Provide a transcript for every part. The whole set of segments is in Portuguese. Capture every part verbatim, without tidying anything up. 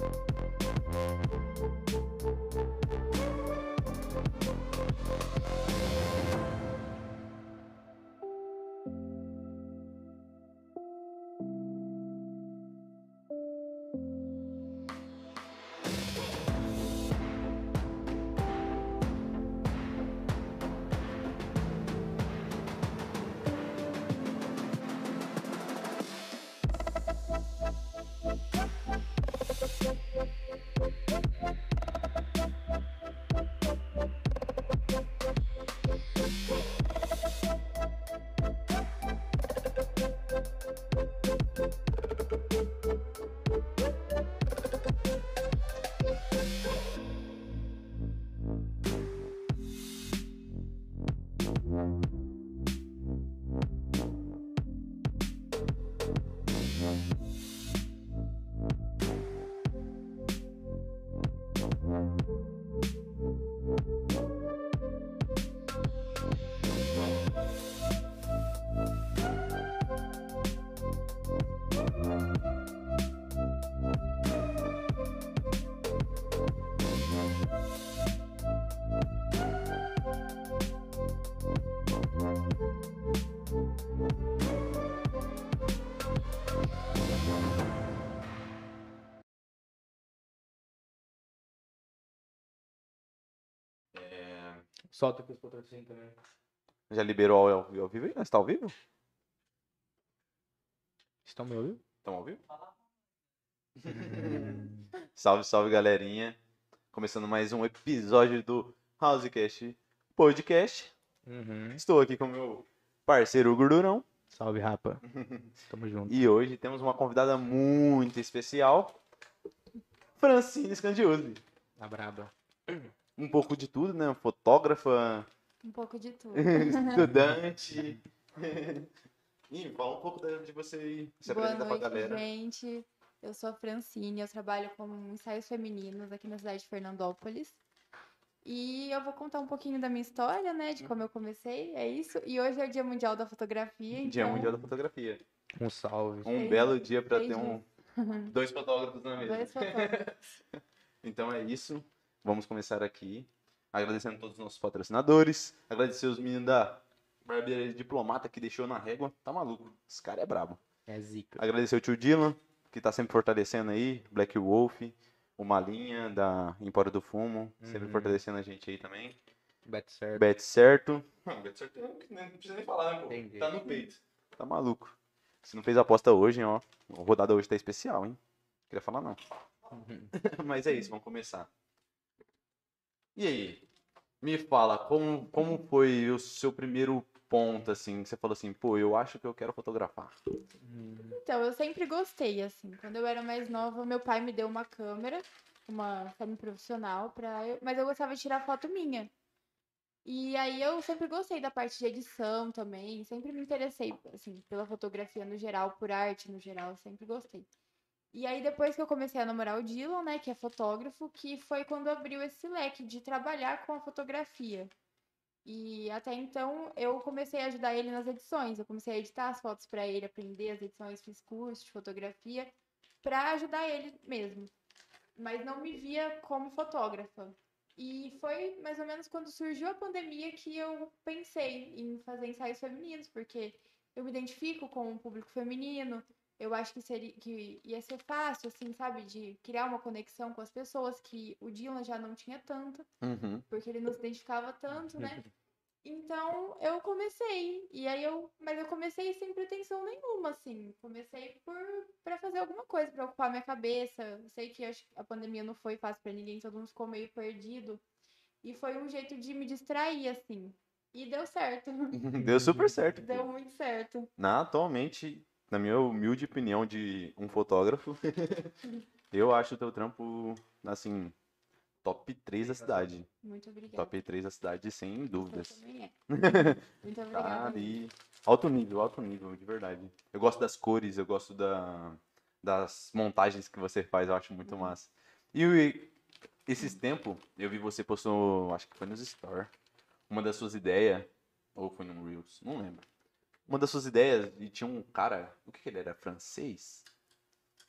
É... Solta aqui os patrocínios também. Já liberou ao, ao vivo aí? Nós tá ao vivo? Estão me ouvindo? Estamos ao vivo? Salve, salve, galerinha. Começando mais um episódio do Housecast Podcast. Uhum. Estou aqui com o meu parceiro Gordurão. Salve, rapa. Tamo junto. E hoje temos uma convidada muito especial, Francine Scandiuzzi. A braba. Um pouco de tudo, né? Fotógrafa, Um pouco de tudo. estudante. E fala um pouco de você aí. Se Boa apresenta pra noite, galera. gente. Eu sou a Francine, eu trabalho com ensaios femininos aqui na cidade de Fernandópolis. E eu vou contar um pouquinho da minha história, né? De como eu comecei, é isso. E hoje é o Dia Mundial da Fotografia, então... Dia Mundial da Fotografia. Um salve. Um Seis- belo dia pra seis ter um, dois fotógrafos na mesa. Dois fotógrafos. Então é isso. Vamos começar aqui. Agradecendo a todos os nossos patrocinadores. Agradecer os meninos da Barbearia Diplomata que deixou na régua. Tá maluco. Esse cara é brabo. É zica. Agradecer o tio Dylan, que tá sempre fortalecendo aí. Black Wolf. O Malinha, da Empório do Fumo. Sempre Uhum. fortalecendo a gente aí também. Bet certo. Bet certo. Não, bet certo não precisa nem falar, né, pô? Entendi. Tá no peito. Tá maluco. Se não fez aposta hoje, hein, ó. A rodada hoje tá especial, hein? Queria falar não. Uhum. Mas é isso, vamos começar. E aí? Me fala, como, como foi o seu primeiro ponto, assim, que você falou assim, pô, eu acho que eu quero fotografar. Uhum. Então, eu sempre gostei, assim. Quando eu era mais nova, meu pai me deu uma câmera, uma semi-profissional, pra eu... mas eu gostava de tirar foto minha. E aí eu sempre gostei da parte de edição também, sempre me interessei, assim, pela fotografia no geral, por arte no geral, sempre gostei. E aí depois que eu comecei a namorar o Dylan, né, que é fotógrafo, que foi quando abriu esse leque de trabalhar com a fotografia. E até então eu comecei a ajudar ele nas edições, eu comecei a editar as fotos pra ele, aprender as edições, fiz curso de fotografia pra ajudar ele mesmo. Mas não me via como fotógrafa. E foi mais ou menos quando surgiu a pandemia que eu pensei em fazer ensaios femininos, porque eu me identifico com o público feminino, eu acho que seria que ia ser fácil, assim, sabe, de criar uma conexão com as pessoas que o Dylan já não tinha tanto, Uhum. porque ele não se identificava tanto, né? Então eu comecei, e aí eu, mas eu comecei sem pretensão nenhuma, assim. Comecei por para fazer alguma coisa, para ocupar minha cabeça. Eu sei que acho que a pandemia não foi fácil para ninguém, todo mundo ficou meio perdido. E foi um jeito de me distrair, assim. E deu certo. Deu super certo. pô. Deu muito certo. Na, atualmente, na minha humilde opinião de um fotógrafo, eu acho o teu trampo, assim, top três da cidade. Muito obrigada. Top três da cidade, sem Você dúvidas. também é. Muito Tá obrigada. ali. Alto nível, alto nível, de verdade. Eu gosto das cores, eu gosto da, das montagens que você faz, eu acho muito massa. E o- esses tempos, eu vi você postou, acho que foi nos Store, uma das suas ideias, ou foi no Reels, não lembro. Uma das suas ideias, e tinha um cara, o que que ele era? Francês?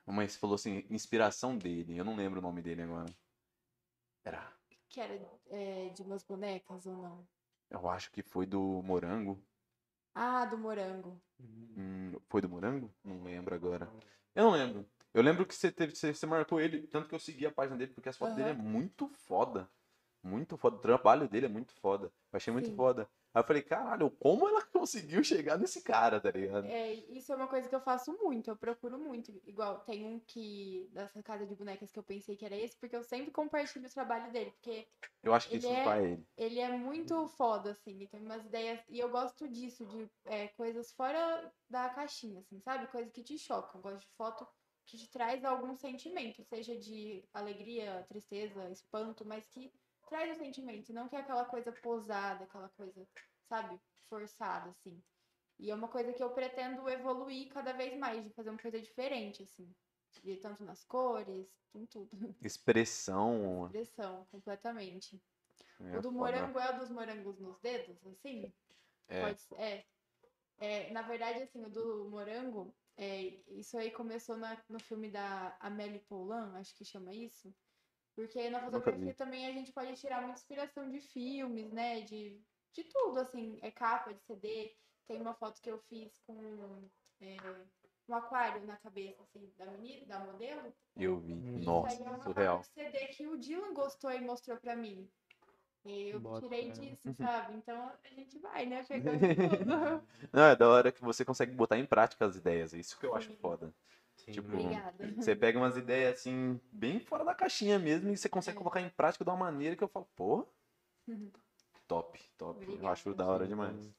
Mas você falou assim, inspiração dele. Eu não lembro o nome dele agora. Era. Que era é, de umas bonecas ou não? Eu acho que foi do Morango. Ah, do morango. Hum, foi do Morango? Não lembro agora. Eu não lembro. Eu lembro que você teve, você, você marcou ele, tanto que eu segui a página dele, porque as fotos dele é Aham. muito foda. Muito foda. O trabalho dele é muito foda. Eu achei muito Sim. foda. Aí eu falei, caralho, como ela conseguiu chegar nesse cara, tá ligado? É, isso é uma coisa que eu faço muito, eu procuro muito. Igual, tem um que, dessa casa de bonecas que eu pensei que era esse, porque eu sempre compartilho o trabalho dele, porque Eu acho que ele isso é, vai ele. ele é muito foda, assim, ele tem umas ideias, e eu gosto disso, de é, coisas fora da caixinha, assim, sabe? Coisas que te chocam. Eu gosto de foto que te traz algum sentimento, seja de alegria, tristeza, espanto, mas que traz o sentimento, não que é aquela coisa posada, aquela coisa, sabe? Forçada, assim. E é uma coisa que eu pretendo evoluir cada vez mais, de fazer uma coisa diferente, assim. De tanto nas cores, em tudo. Expressão. Expressão, completamente. O É do foda. morango é o dos morangos nos dedos, assim? É. Pode ser. É. É, na verdade, assim, o do morango, é, isso aí começou na- no filme da Amélie Poulain, acho que chama isso. Porque na Nunca fotografia vi. também a gente pode tirar muita inspiração de filmes, né? De, de tudo, assim, é capa de C D. Tem uma foto que eu fiz com é, um aquário na cabeça, assim, da menina, da modelo. Eu vi. E isso Uhum. aí Nossa, é uma capa surreal. de C D que o Dylan gostou e mostrou pra mim. E eu Bota tirei fé. disso, sabe? Então a gente vai, né? Pegando tudo. Não, é da hora que você consegue botar em prática as ideias. Isso que eu acho Sim, foda. Sim. Tipo, obrigada. você pega umas ideias assim, bem fora da caixinha mesmo, e você consegue É. colocar em prática de uma maneira que eu falo, pô, top, top. Eu acho Obrigada. da hora demais. Sim.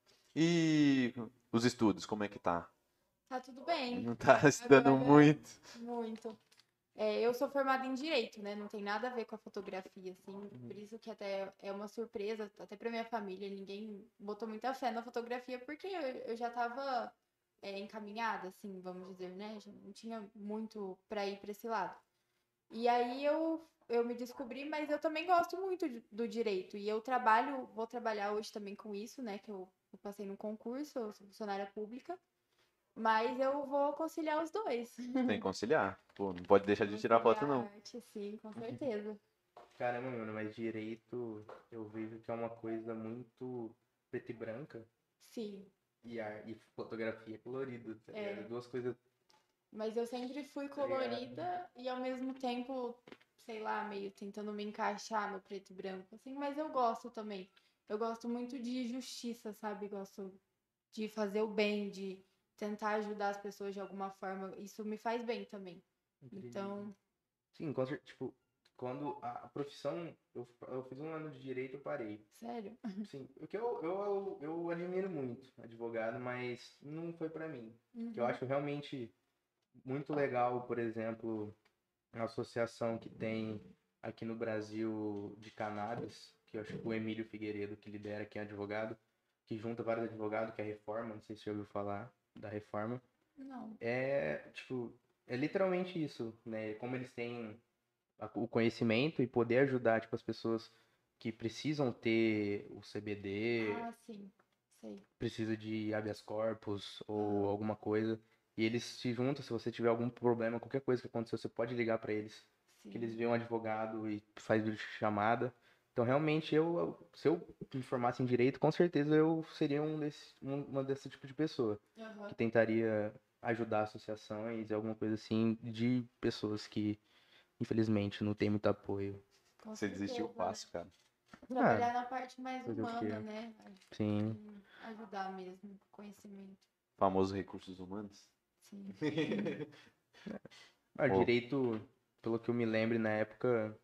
E os estudos, como é que tá? Tá tudo bem. Não tá estudando Agora, muito. muito. É, eu sou formada em direito, né? Não tem nada a ver com a fotografia, assim. Por isso que até é uma surpresa, até pra minha família. Ninguém botou muita fé na fotografia, porque eu, eu já tava é, encaminhada, assim, vamos dizer, né? Já não tinha muito pra ir pra esse lado. E aí eu, eu me descobri, mas eu também gosto muito de- do direito. E eu trabalho, vou trabalhar hoje também com isso, né? Que eu, eu passei no concurso, eu sou funcionária pública. Mas eu vou conciliar os dois. Tem que conciliar. Pô, não pode deixar de tirar foto, Conciliar a não. arte, sim, com certeza. Caramba, mano, mas direito eu vejo que é uma coisa muito preta e branca Sim, e, a, e fotografia colorida, tá ligado? é. Duas coisas, Mas eu sempre fui tá ligado? colorida e ao mesmo tempo, sei lá, meio tentando me encaixar no preto e branco, assim, mas eu gosto também. Eu gosto muito de justiça, sabe? Gosto de fazer o bem, de tentar ajudar as pessoas de alguma forma. Isso me faz bem também. Incrível. Então, Sim, com cer- tipo, quando a, a profissão, eu, eu fiz um ano de direito, eu parei. sério. Sim, o que eu, eu, eu admiro muito advogado, mas não foi pra mim. Que eu Uhum. acho realmente muito legal, por exemplo, a associação que tem aqui no Brasil de cannabis, que eu acho que o Emílio Figueiredo que lidera, que é advogado, que junta vários advogados, que é a Reforma, não sei se você já ouviu falar da Reforma. Não. É, tipo, é literalmente isso, né? Como eles têm a- o conhecimento e poder ajudar, tipo, as pessoas que precisam ter o C B D, Ah, sim. Sei. precisa de habeas corpus ou Aham. alguma coisa, e eles se juntam, se você tiver algum problema, qualquer coisa que aconteceu, você pode ligar para eles, que eles Sim. vêem um advogado e faz chamada. Então, realmente, eu, eu- se eu me formasse em direito, com certeza eu seria um desse, um, uma desse tipo de pessoa que Aham. tentaria ajudar associações, alguma coisa assim, de pessoas que, infelizmente, não tem muito apoio. Com Você desistiu certeza, né? fácil, cara. Ah, Trabalhar na parte mais fazer o humana, quê? né? Sim. E ajudar mesmo, conhecimento. Famoso recursos humanos. Sim. Ah, Ô, direito, pelo que eu me lembro na época,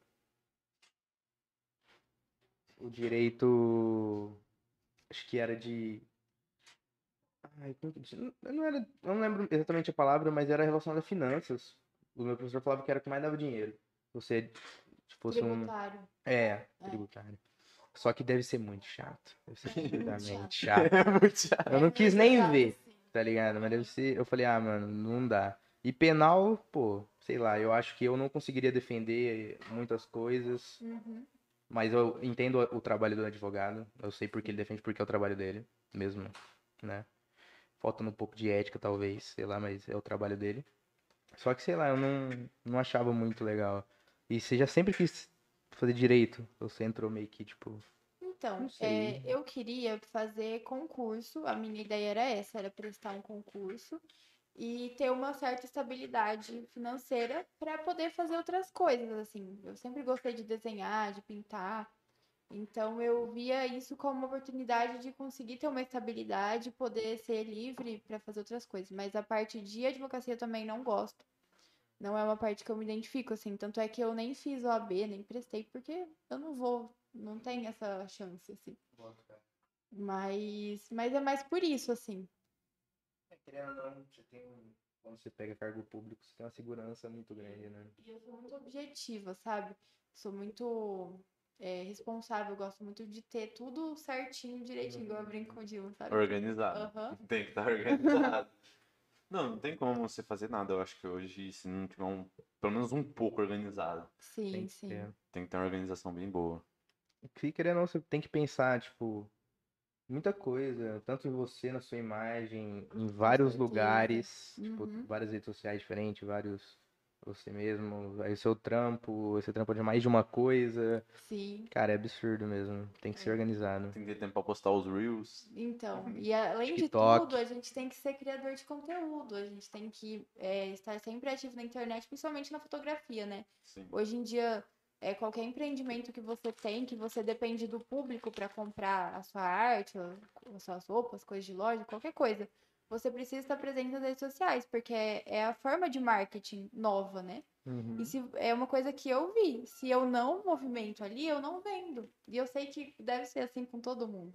o direito, acho que era de. Ai, como que diz? Não não era, eu não lembro exatamente a palavra, mas era relacionado a finanças. O meu professor falava que era o que mais dava dinheiro. Você se fosse um. Tributário. É, É. tributário. Só que deve ser muito chato. Deve ser É muito absurdamente chato. chato. é muito chato. Eu É não quis muito nem chato, ver, sim. tá ligado? Mas deve ser. Eu falei, ah, mano, não dá. E penal, pô, sei lá, eu acho que eu não conseguiria defender muitas coisas. Uhum. Mas eu entendo o trabalho do advogado. Eu sei porque ele Sim. defende, porque é o trabalho dele, mesmo, né? Faltando um pouco de ética, talvez, sei lá, mas é o trabalho dele. Só que, sei lá, eu não, não achava muito legal. E você já sempre quis fazer direito? Ou você entrou meio que, tipo, Então, não é, sei. eu queria fazer concurso, a minha ideia era essa, era prestar um concurso e ter uma certa estabilidade financeira para poder fazer outras coisas, assim. Eu sempre gostei de desenhar, de pintar, então eu via isso como uma oportunidade de conseguir ter uma estabilidade, poder ser livre para fazer outras coisas. Mas a parte de advocacia eu também não gosto. Não é uma parte que eu me identifico, assim. Tanto é que eu nem fiz O A B, nem prestei, porque eu não vou, não tenho essa chance, assim. Mas, mas é mais por isso, assim. É, querendo ou não, você tem um... Quando você pega cargo público, você tem uma segurança muito grande, né? E eu sou muito objetiva, sabe? Sou muito é, responsável, gosto muito de ter tudo certinho, direitinho, igual eu brinco com o Dilma, sabe? Organizado. Aham. Tem que estar organizado. Não, não tem como você fazer nada. Eu acho que hoje, se não tiver um, pelo menos um pouco organizado, Tem Sim, que sim. ter. tem que ter uma organização bem boa. Que querendo ou não, você tem que pensar, tipo, muita coisa, tanto em você, na sua imagem, em vários certeza. lugares, tipo, Uhum. várias redes sociais diferentes, vários você mesmo, aí o seu trampo, você trampa de mais de uma coisa. Sim. Cara, é absurdo mesmo. Tem que ser É. organizado. Tem que ter tempo pra postar os Reels. Então, e além de TikTok. tudo, a gente tem que ser criador de conteúdo, a gente tem que é, estar sempre ativo na internet, principalmente na fotografia, né? Sim. Hoje em dia, é, qualquer empreendimento que você tem, que você depende do público para comprar a sua arte, ou as suas roupas, coisas de loja, qualquer coisa, você precisa estar presente nas redes sociais, porque é, é a forma de marketing nova, né? Uhum. E se é uma coisa que eu vi, se eu não movimento ali, eu não vendo. E eu sei que deve ser assim com todo mundo.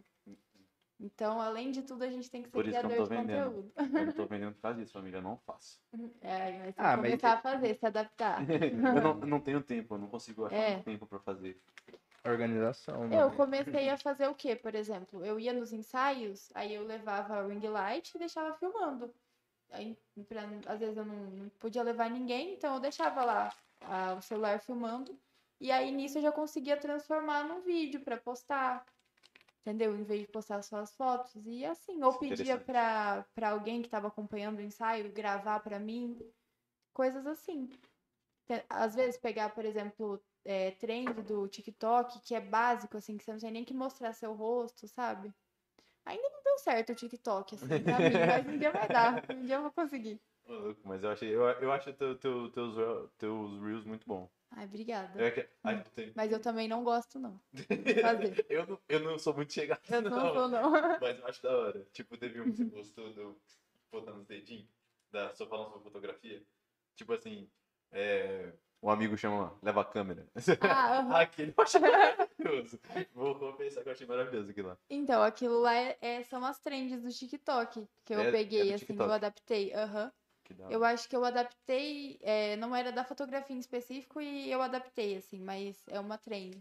Então, além de tudo, a gente tem que ser Por isso que eu não criador tô de vendendo. conteúdo. Eu não tô vendendo por causa disso, família. Eu não faço. É, mas tem que Ah, mas começar a fazer, se adaptar. Eu não, eu não tenho tempo, eu não consigo achar É. um tempo pra fazer. organização, Eu mano. comecei a fazer o quê, por exemplo? Eu ia nos ensaios, aí eu levava a ring light e deixava filmando. Aí, pra, às vezes eu não, não podia levar ninguém, então eu deixava lá ah, o celular filmando. E aí nisso eu já conseguia transformar num vídeo pra postar. Entendeu? Em vez de postar só as fotos. E assim, ou Isso é pedia interessante. pra, pra alguém que tava acompanhando o ensaio gravar pra mim. Coisas assim. Te- Às vezes pegar, por exemplo, é, trend do TikTok, que é básico, assim, que você não tem nem que mostrar seu rosto, sabe? Ainda não deu certo o TikTok, assim, pra mim, mas um dia vai dar. Um dia eu vou conseguir. Ô, louco, mas eu achei, eu, eu acho teu, teu, teus, re- teus Reels muito bom. Ai, obrigada. É que, ai, tem- Mas eu também não gosto, não. fazer. eu, não, eu não sou muito chegado, Eu não. não sou, não. Mas eu acho da hora. Tipo, teve um que você postou do botando os dedinhos, da, só falando sobre fotografia. Tipo assim, é, um amigo chama, leva a câmera. Ah, aham. Aquele eu achei maravilhoso. Vou, vou pensar que eu achei maravilhoso aquilo lá. Então, aquilo lá é, é- são as trends do TikTok que eu É, é peguei, do assim, eu TikTok. adaptei. Aham. Que da Eu hora. acho que eu adaptei, é, não era da fotografia em específico e eu adaptei, assim, mas é uma trend.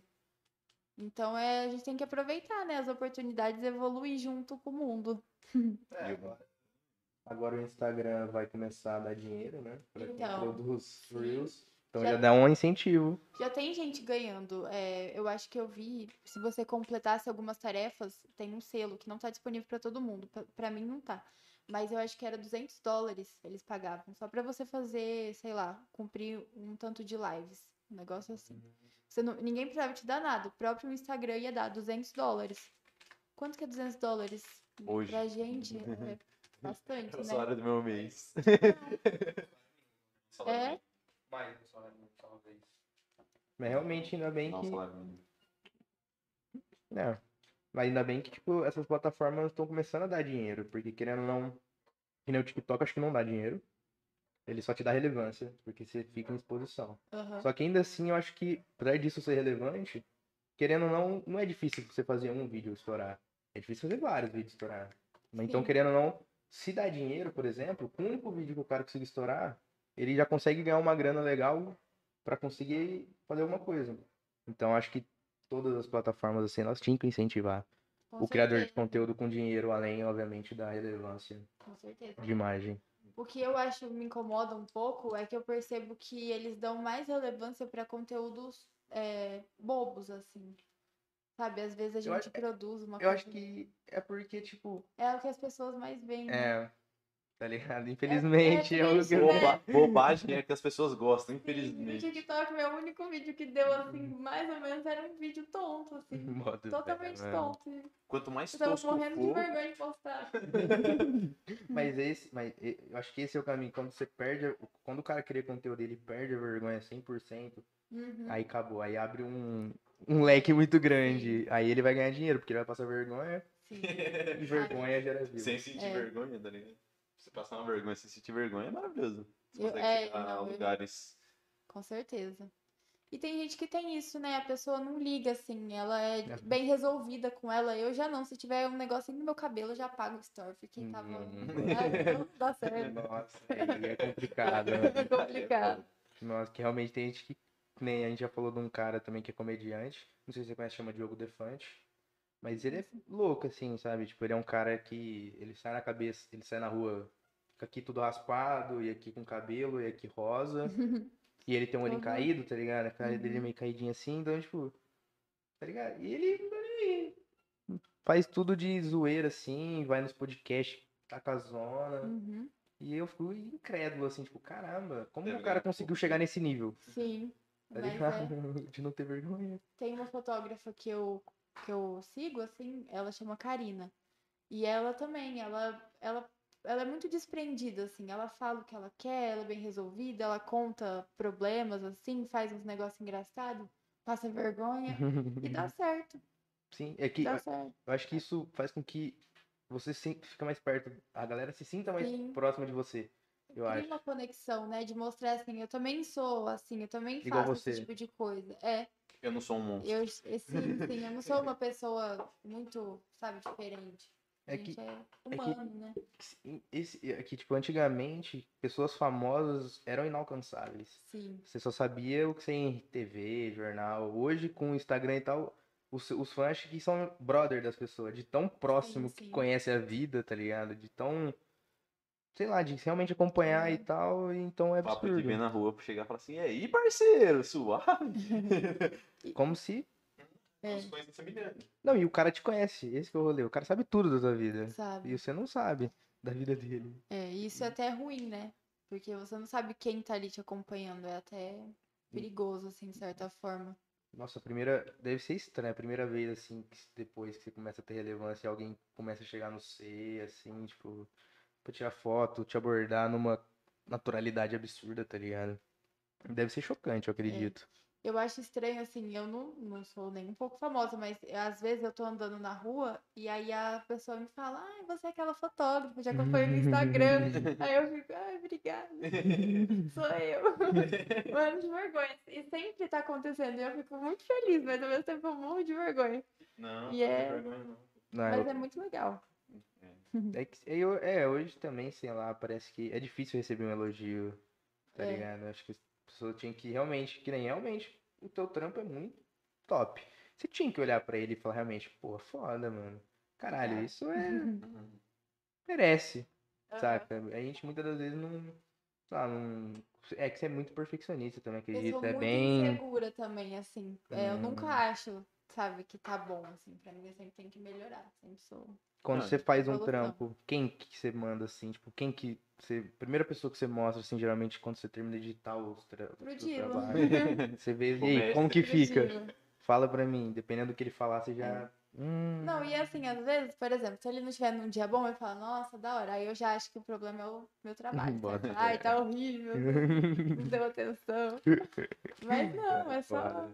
Então é, a gente tem que aproveitar, né, as oportunidades e evoluir junto com o mundo. É, E eu- agora, agora o Instagram vai começar a dar dinheiro, né? Pra quem Então, produz sim. Reels. Então Já- já dá um incentivo. Já tem gente ganhando. É, eu acho que eu vi, se você completasse algumas tarefas, tem um selo que não tá disponível pra todo mundo. Pra- Pra mim não tá. Mas eu acho que era duzentos dólares eles pagavam. Só pra você fazer, sei lá, cumprir um tanto de lives. Um negócio assim. Você não- ninguém precisava te dar nada. O próprio Instagram ia dar duzentos dólares. Quanto que é duzentos dólares? Hoje. Pra gente é bastante, É o né? salário do meu mês. É, Mais um salário mínimo, talvez. Mas realmente ainda bem Não, que. salário mínimo. É. Mas ainda bem que, tipo, essas plataformas estão começando a dar dinheiro. Porque querendo ou não. Que nem o TikTok, acho que não dá dinheiro. Ele só te dá relevância, porque você fica em exposição. aham. Só que ainda assim, eu acho que, apesar disso ser relevante, querendo ou não, não é difícil você fazer um vídeo estourar. É difícil fazer vários vídeos estourar. Mas então, Sim. querendo ou não, se dá dinheiro, por exemplo, com o único vídeo que o cara conseguir estourar, ele já consegue ganhar uma grana legal pra conseguir fazer alguma coisa. Então, acho que todas as plataformas, assim, elas tinham que incentivar Com o criador de certeza. conteúdo com dinheiro, além, obviamente, da relevância Com certeza. de imagem. O que eu acho me incomoda um pouco é que eu percebo que eles dão mais relevância para conteúdos é, bobos, assim. Sabe? Às vezes a Eu, gente a- produz uma eu coisa. acho que é porque, tipo, É o que as pessoas mais veem, né? é, tá ligado? Infelizmente É, é, o triste, que eu... né? Boba- bobagem é que as pessoas gostam, Sim, no infelizmente. TikTok, meu único vídeo que deu, assim, mais ou menos, era um vídeo tonto, assim. Modo fé, Totalmente mano. tonto. Quanto mais Eu tava tosco morrendo de for, vergonha de postar. Mas esse, mas e- eu acho que esse é o caminho. Quando você perde, a- quando o cara cria conteúdo, ele perde a vergonha cem por cento, Uhum. aí acabou. Aí abre um, um leque muito grande. Aí ele vai ganhar dinheiro, porque ele vai passar vergonha Sim. e vergonha gera view. sem sentir É. vergonha, tá ligado? Você passar uma vergonha sem sentir vergonha é maravilhoso. Você Eu- consegue é, chegar a não, eu- lugares. Com certeza. E tem gente que tem isso, né? A pessoa não liga, assim, ela é bem resolvida com ela. Eu já não. Se tiver um negocinho no meu cabelo, eu já apago o story. Fiquei, tava. Hum. Ai, não dá certo. Nossa, aí é complicado. É complicado. Nossa, que realmente tem gente que, que nem a gente já falou de um cara também que é comediante. Não sei se você conhece, chama Diogo Defante. Mas ele é louco, assim, sabe? Tipo, ele é um cara que ele sai na cabeça, ele sai na rua, fica aqui tudo raspado, e aqui com cabelo, e aqui rosa. E ele tem um olhinho Uhum. caído, tá ligado? A cara dele é Uhum. meio caidinha assim, então, tipo, tá ligado? E ele não tá nem aí. Faz tudo de zoeira, assim, vai nos podcasts, taca a zona. Uhum. E eu fico incrédulo, assim, tipo, caramba, como Deve o cara ganhar conseguiu pouco chegar dinheiro. nesse nível? Sim. Tá Mas ligado? é. De não ter vergonha. Tem uma fotógrafa que eu, que eu sigo, assim, ela chama Karina. E ela também, ela, ela, ela é muito desprendida, assim. Ela fala o que ela quer, ela é bem resolvida, ela conta problemas, assim, faz uns negócios engraçados, passa vergonha e dá certo, Sim, é que dá eu certo. acho que isso faz com que você se fica mais perto, a galera se sinta mais Sim. próxima de você, eu Cria acho. uma conexão, né? De mostrar assim, eu também sou assim, eu também Igual faço você. esse tipo de coisa. É, Eu não sou um monstro. eu, sim, sim, eu não sou uma pessoa muito, sabe, diferente. A É gente que- é é que- humano, né? Esse, é que, tipo, antigamente, pessoas famosas eram inalcançáveis. Sim, Você só sabia o que você ia em T V, jornal. Hoje, com o Instagram e tal, os, os fãs acham que são brother das pessoas, de tão próximo que sim. conhece a vida, tá ligado? De tão, sei lá, de realmente acompanhar É. e tal, e então é Papo de ver absurdo. na rua pra chegar e falar assim, e aí, parceiro, suave? Como se. É. Os fãs semelhantes. Não, e o cara te conhece, esse que é o rolê. O cara sabe tudo da tua vida. Sabe? E você não sabe da vida dele. É, e isso é até ruim, né? Porque você não sabe quem tá ali te acompanhando. É até perigoso, assim, de certa forma. Nossa, a primeira. Deve ser estranho, a primeira vez, assim, que depois que você começa a ter relevância, alguém começa a chegar no C, assim, tipo, pra tirar foto, te abordar numa naturalidade absurda, tá ligado? Deve ser chocante, eu acredito. Eu acho estranho, assim, eu não, não sou nem um pouco famosa, mas às vezes eu tô andando na rua e aí a pessoa me fala, ai, você é aquela fotógrafa, já acompanho no Instagram. Aí eu fico, ai, obrigada, sou eu. Mano, de vergonha. E sempre tá acontecendo. E eu fico muito feliz, mas ao mesmo tempo eu morro de vergonha. Não, E não é- tem vergonha não. Não, Mas eu- é muito legal. é, que, eu, é, hoje também, sei lá, parece que é difícil receber um elogio, tá É. ligado? Acho que a pessoa tinha que realmente, que nem realmente, o teu trampo é muito top. Você tinha que olhar pra ele e falar realmente, pô, foda, mano. Caralho, Obrigada. isso é. Merece, Aham. saca? A gente muitas das vezes não. Sei lá, não. É que você é muito perfeccionista também, Eu acredito. sou É muito bem. insegura também, assim. É, eu nunca Hum. acho, sabe, que tá bom, assim. Pra mim, eu sempre tenho que melhorar. Sempre sou. Quando Não, você faz um evolução. trampo, quem que você manda assim? Tipo, quem que você. Primeira pessoa que você mostra, assim, geralmente quando você termina de editar os tra... Pro o seu Dilo. trabalho. Você vê, O e aí, como mestre. que fica? Pro Dilo. Fala pra mim, dependendo do que ele falar, você já. Hum. Não, e assim, às vezes, por exemplo, se ele não estiver num dia bom, ele fala, nossa, da hora. Aí eu já acho que o problema é o meu trabalho, Bota sabe? fé. Ai, tá horrível, não deu atenção. Mas não, é só. Foda.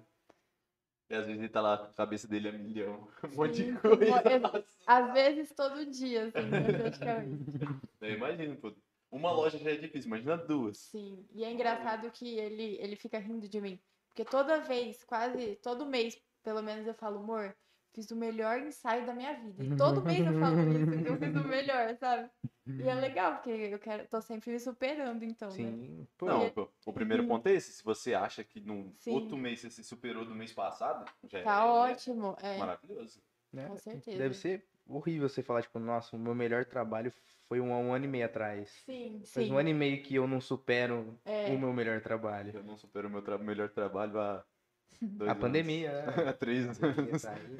E às vezes ele tá lá com a cabeça dele a milhão. Um monte Sim, de sim, coisa. Às vezes todo dia, assim, né, praticamente. Eu imagino, pô. Uma loja já é difícil, imagina duas. Sim, e é engraçado que ele, ele fica rindo de mim. Porque toda vez, quase todo mês, pelo menos eu falo, amor, fiz o melhor ensaio da minha vida. E todo mês eu falo isso, que eu fiz o melhor, sabe? E é legal, porque eu quero, tô sempre me superando, então, né? Sim. Pô, Não, E- pô, o primeiro ponto é esse. Se você acha que no Sim. outro mês você se superou do mês passado, já Tá é ótimo, é, maravilhoso. né? com certeza. Deve ser horrível você falar, tipo, nossa, o meu melhor trabalho foi um, um ano e meio atrás. Sim, Faz sim. um ano e meio que eu não supero É. o meu melhor trabalho. Eu não supero o meu tra- melhor trabalho há dois A anos. pandemia, né? Há três Pandemia anos. tá aí.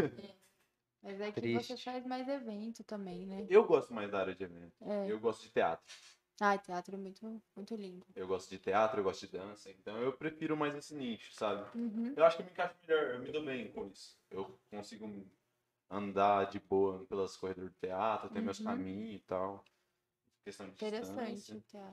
Mas é que Triste. você faz mais evento também, né? Eu gosto mais da área de evento. É. Eu gosto de teatro. Ah, teatro é muito, muito lindo. Eu gosto de teatro, eu gosto de dança, então eu prefiro mais esse nicho, sabe? Uhum. Eu acho que me encaixa melhor, eu me dou bem com isso. Eu consigo andar de boa pelas corredores do teatro, ter meus Uhum. caminhos e tal. Questão de Interessante distância. o teatro.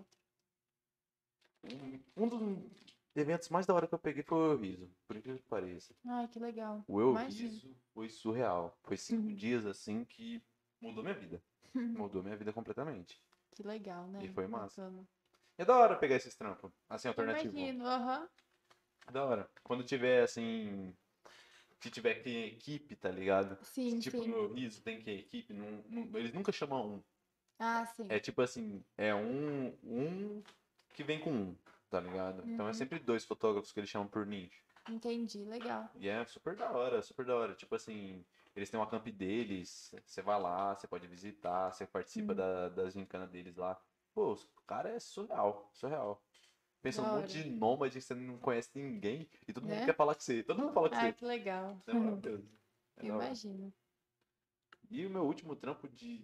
Um um dos eventos mais da hora que eu peguei foi o Eu Riso, por incrível que pareça. Ai, que legal. O Eu Imagina. Riso foi surreal. Foi cinco Uhum. dias assim que mudou minha vida. Mudou minha vida completamente. Que legal, né? E foi massa. Bacana. É da hora pegar esses trampos, assim, Eu alternativo. imagino, aham. É da hora. Quando tiver, assim, se tiver que ter equipe, tá ligado? Sim, Tipo, sim. no Eu Riso tem que ter equipe, não, não- eles nunca chamam um. Ah, sim. É tipo assim, é um, um que vem com um, tá ligado? Então é Uhum. sempre dois fotógrafos que eles chamam por nicho. Entendi, legal. E é super da hora, super da hora. Tipo assim, eles têm uma camp deles, você vai lá, você pode visitar, você participa Uhum. da, das gincanas deles lá. Pô, o cara é surreal, surreal. Pensa um Da monte hora. de nômade, você não conhece ninguém e todo mundo Né? quer falar com você. Todo mundo fala com Ah, você. que legal. Isso é maravilhoso. É Eu da hora. imagino. E o meu último trampo de,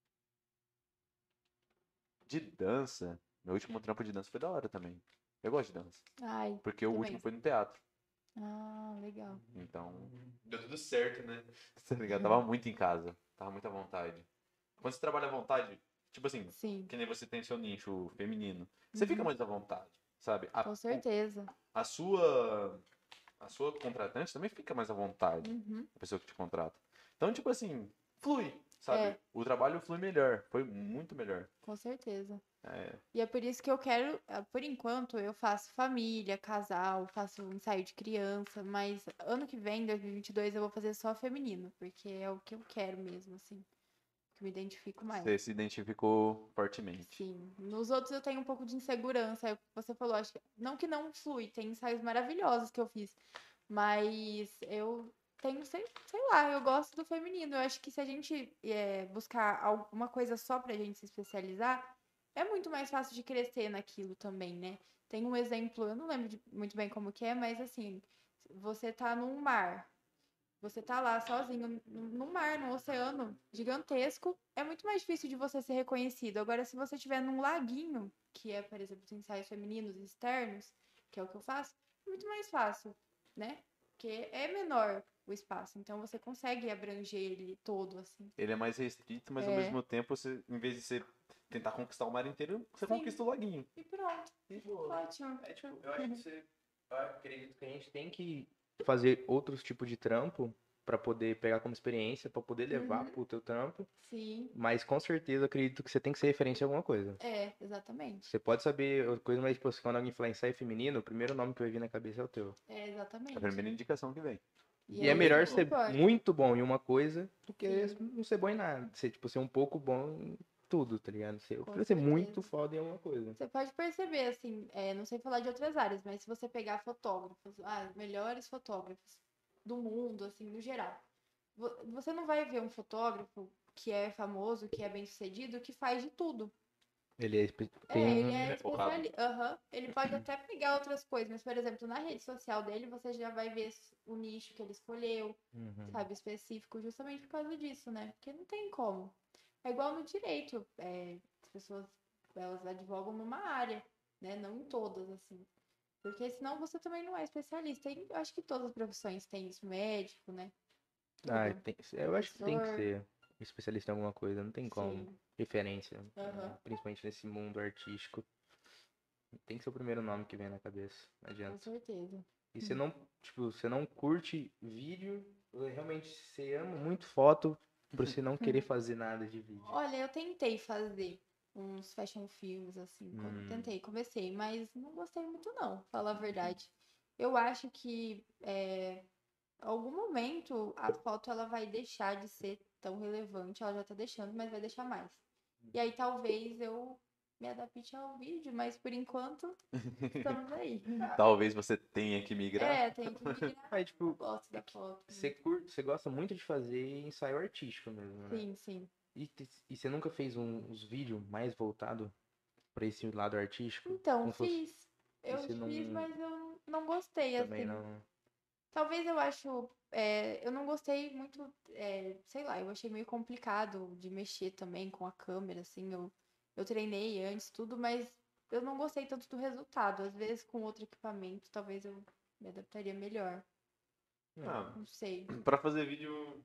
de dança, meu último trampo de dança foi da hora também. Eu gosto de dança. Ai, Porque o também. último foi no teatro. Ah, legal. Então, deu tudo certo, né? Tá ligado? Tava muito em casa. Tava muito à vontade. Quando você trabalha à vontade, tipo assim, Sim, que nem você tem seu nicho feminino, você fica Uhum. mais à vontade, sabe? A, com certeza. a sua a sua contratante também fica mais à vontade, Uhum. a pessoa que te contrata. Então, tipo assim, flui, sabe? É. O trabalho flui melhor, foi muito melhor. Com certeza. É, E é por isso que eu quero, ah, por enquanto, eu faço família, casal, faço um ensaio de criança, mas ano que vem, dois mil e vinte e dois, eu vou fazer só feminino, porque é o que eu quero mesmo, assim, que eu me identifico mais. você se identificou fortemente. Sim. Nos outros eu tenho um pouco de insegurança, é o que você falou, acho que não que não flui, tem ensaios maravilhosos que eu fiz, mas eu tenho, sei, sei lá, eu gosto do feminino. Eu acho que se a gente é, buscar alguma coisa só pra gente se especializar, é muito mais fácil de crescer naquilo também, né? Tem um exemplo, eu não lembro de- muito bem como que é, mas assim, você tá num mar, você tá lá sozinho no no mar, num oceano gigantesco, é muito mais difícil de você ser reconhecido. Agora, se você estiver num laguinho, que é, por exemplo, os ensaios femininos externos, que é o que eu faço, é muito mais fácil, né? Porque é menor o espaço, então você consegue abranger ele todo, assim. Ele é mais restrito, mas ao É, mesmo tempo, você, em vez de você tentar conquistar o mar inteiro, você sim, conquista o laguinho. e pronto. E boa. Ótimo. É tipo, eu acho que você. Eu acredito que a gente tem que fazer outros tipos de trampo pra poder pegar como experiência, pra poder levar Uhum. pro teu trampo. Sim, Mas com certeza eu acredito que você tem que ser referência em alguma coisa. é, exatamente. Você pode saber outra coisa, mas tipo, quando alguém falar ensaio feminino, o primeiro nome que vai vir na cabeça é o teu. É, É a exatamente. primeira indicação que vem. E E é é isso melhor que ser importa. muito bom em uma coisa do que Sim. não ser bom em nada. Ser, tipo, ser um pouco bom em tudo, tá ligado? Ser, eu Com queria ser muito certeza. foda em alguma coisa. Você pode perceber, assim, é, não sei falar de outras áreas, mas se você pegar fotógrafos, ah, os melhores fotógrafos do mundo, assim, no geral, vo- você não vai ver um fotógrafo que é famoso, que é bem-sucedido, que faz de tudo. Ele é, espe- tem É, ele um. é É focado. especialista. Aham. Ele pode até pegar outras coisas, mas, por exemplo, na rede social dele, você já vai ver s- o nicho que ele escolheu, Uhum. sabe, específico, justamente por causa disso, né? Porque não tem como. É igual no direito, é, as pessoas, elas advogam numa área, né? Não em todas, assim. Porque senão você também não é especialista. E eu acho que todas as profissões têm isso, médico, né? Ah, Tudo. tem- eu acho que tem que Professor, ser especialista em alguma coisa, não tem como. sim. Referência, Aham, principalmente nesse mundo artístico. Tem que ser o primeiro nome que vem na cabeça, não com adianta. certeza. E você não, tipo, você não curte vídeo, ou realmente você ama muito foto, pra você não querer fazer nada de vídeo. Olha, eu tentei fazer uns fashion films, assim, quando Hum. tentei, comecei, mas não gostei muito não, falar a verdade. Eu acho que é, em algum momento a foto ela vai deixar de ser tão relevante, ela já tá deixando, mas vai deixar mais. E aí talvez eu me adapte ao vídeo, mas por enquanto estamos aí. Talvez você tenha que migrar. É, tem que migrar, Aí, eu tipo, gosto da foto. você curte, você gosta muito de fazer ensaio artístico mesmo, né? Sim, sim. E, te- e você nunca fez um, uns vídeos mais voltado pra esse lado artístico? Então, Como fosse, fiz. e Eu você não, fiz, mas eu não gostei, também assim. não... Talvez eu acho. É, eu não gostei muito. É, sei lá, eu achei meio complicado de mexer também com a câmera, assim. Eu, Eu treinei antes, tudo, mas eu não gostei tanto do resultado. Às vezes, com outro equipamento, talvez eu me adaptaria melhor. Ah, Não sei. pra fazer vídeo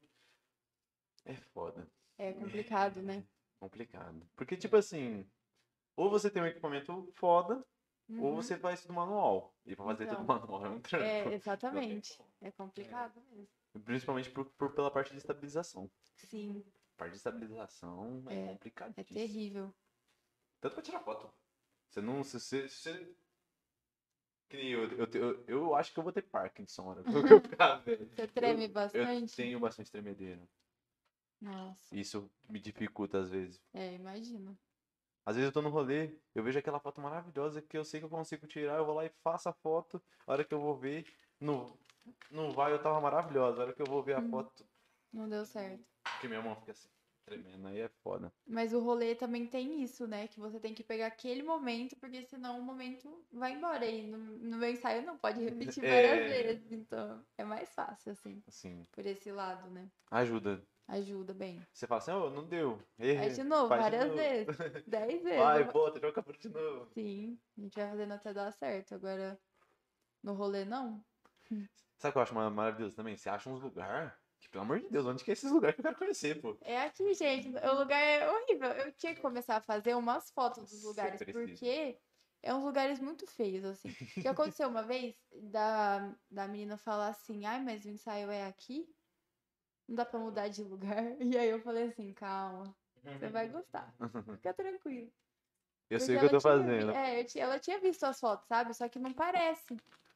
é foda. É complicado, né? Complicado. Porque, tipo assim, ou você tem um equipamento foda, ou Uhum. você faz tudo manual. E pra fazer tudo Então, manual é um trampo. É, Não tem exatamente. como. É complicado mesmo. Principalmente por, por- pela parte de estabilização. Sim, A parte de estabilização é, É, é complicadíssimo. terrível. Tanto pra tirar foto. Você não. Se você. se você- que nem eu, eu, eu, eu acho que eu vou ter Parkinson na hora que eu ficar velho. Você treme Eu, eu bastante? tenho bastante tremedeira. Nossa, Isso me dificulta às vezes. é, imagino. Às vezes eu tô no rolê, eu vejo aquela foto maravilhosa que eu sei que eu consigo tirar, eu vou lá e faço a foto. A hora que eu vou ver, não, não vai, eu tava maravilhosa. A hora que eu vou ver a Hum. foto, Não deu certo. que minha mão fica assim, tremendo, aí é foda. Mas o rolê também tem isso, né? Que você tem que pegar aquele momento, porque senão o momento vai embora. E no, no meu ensaio não pode repetir várias É. vezes. Então é mais fácil, assim, Assim, por esse lado, né? ajuda. Ajuda bem. Você fala assim, ô, não deu. Faz Errei. de novo, Faz de várias novo. vezes. Dez vezes. Vai, Eu- volta, joga por de novo. Sim, a gente vai fazendo até dar certo. Agora, no rolê, não. Sabe o que eu acho ma- maravilhoso também? Você acha uns lugares que, pelo amor de Deus, onde que é esses lugares que eu quero conhecer, pô? É aqui, gente. O lugar é horrível. Eu tinha que começar a fazer umas fotos dos Você lugares, precisa. porque é uns lugares muito feios, assim. Já aconteceu uma vez da, da menina falar assim, ai, mas o ensaio é aqui? Não dá pra mudar de lugar? E aí eu falei assim, calma, você vai gostar. Fica tranquilo. Eu Porque sei o que eu ela tô tinha, vi- fazendo. é, eu ti- ela tinha visto as fotos, sabe? Só que não parece.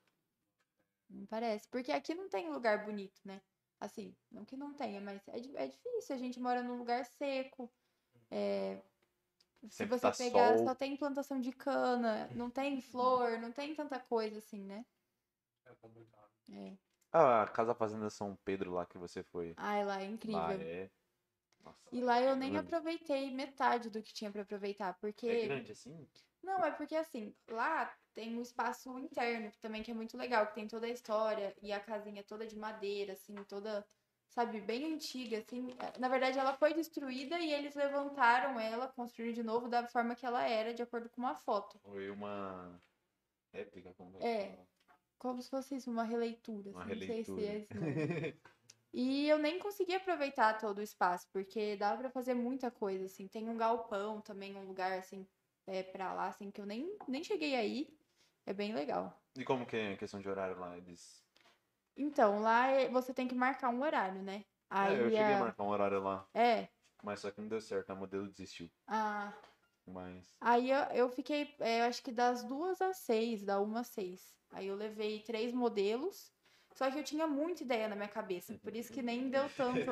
Não parece. Porque aqui não tem lugar bonito, né? Assim, não que não tenha, mas é, di- é difícil. A gente mora num lugar seco. É, se Sempre você tá pegar, sol. só tem plantação de cana, não tem flor, não tem tanta coisa assim, né? É complicado. É. Ah, a Casa Fazenda São Pedro lá que você foi. Ai, lá é Lá incrível. é. Nossa, E lá lá é eu nem grande. aproveitei metade do que tinha pra aproveitar, É porque grande assim? não, é porque assim, lá tem um espaço interno que também que é muito legal, que tem toda a história e a casinha toda de madeira, assim, toda, sabe, bem antiga, assim. Na verdade, ela foi destruída e eles levantaram ela, construíram de novo da forma que ela era, de acordo com uma foto. Foi uma réplica, como é que É, fala? como se fosse isso, uma releitura, Uma assim, não sei se é releitura. esse nome. E eu nem consegui aproveitar todo o espaço, porque dava pra fazer muita coisa, assim. Tem um galpão também, um lugar, assim, é, pra lá, assim, que eu nem, nem cheguei aí. É bem legal. E como que é a questão de horário lá? Eles. Então, lá é- você tem que marcar um horário, né? É, eu Aí cheguei a a. marcar um horário lá, É. mas só que não deu certo, a modelo desistiu. A... Mas. Aí eu, eu fiquei, é, eu acho que das duas às seis, da uma às seis. Aí eu levei três modelos, só que eu tinha muita ideia na minha cabeça, por isso que nem deu tanto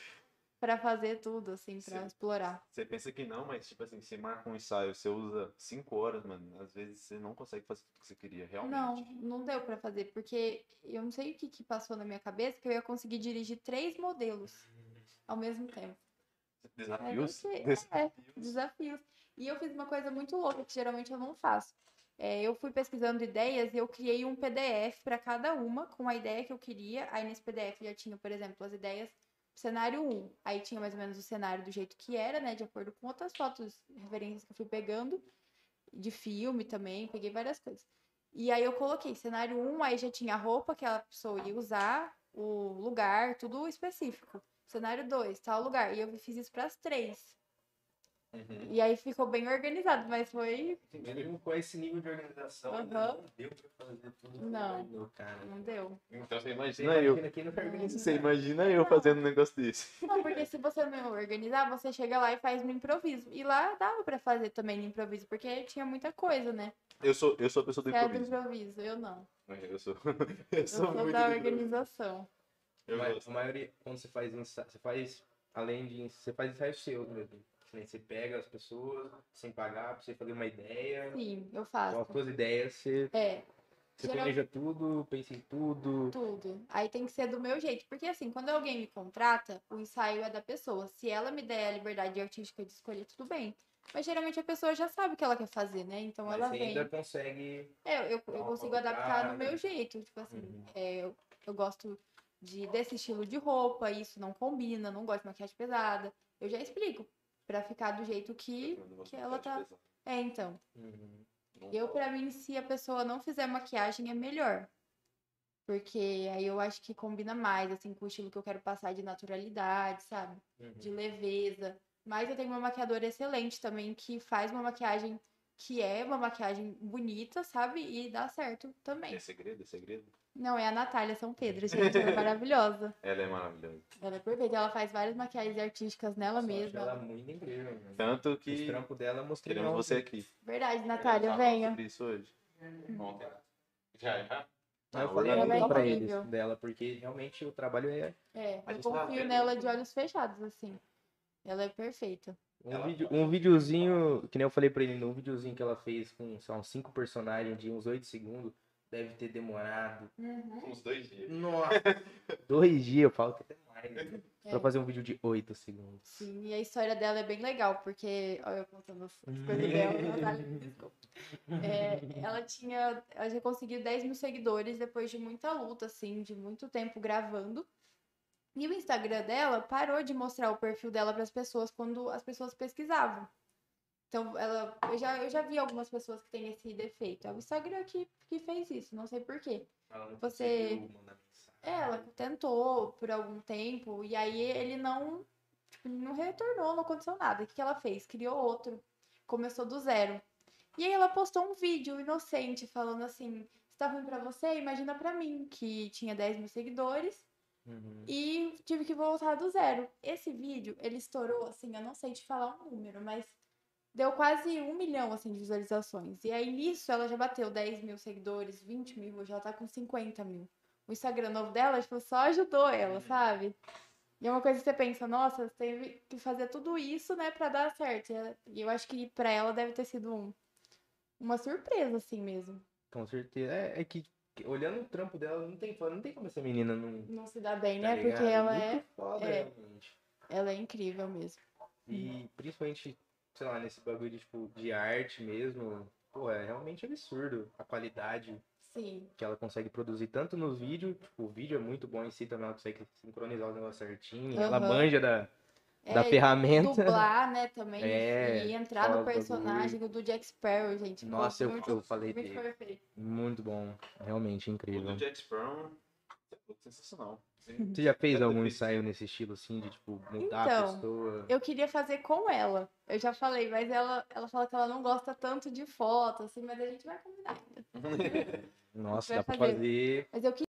pra fazer tudo, assim, pra Sim. explorar. Você pensa que não, mas tipo assim, você marca um ensaio, você usa cinco horas, mano. Às vezes você não consegue fazer tudo que você queria, realmente. Não, não deu pra fazer, porque eu não sei o que que passou na minha cabeça que eu ia conseguir dirigir três modelos ao mesmo tempo. É, não Desafios? sei, é, Desafios. desafios. E eu fiz uma coisa muito louca que geralmente eu não faço. É, eu fui pesquisando ideias e eu criei um P D F para cada uma com a ideia que eu queria. Aí nesse P D F já tinha, por exemplo, as ideias cenário um. Aí tinha mais ou menos o cenário do jeito que era, né? De acordo com outras fotos, referências que eu fui pegando. De filme também, peguei várias coisas. E aí eu coloquei cenário um, aí já tinha a roupa que a pessoa ia usar, o lugar, tudo específico. Cenário dois, tal lugar. E eu fiz isso para as três. Uhum. E aí ficou bem organizado, mas foi. Mesmo com esse nível de organização, ainda Aham. não deu pra fazer tudo que Não. você imaginou, cara. Não deu. Então você Você imagina eu. imagina quem não quer organizar. Você imagina eu fazendo um negócio desse. Não, porque se você não organizar, você chega lá e faz no improviso. E lá dava pra fazer também no improviso, porque tinha muita coisa, né? Eu sou, eu sou a pessoa do Você é do improviso. improviso, eu não. É, Eu sou, eu Eu sou sou muito da do improviso. organização. Eu Ma- gosto. A maioria, quando você faz ensaio, você faz, além de, você faz ensaios seus mesmo. Que nem Você pega as pessoas sem pagar pra você fazer uma ideia. Sim, eu Com as faço. suas ideias, você, É, você geral- planeja tudo, pensa em tudo. tudo. Aí tem que ser do meu jeito. Porque assim, quando alguém me contrata, o ensaio é da pessoa. Se ela me der a liberdade artística de escolher, tudo bem. Mas geralmente a pessoa já sabe o que ela quer fazer, né? Então Mas ela você vem. ainda consegue. É, eu, eu uma consigo foto adaptar cara. no meu jeito. Tipo assim, Uhum. é, eu, eu gosto de, desse estilo de roupa, isso não combina, não gosto de maquiagem pesada. Eu já explico pra ficar do jeito que, que ela tá. É, então. Uhum. Eu, pra mim, se a pessoa não fizer maquiagem, é melhor. Porque aí eu acho que combina mais, assim, com o estilo que eu quero passar de naturalidade, sabe? Uhum. De leveza. Mas eu tenho uma maquiadora excelente também, que faz uma maquiagem que é uma maquiagem bonita, sabe? E dá certo também. É segredo? É segredo? Não, é a Natália São Pedro, gente. Ela é maravilhosa. Ela é maravilhosa. Ela é perfeita. Ela faz várias maquiagens artísticas nela Nossa, eu acho mesma. ela muito incrível, mano. Tanto Os que trampos dela eu mostrei queremos ontem. você aqui. Verdade, Natália, Vamos falar venha. sobre isso hoje. Ontem. Já, já? Aí eu Ah, falei ela muito é pra incrível. eles dela, porque realmente o trabalho é É, A eu gente tava confio vendo. nela de olhos fechados, assim. Ela é perfeita. um, Ela- vídeo, um videozinho, que nem eu falei pra ele, um videozinho que ela fez com, sei lá, uns cinco personagens de uns oito segundos, deve ter demorado. Uns dois dias. Nossa! Dois dias, eu falo que até mais. Né? É. Pra fazer um vídeo de oito segundos. Sim, e a história dela é bem legal, porque. Olha, eu contando as as coisas dela, Natália, me desculpa. É, ela tinha. Ela já conseguiu dez mil seguidores depois de muita luta, assim, de muito tempo gravando. E o Instagram dela parou de mostrar o perfil dela para as pessoas quando as pessoas pesquisavam. Então, ela, eu, já, eu já vi algumas pessoas que têm esse defeito. É o Instagram que, que fez isso, não sei porquê. Ela não Você- conseguiu mandar mensagem. É, ela tentou por algum tempo, e aí ele não, tipo, não retornou, não aconteceu nada. O que que ela fez? Criou outro, começou do zero. E aí ela postou um vídeo inocente, falando assim, se tá ruim pra você, imagina pra mim, que tinha dez mil seguidores, Uhum. e tive que voltar do zero. Esse vídeo, ele estourou, assim, eu não sei te falar um número, mas deu quase um milhão, assim, de visualizações. E aí, nisso, ela já bateu dez mil seguidores, vinte mil, hoje ela tá com cinquenta mil. O Instagram novo dela, tipo, só ajudou ela, sabe? E é uma coisa que você pensa, nossa, você teve que fazer tudo isso, né, pra dar certo. E é- E eu acho que pra ela deve ter sido um- uma surpresa, assim mesmo. Com certeza. É, é que, que olhando o trampo dela, não tem, não tem como essa menina não. Não se dá bem, Tá né? ligado? Porque ela Muito é, foda, é. realmente. ela é incrível mesmo. E principalmente, sei lá, nesse bagulho de, tipo, de arte mesmo, pô, é realmente absurdo a qualidade Sim. que ela consegue produzir, tanto no vídeo, tipo, o vídeo é muito bom em si também, ela consegue sincronizar os negócios certinho, ela Aham. manja da, da É, ferramenta. dublar, né, também. É, E entrar falar no os bagulho. personagem do Jack Sparrow, gente. ficou Nossa, eu, muito, eu falei muito dele. perfeito. Muito bom, realmente O incrível. do Jack Sparrow é sensacional. Você já fez Quero algum ter feito. ensaio nesse estilo, assim, de, tipo, mudar a Então, pessoa? Eu queria fazer com ela. Eu já falei, mas ela, ela fala que ela não gosta tanto de foto, assim, mas a gente vai combinar ainda. Nossa, vai dá pra fazer. fazer. Mas eu queria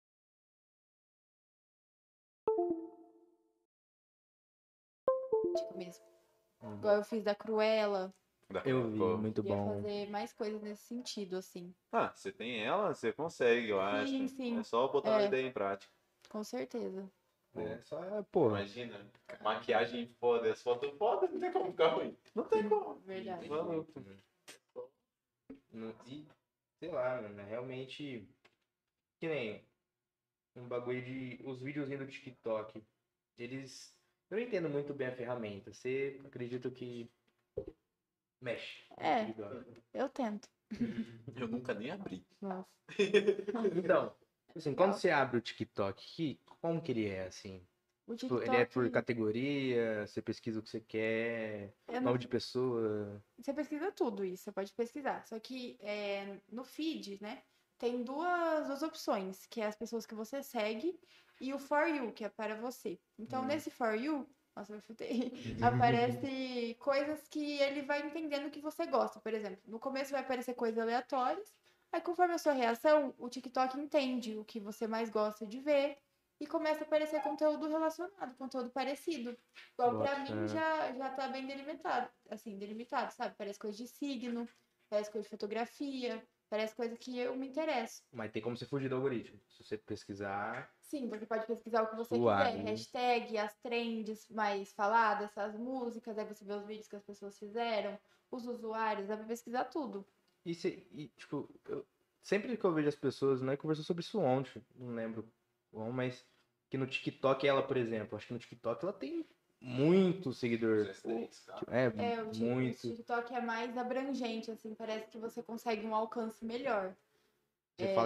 mesmo. Igual eu fiz da Cruella. Eu vi, Pô. muito Queria bom. fazer mais coisas nesse sentido, assim. Ah, você tem ela, você consegue, eu Sim, acho. sim. É só botar a É. ideia em prática. Com certeza. É, só, é, pô, Imagina, maquiagem foda, as fotos foda, não tem como ficar ruim. Não tem como. Verdade. Maluco. Não- E, sei lá, mano, é realmente. Que nem um bagulho de. Os videozinhos do TikTok. Eles. Eu não entendo muito bem a ferramenta. Você acredita que. Mexe. com o É. TikTok. Eu tento. Eu nunca nem abri. Nossa. Então, assim, quando você abre o TikTok, que, como que ele é, assim? O Tipo, TikTok. ele é por categoria, você pesquisa o que você quer, eu não- nome de pessoa. Você pesquisa tudo isso, você pode pesquisar. Só que é, no feed, né, tem duas, duas opções, que é as pessoas que você segue e o For You, que é para você. Então, Hum. nesse For You, nossa, eu chutei, aparece coisas que ele vai entendendo que você gosta. Por exemplo, no começo vai aparecer coisas aleatórias, aí conforme a sua reação, o TikTok entende o que você mais gosta de ver e começa a aparecer conteúdo relacionado, conteúdo parecido. Igual pra Bota mim fé. já, já tá bem delimitado, assim, delimitado, sabe? Parece coisa de signo, parece coisa de fotografia, parece coisa que eu me interesso. Mas tem como você fugir do algoritmo. Se você pesquisar. Sim, você pode pesquisar o que você Suave. quiser, hashtag, as trends mais faladas, as músicas, aí você vê os vídeos que as pessoas fizeram, os usuários, dá pra pesquisar tudo. E, se, e tipo, eu- sempre que eu vejo as pessoas, né, conversou sobre isso ontem, não lembro como, mas que no TikTok, ela, por exemplo, acho que no TikTok ela tem muito seguidor. É, É, o Tik- o muito. TikTok é mais abrangente, assim, parece que você consegue um alcance melhor. Você fala de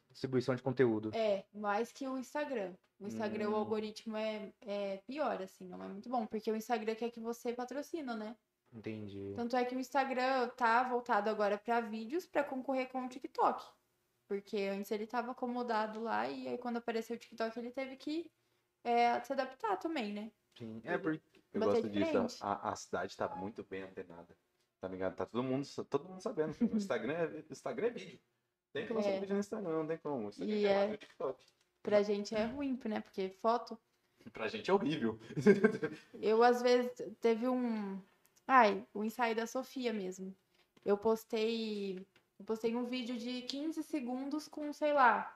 Distribuição de conteúdo. É, mais que o Instagram. O Instagram, o Hum. algoritmo é, é pior, assim, não é muito bom. Porque o Instagram quer que você patrocina, né? Entendi. Tanto é que o Instagram tá voltado agora pra vídeos pra concorrer com o TikTok. Porque antes ele tava acomodado lá e aí quando apareceu o TikTok ele teve que é, se adaptar também, né? Sim. É porque Eu Bater gosto disso. diferente. A, a cidade tá muito bem antenada. Tá ligado? Tá todo mundo, todo mundo sabendo. O Instagram é, Instagram é vídeo. Tem que lançar É. vídeo no Instagram, não tem como. O Instagram E é é- mais o TikTok. Pra gente é ruim, né? Porque foto. Pra gente é horrível. Eu, às vezes, teve um. Ai, o ensaio da Sofia mesmo. Eu postei. Eu postei um vídeo de quinze segundos com, sei lá,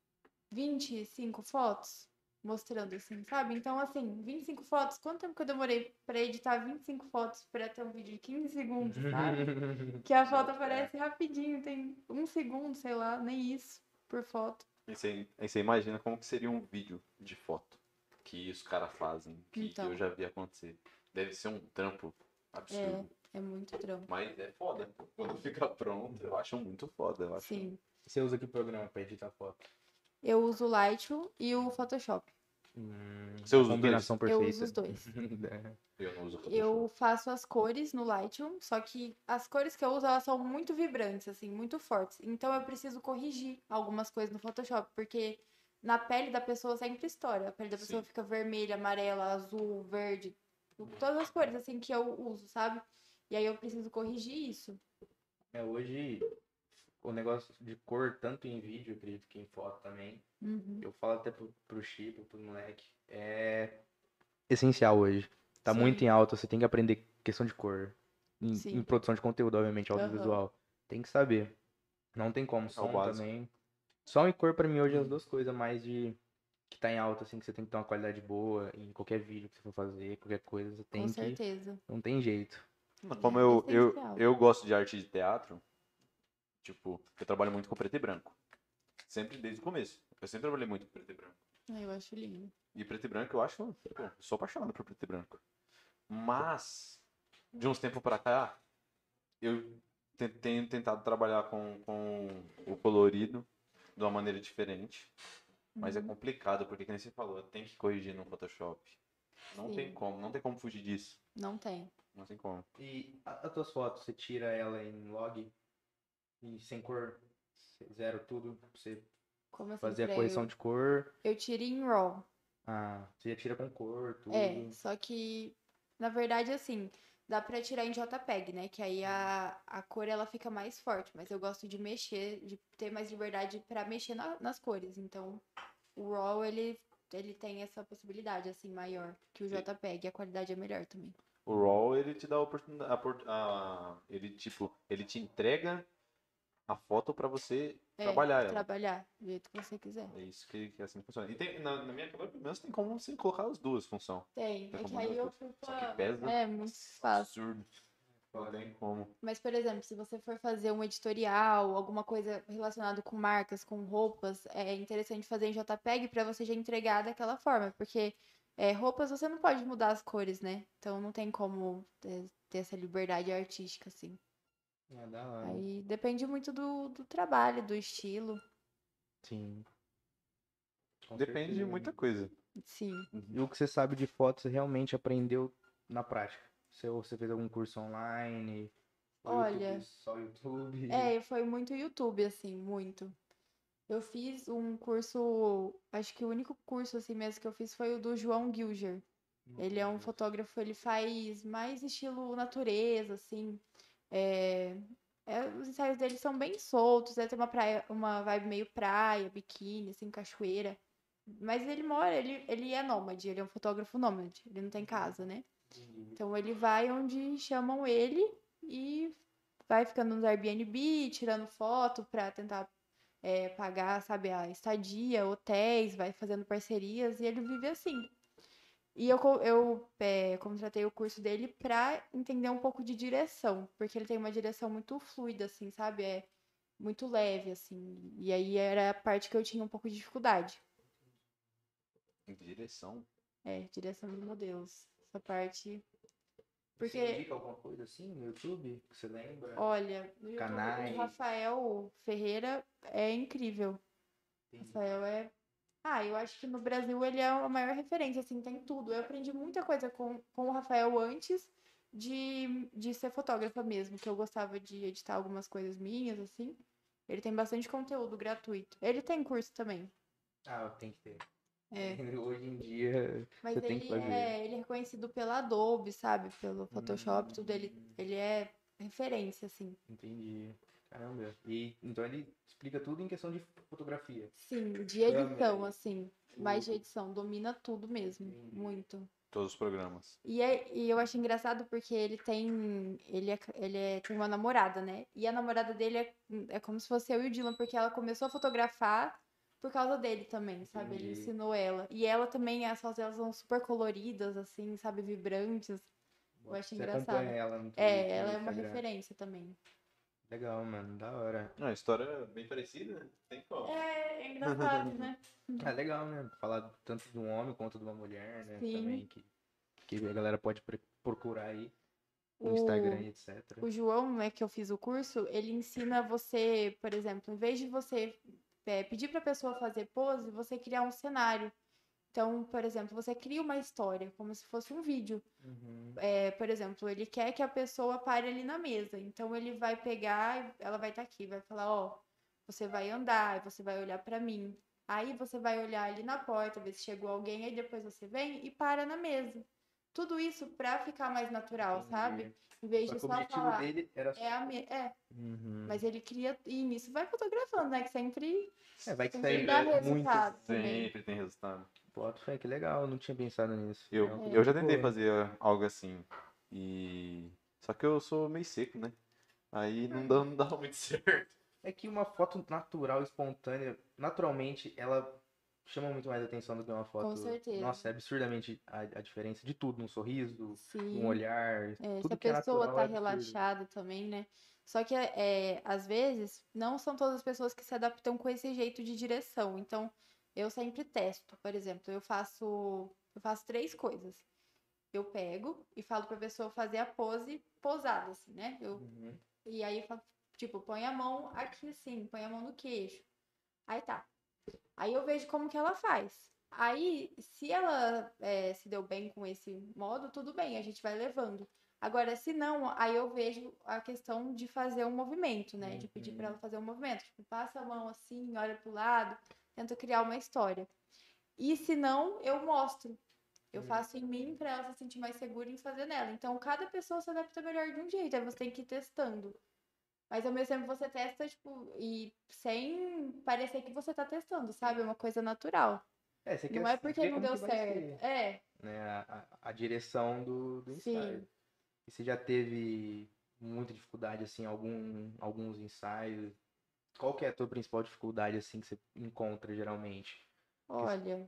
vinte e cinco fotos. Mostrando assim, sabe? Então, assim, vinte e cinco fotos. Quanto tempo que eu demorei pra editar vinte e cinco fotos pra ter um vídeo de quinze segundos, sabe? Que a foto aparece rapidinho, tem um segundo, sei lá, nem isso por foto. Aí você, aí você imagina como que seria um vídeo de foto que os caras fazem, que Então. eu já vi acontecer. Deve ser um trampo absurdo. É muito trampo. Mas é foda. Quando fica pronto, eu acho muito foda. Eu acho. Sim. Você usa que programa pra editar foto? Eu uso o Lightroom e o Photoshop. Hum, Você a usa os combinação Eu perfeita. uso os dois. Eu não uso Photoshop. Eu faço as cores no Lightroom, só que as cores que eu uso, elas são muito vibrantes, assim, muito fortes. Então eu preciso corrigir algumas coisas no Photoshop, porque na pele da pessoa sempre estoura. A pele da pessoa Sim. fica vermelha, amarela, azul, verde, todas as cores, assim, que eu uso, sabe? E aí eu preciso corrigir isso. É, hoje o negócio de cor, tanto em vídeo, acredito que em foto também, Uhum. eu falo até pro, pro Chico, pro moleque, é essencial hoje. Tá Sim. muito em alta, você tem que aprender questão de cor. Em, Sim. em produção de conteúdo, obviamente, audiovisual. Tem que saber. Não tem como. Som básico. também. Som e cor, pra mim, hoje é as duas coisas mais de... que tá em alta, assim, que você tem que ter uma qualidade boa em qualquer vídeo que você for fazer, qualquer coisa, você tem Com que... certeza. Não tem jeito. Como É eu, eu, essencial. eu gosto de arte de teatro, tipo, eu trabalho muito com preto e branco. Sempre desde o começo. Eu sempre trabalhei muito com preto e branco. Ai, eu acho lindo. E preto e branco eu acho, pô, eu sou apaixonado por preto e branco. Mas, de uns tempos pra cá, eu te- tenho tentado trabalhar com, com o colorido de uma maneira diferente. Mas é Uhum. complicado, porque, como você falou, tem que corrigir no Photoshop. Não Sim. tem como, não tem como fugir disso. Não tem. Não tem como. E a- as tuas fotos, você tira ela em log e sem cor, você zero tudo, pra você Como assim, fazer a pra correção eu... de cor. Eu tiro em RAW. Ah, você já tira com cor, tudo. É, só que, na verdade, assim, dá pra tirar em JPEG, né? Que aí a, a cor ela fica mais forte, mas eu gosto de mexer, de ter mais liberdade pra mexer na- nas cores. Então, o RAW, ele, ele tem essa possibilidade, assim, maior que o JPEG, e a qualidade é melhor também. O RAW, ele te dá a oportunidade, a opor- a- ele, tipo, ele te entrega a foto pra você É, trabalhar ela. trabalhar do jeito que você quiser. É isso que, que assim funciona. E tem, na, na minha câmera, pelo menos, tem como você colocar as duas funções. Tem, Tem é que como aí as eu duas. fui Só pra... que pesa. É, muito fácil. Absurdo. Não tem como. Mas, por exemplo, se você for fazer um editorial, alguma coisa relacionada com marcas, com roupas, é interessante fazer em JPEG para você já entregar daquela forma, porque é, roupas você não pode mudar as cores, né? Então não tem como ter, ter essa liberdade artística, assim. Ah, da hora. Aí depende muito do, do trabalho, do estilo. Sim. Com Depende de certeza. muita coisa. Sim. E o que você sabe de foto, você realmente aprendeu na prática? Se você fez algum curso online, ou Olha, YouTube, só YouTube. é, foi muito YouTube, assim, muito. Eu fiz um curso, acho que o único curso assim mesmo que eu fiz foi o do João Gilger. Ele é um fotógrafo, ele faz mais estilo natureza, assim. É, é, os ensaios dele são bem soltos, é, tem uma praia, uma vibe meio praia, biquíni, assim, cachoeira. Mas ele mora, ele, ele é nômade, ele é um fotógrafo nômade, ele não tem casa, né? Então ele vai onde chamam ele e vai ficando nos Airbnb, tirando foto pra tentar é, pagar, sabe, a estadia, hotéis, vai fazendo parcerias e ele vive assim. E eu, co- eu é, contratei o curso dele pra entender um pouco de direção, porque ele tem uma direção muito fluida, assim, sabe? É muito leve, assim. E aí era a parte que eu tinha um pouco de dificuldade. Direção. É, direção de modelos. Essa parte. Você Porque, indica alguma coisa assim no YouTube que você lembra? olha, no YouTube Canais. do Rafael Ferreira é incrível. Rafael é... Ah, eu acho que no Brasil ele é a maior referência, assim, tem tudo. Eu aprendi muita coisa com, com o Rafael antes de, de ser fotógrafa mesmo, que eu gostava de editar algumas coisas minhas, assim. Ele tem bastante conteúdo gratuito. Ele tem curso também. Ah, tem que ter. É. Hoje em dia, Mas você tem que ele fazer. é, ele é reconhecido pela Adobe, sabe? Pelo Photoshop, Hum. tudo. Ele, ele é referência, assim. Entendi. Caramba. E então ele explica tudo em questão de fotografia. Sim, de edição, Câmera, assim. Mais de tudo. edição. Domina tudo mesmo. Entendi. Muito. Todos os programas. E, é, e eu acho engraçado porque ele tem. Ele, é, ele é, tem uma namorada, né? E a namorada dele é, é como se fosse eu e o Dylan, porque ela começou a fotografar por causa dele também, sabe? Ele Entendi. ensinou ela. E ela também, as fotos delas são super coloridas, assim, sabe? Vibrantes. Eu acho Você engraçado. acompanha ela no Twitter, É, ela no é uma Instagram. referência também. Legal, mano. Da hora. Não, a história é bem parecida, né? Tem como. É, é engraçado, né? É legal, né? Falar tanto de um homem quanto de uma mulher, né? Sim. Também que, que a galera pode pre- procurar aí no O- Instagram, etcétera. O João, né, que eu fiz o curso, ele ensina você, por exemplo, em vez de você é, pedir para a pessoa fazer pose, você criar um cenário. Então, por exemplo, você cria uma história, como se fosse um vídeo. Uhum. É, por exemplo, ele quer que a pessoa pare ali na mesa. Então, ele vai pegar, ela vai estar aqui, vai falar: ó, você vai andar, você vai olhar para mim. Aí você vai olhar ali na porta, ver se chegou alguém, aí depois você vem e para na mesa. Tudo isso para ficar mais natural, Entendi. sabe? Em vez Só de que o só objetivo falar. dele era. É a me... é, Uhum. mas ele cria. E nisso vai fotografando, né? Que sempre, É, vai que sempre sai dá muito. resultado também. Sempre tem resultado. Foto, foi que legal, eu não tinha pensado nisso. Eu, É uma eu já coisa tentei boa. fazer algo assim. E. Só que eu sou meio seco, né? Aí não dá, não dá muito certo. É que uma foto natural, espontânea, naturalmente, ela chama muito mais atenção do que uma foto. Com certeza. Nossa, é absurdamente a, a diferença de tudo, um sorriso, um Sim. olhar, É, se tudo a que é pessoa natural tá é absurdo. relaxada também, né? Só que, é, às vezes, não são todas as pessoas que se adaptam com esse jeito de direção. Então, eu sempre testo. Por exemplo, eu faço, eu faço três coisas. Eu pego e falo pra pessoa fazer a pose posada, assim, né? Eu, Uhum. e aí, eu falo, tipo, põe a mão aqui assim, põe a mão no queixo. Aí tá. Aí eu vejo como que ela faz. Aí, se ela é, se deu bem com esse modo, tudo bem, a gente vai levando. Agora, se não, aí eu vejo a questão de fazer um movimento, né? De pedir pra ela fazer um movimento. Tipo, passa a mão assim, olha pro lado, tenta criar uma história. E se não, eu mostro. Eu Hum. faço em mim pra ela se sentir mais segura em fazer nela. Então, cada pessoa se adapta melhor de um jeito. Aí você tem que ir testando. Mas ao mesmo tempo você testa, tipo, e sem parecer que você tá testando, sabe? É uma coisa natural. É, você Não quer é porque ver não como deu que vai certo. ser, É, né, a, a, a direção do, do ensaio. sim. E você já teve muita dificuldade, assim, algum, alguns ensaios? Qual que é a tua principal dificuldade, assim, que você encontra geralmente? Olha,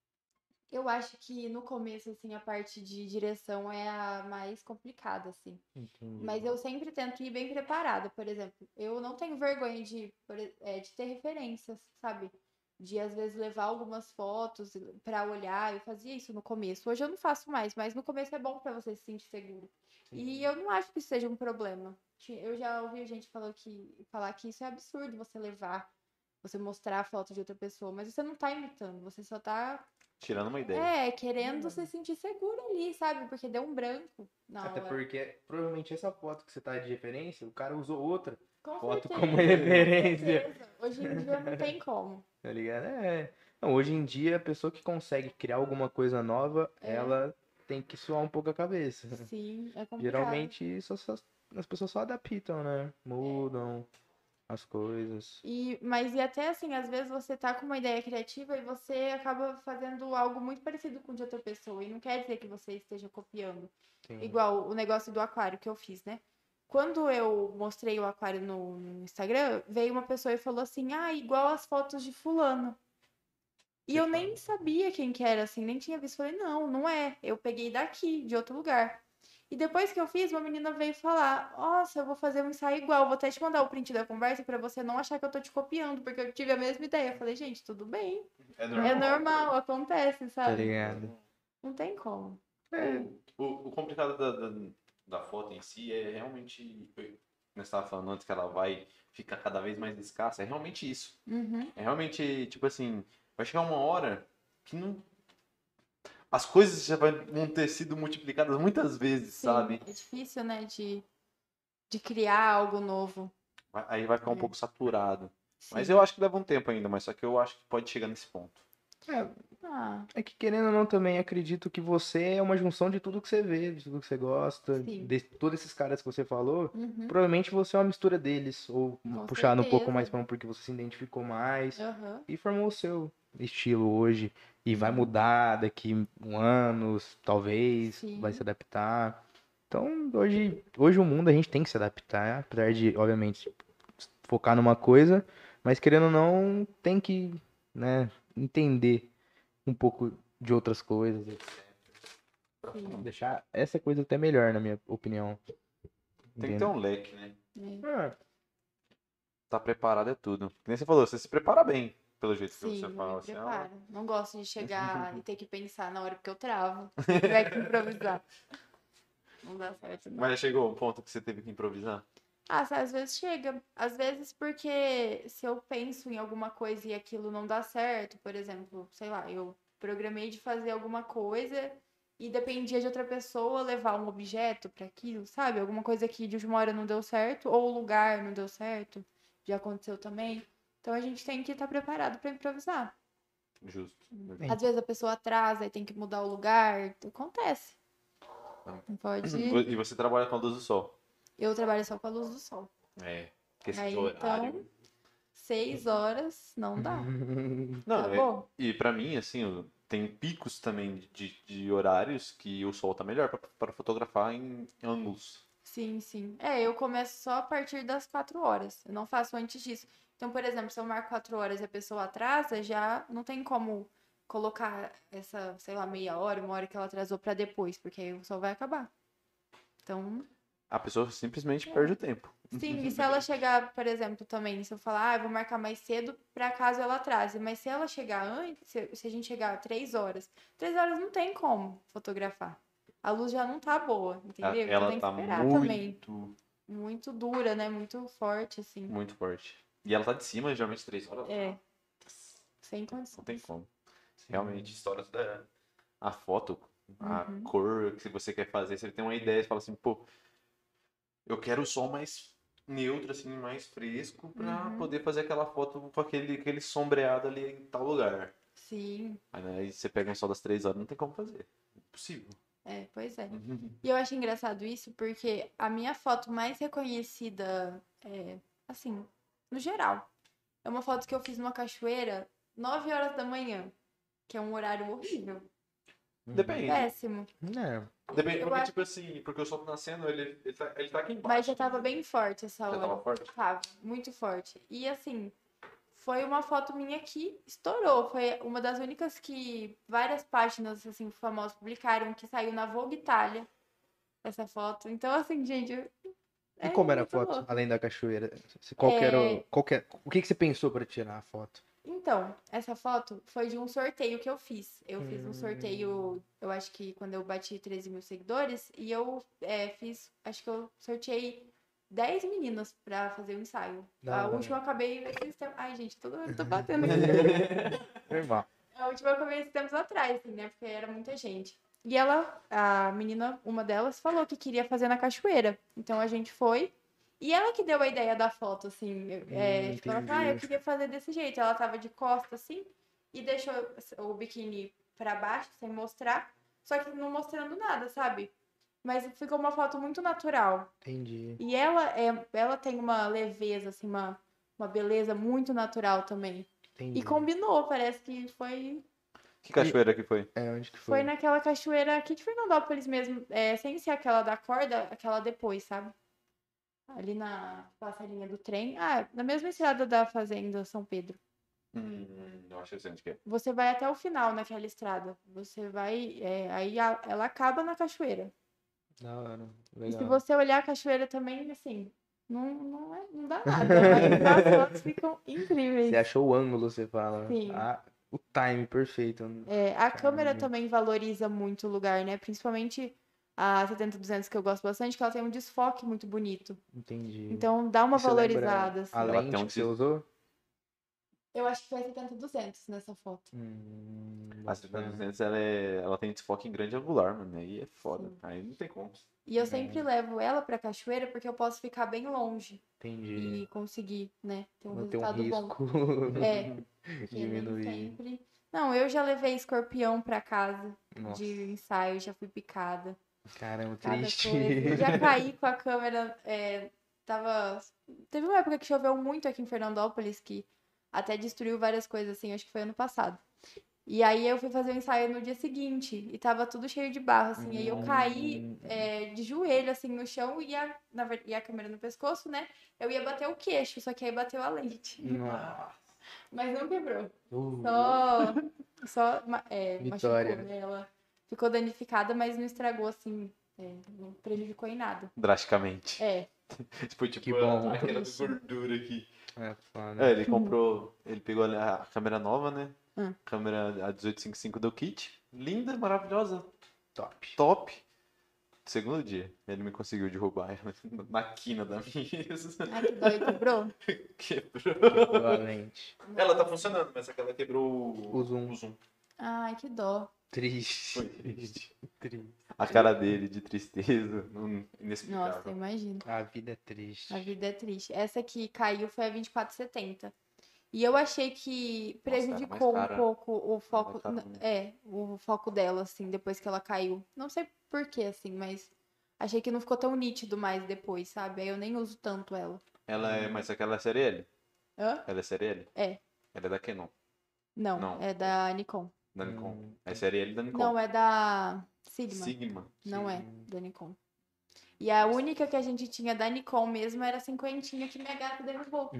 eu acho que no começo, assim, a parte de direção é a mais complicada, assim. Entendi. Mas eu sempre tento ir bem preparada, por exemplo. Eu não tenho vergonha de, por e- é, de ter referências, sabe? De às vezes levar algumas fotos pra olhar. Eu fazia isso no começo. Hoje eu não faço mais, mas no começo é bom pra você se sentir seguro. E eu não acho que isso seja um problema. Ti- Eu já ouvi gente falando que, falar que isso é absurdo você levar, você mostrar a foto de outra pessoa, mas você não tá imitando, você só tá, Tirando uma ideia. é, querendo se sentir seguro ali, sabe? Porque deu um branco na Até hora. porque provavelmente essa foto que você tá de referência, o cara usou outra Com foto certeza, como com referência. certeza. Hoje em dia não tem como. Tá ligado? É. Não, hoje em dia, a pessoa que consegue criar alguma coisa nova, É. ela tem que suar um pouco a cabeça. Sim, é complicado. Geralmente, só- só- as pessoas só adaptam, né? Mudam as coisas. E, mas e até assim, às vezes você tá com uma ideia criativa e você acaba fazendo algo muito parecido com o de outra pessoa. E não quer dizer que você esteja copiando. Sim. Igual o negócio do aquário que eu fiz, né? Quando eu mostrei o aquário no, no Instagram, veio uma pessoa e falou assim: ah, igual as fotos de fulano. E Você eu fala. nem sabia quem que era, assim, nem tinha visto. Falei, não, não é. Eu peguei daqui, de outro lugar. E depois que eu fiz, uma menina veio falar: nossa, eu vou fazer um ensaio igual, vou até te mandar o print da conversa pra você não achar que eu tô te copiando, porque eu tive a mesma ideia. Eu falei, gente, tudo bem. É É normal, acontece, Tá sabe? ligado? Não tem como. É. O, o complicado da, da, da foto em si é realmente. Nós estava falando antes que ela vai fica cada vez mais escassa, é realmente isso. Uhum. É realmente, tipo assim, vai chegar uma hora que não. As coisas já vai- vão ter sido multiplicadas muitas vezes, Sim, sabe? é difícil, né, de, de criar algo novo. Vai- Aí vai ficar um É. pouco saturado. Mas Sim. eu acho que leva um tempo ainda, mas só que eu acho que pode chegar nesse ponto. É, Ah, é que querendo ou não também acredito que você é uma junção de tudo que você vê, de tudo que você gosta, Sim. de todos esses caras que você falou. uhum. Provavelmente você é uma mistura deles, ou Com puxado um pouco certeza. mais pra um porque você se identificou mais Aham. e formou o seu estilo hoje. E vai Uhum. mudar daqui um ano, talvez, Sim. vai se adaptar. Então, hoje, hoje o mundo a gente tem que se adaptar, apesar de, obviamente, focar numa coisa, mas querendo ou não, tem que, né, entender um pouco de outras coisas, Sim. deixar essa coisa até melhor, na minha opinião. Tem que ter um leque, né? É. Ah, Tá preparado é tudo. Que nem você falou, você se prepara bem, pelo jeito que Sim, você eu fala. me Assim, ó. preparo. Não gosto de chegar e ter que pensar na hora porque eu travo. Se tiver que improvisar. Não dá certo, não. Mas já chegou um ponto que você teve que improvisar? Ah, sa- às vezes chega. Às vezes porque se eu penso em alguma coisa e aquilo não dá certo, por exemplo, sei lá, eu programei de fazer alguma coisa e dependia de outra pessoa levar um objeto para aquilo, sabe? Alguma coisa que de última hora não deu certo, ou o lugar não deu certo, já aconteceu também. Então a gente tem que estar preparado para improvisar. Justo. É. Às vezes a pessoa atrasa e tem que mudar o lugar, acontece. Não pode. E você trabalha com a luz do sol. Eu trabalho só com a luz do sol. É. Porque esse Aí, horário. então, seis horas não dá. Não, é, Acabou. e pra mim, assim, eu- tem picos também de, de horários que o sol tá melhor pra- pra fotografar em ângulos. Sim, sim. É, eu começo só a partir das quatro horas. Eu não faço antes disso. Então, por exemplo, se eu marco quatro horas e a pessoa atrasa, já não tem como colocar essa, sei lá, meia hora, uma hora que ela atrasou pra depois, porque aí o sol vai acabar. Então, A pessoa simplesmente É. perde o tempo. sim, e se ela chegar, por exemplo, também, se eu falar, ah, eu vou marcar mais cedo pra caso ela atrase, mas se ela chegar antes, se, se a gente chegar três horas, três horas não tem como fotografar. A luz já não tá boa, A- entendeu? Então Ela tem que tá esperar também. muito, Muito dura, né? Muito forte, assim. muito forte. E ela tá de cima, geralmente três horas. É, sem Não condições. tem como. Realmente, estoura toda a foto, a Uhum. cor que você quer fazer. Você tem uma ideia, você fala assim, pô, eu quero o sol mais neutro, assim, mais fresco, pra Uhum. poder fazer aquela foto com aquele, aquele sombreado ali em tal lugar. Sim, Aí, né, aí você pega um sol das três horas, não tem como fazer. Impossível. é, pois é. E eu acho engraçado isso porque a minha foto mais reconhecida, é, assim, no geral, é uma foto que eu fiz numa cachoeira nove horas da manhã, que é um horário horrível, Depende. péssimo. É, Depende, Eu porque, acho- tipo assim, porque o sol tá nascendo, ele, ele, tá, ele tá aqui embaixo. Mas já tava bem forte essa Já hora. tava forte? Tava, muito forte. E assim, foi uma foto minha que estourou. Foi uma das únicas que várias páginas, assim, famosas publicaram, que saiu na Vogue Itália, essa foto. Então, assim, gente, e é como era a muito foto, louco. além da cachoeira? Se- Qual que era, o- É, qual que é- o que que você pensou pra tirar a foto? Então, essa foto foi de um sorteio que eu fiz. Eu fiz um Hum. sorteio, eu acho que quando eu bati treze mil seguidores, e eu é, fiz, acho que eu sorteei dez meninas pra fazer o ensaio. Da A hora. última eu acabei esses tempos. Ai, gente, toda hora eu tô batendo aqui. Normal. A última eu acabei esses tempos atrás, assim, né? Porque era muita gente. E ela, a menina, uma delas, falou que queria fazer na cachoeira. Então a gente foi. E ela que deu a ideia da foto, assim. eu- É, Hum, tipo, ela falou, ah, eu entendi. queria fazer desse jeito. Ela tava de costa, assim, e deixou o biquíni pra baixo, sem mostrar. Só que não mostrando nada, sabe? Mas ficou uma foto muito natural. Entendi. E ela, é, ela tem uma leveza, assim, uma, uma beleza muito natural também. Entendi. E combinou, parece que foi Que cachoeira que foi? É, onde que foi foi? naquela cachoeira aqui de Fernandópolis mesmo, é, sem ser aquela da corda, aquela depois, sabe? Ali na passarinha do trem. Ah, na mesma estrada da Fazenda São Pedro. Hum, eu acho que eu sei onde que é. Você vai até o final naquela estrada. Você vai. É, aí a- ela acaba na cachoeira. Da hora. E se Legal. você olhar a cachoeira também, assim, não, não, é, não dá nada. Mas as fotos ficam incríveis. Você achou o ângulo, você fala. Sim. Ah, o time perfeito. É, a câmera Caramba. também valoriza muito o lugar, né? Principalmente a setenta duzentos que eu gosto bastante, que ela tem um desfoque muito bonito. Entendi. Então dá uma E você lembra valorizada, assim. A Ela tem lente um que você des- usou? Eu acho que foi setenta duzentos nessa foto. Hum, A boto setenta fé. duzentos ela, é, ela tem desfoque em grande angular, mano. Aí é foda. Sim. Aí não tem como. E eu sempre levo ela pra cachoeira porque eu posso ficar bem longe Entendi. e conseguir, né, ter um Não ter um resultado bom. risco. É, porque nem Diminuir. sempre. Não, eu já levei escorpião pra casa Nossa. de ensaio, já fui picada. Caramba, Cada triste. coisa. Já caí com a câmera. é, tava. Teve uma época que choveu muito aqui em Fernandópolis que até destruiu várias coisas, assim, acho que foi ano passado. E aí eu fui fazer o ensaio no dia seguinte e tava tudo cheio de barro, assim. Aí eu caí Hum. é, de joelho, assim, no chão e a, na, ver- e a câmera no pescoço, né? Eu ia bater o queixo, só que aí bateu a lente. Nossa. Mas não quebrou. Uh, Só, só ma- é, Vitória. machucou, né? Ela ficou danificada, mas não estragou, assim, é, não prejudicou em nada. Drasticamente. É, Foi tipo Que bom. a- aquela Isso. gordura aqui. É foda. É, ele comprou. Ele pegou a a câmera nova, né? Hum. Câmera a dezoito cinquenta e cinco do kit. Linda, maravilhosa. Top. Top. Segundo dia, ele me conseguiu derrubar ela na quina da mesa. ai que dói, quebrou. Quebrou. Equivalente. Ela tá funcionando, mas aquela quebrou O zoom. o zoom. Ai, que dó. Triste. Foi triste. Triste. A cara dele de tristeza, não- inexplicável. Nossa, imagina. A vida é triste. A vida é triste. Essa que caiu foi a vinte e quatro setenta. E eu achei que Nossa, era mais prejudicou um cara. pouco o foco. cara, n- né? É, o foco dela, assim, depois que ela caiu. Não sei por quê, assim, mas achei que não ficou tão nítido mais depois, sabe? Aí eu nem uso tanto ela. Ela é, mas aquela é série L? Hã? Ela é série L? É. Ela é da Canon, Não, Não. é da Nikon. da Nikon. Hum. É série L da Nikon. Não, é da Sigma. Sigma. Não é Sigma. da Nikon. E a única que a gente tinha da Nikon mesmo era a cinquentinha que minha gata derrubou.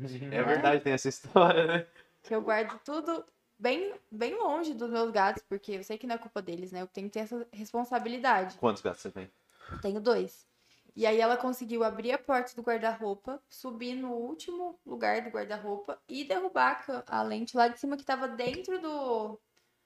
É verdade, tem essa história, né? Que eu guardo tudo bem, bem longe dos meus gatos, porque eu sei que não é culpa deles, né? Eu tenho que ter essa responsabilidade. Quantos gatos você tem? Tenho dois. E aí ela conseguiu abrir a porta do guarda-roupa, subir no último lugar do guarda-roupa e derrubar a ca- a lente lá de cima que tava dentro do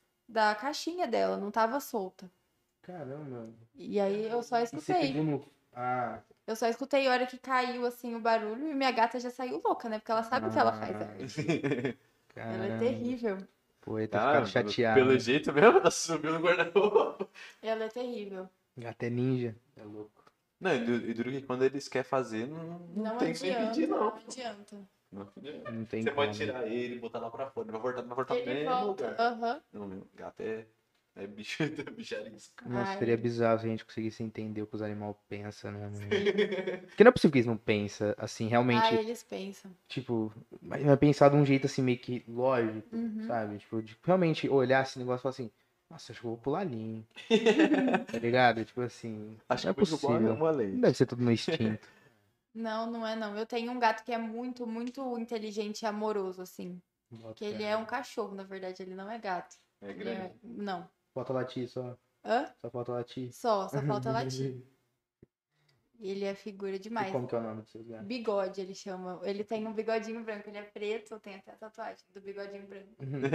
da caixinha dela, não tava solta. Caramba. E aí eu só E você escutei. pegou no. Ah, Eu só escutei a hora que caiu assim o barulho e minha gata já saiu louca, né? Porque ela sabe o que ela faz. Ah. Arte. Ela é caramba. terrível. Pô, ia ter Cara, ficado chateado. pelo jeito mesmo, ela subiu no guarda-roupa. Ela é terrível. Gato é ninja. É louco. Não, e du- e duro que quando eles querem fazer, não, não, Não tem que adianta, pedir, não. não adianta. Não adianta. Não tem Você como. pode tirar ele, botar lá pra fora, ele vai voltar, vai voltar no Ele mesmo volta. lugar. Aham. Não, meu gato é, é bicho, é bicho arisco. Nossa, Ai. seria bizarro se a gente conseguisse entender o que os animais pensam, né, mano? Porque não é possível que eles não pensam, assim, realmente, Ah, eles pensam. tipo, mas vai pensar de um jeito, assim, meio que lógico, Uhum. sabe? Tipo, de realmente olhar esse negócio e falar assim, nossa, acho que eu vou pular ali, hein? Tá ligado? Tipo assim, Acho não é que eu vou derrubar possível. uma Não lente. deve ser tudo no instinto. Não, não é não. Eu tenho um gato que é muito, muito inteligente e amoroso, assim. Que ele é um cachorro, na verdade, ele não é gato. É Ele grande. é... Não. Falta latir só. Hã? Só falta latir. Só, só falta latir. Ele é figura E demais. como que é o nome dos seus gatos? Bigode, ele chama. Ele tem um bigodinho branco, ele é preto, eu tenho até a tatuagem do bigodinho branco.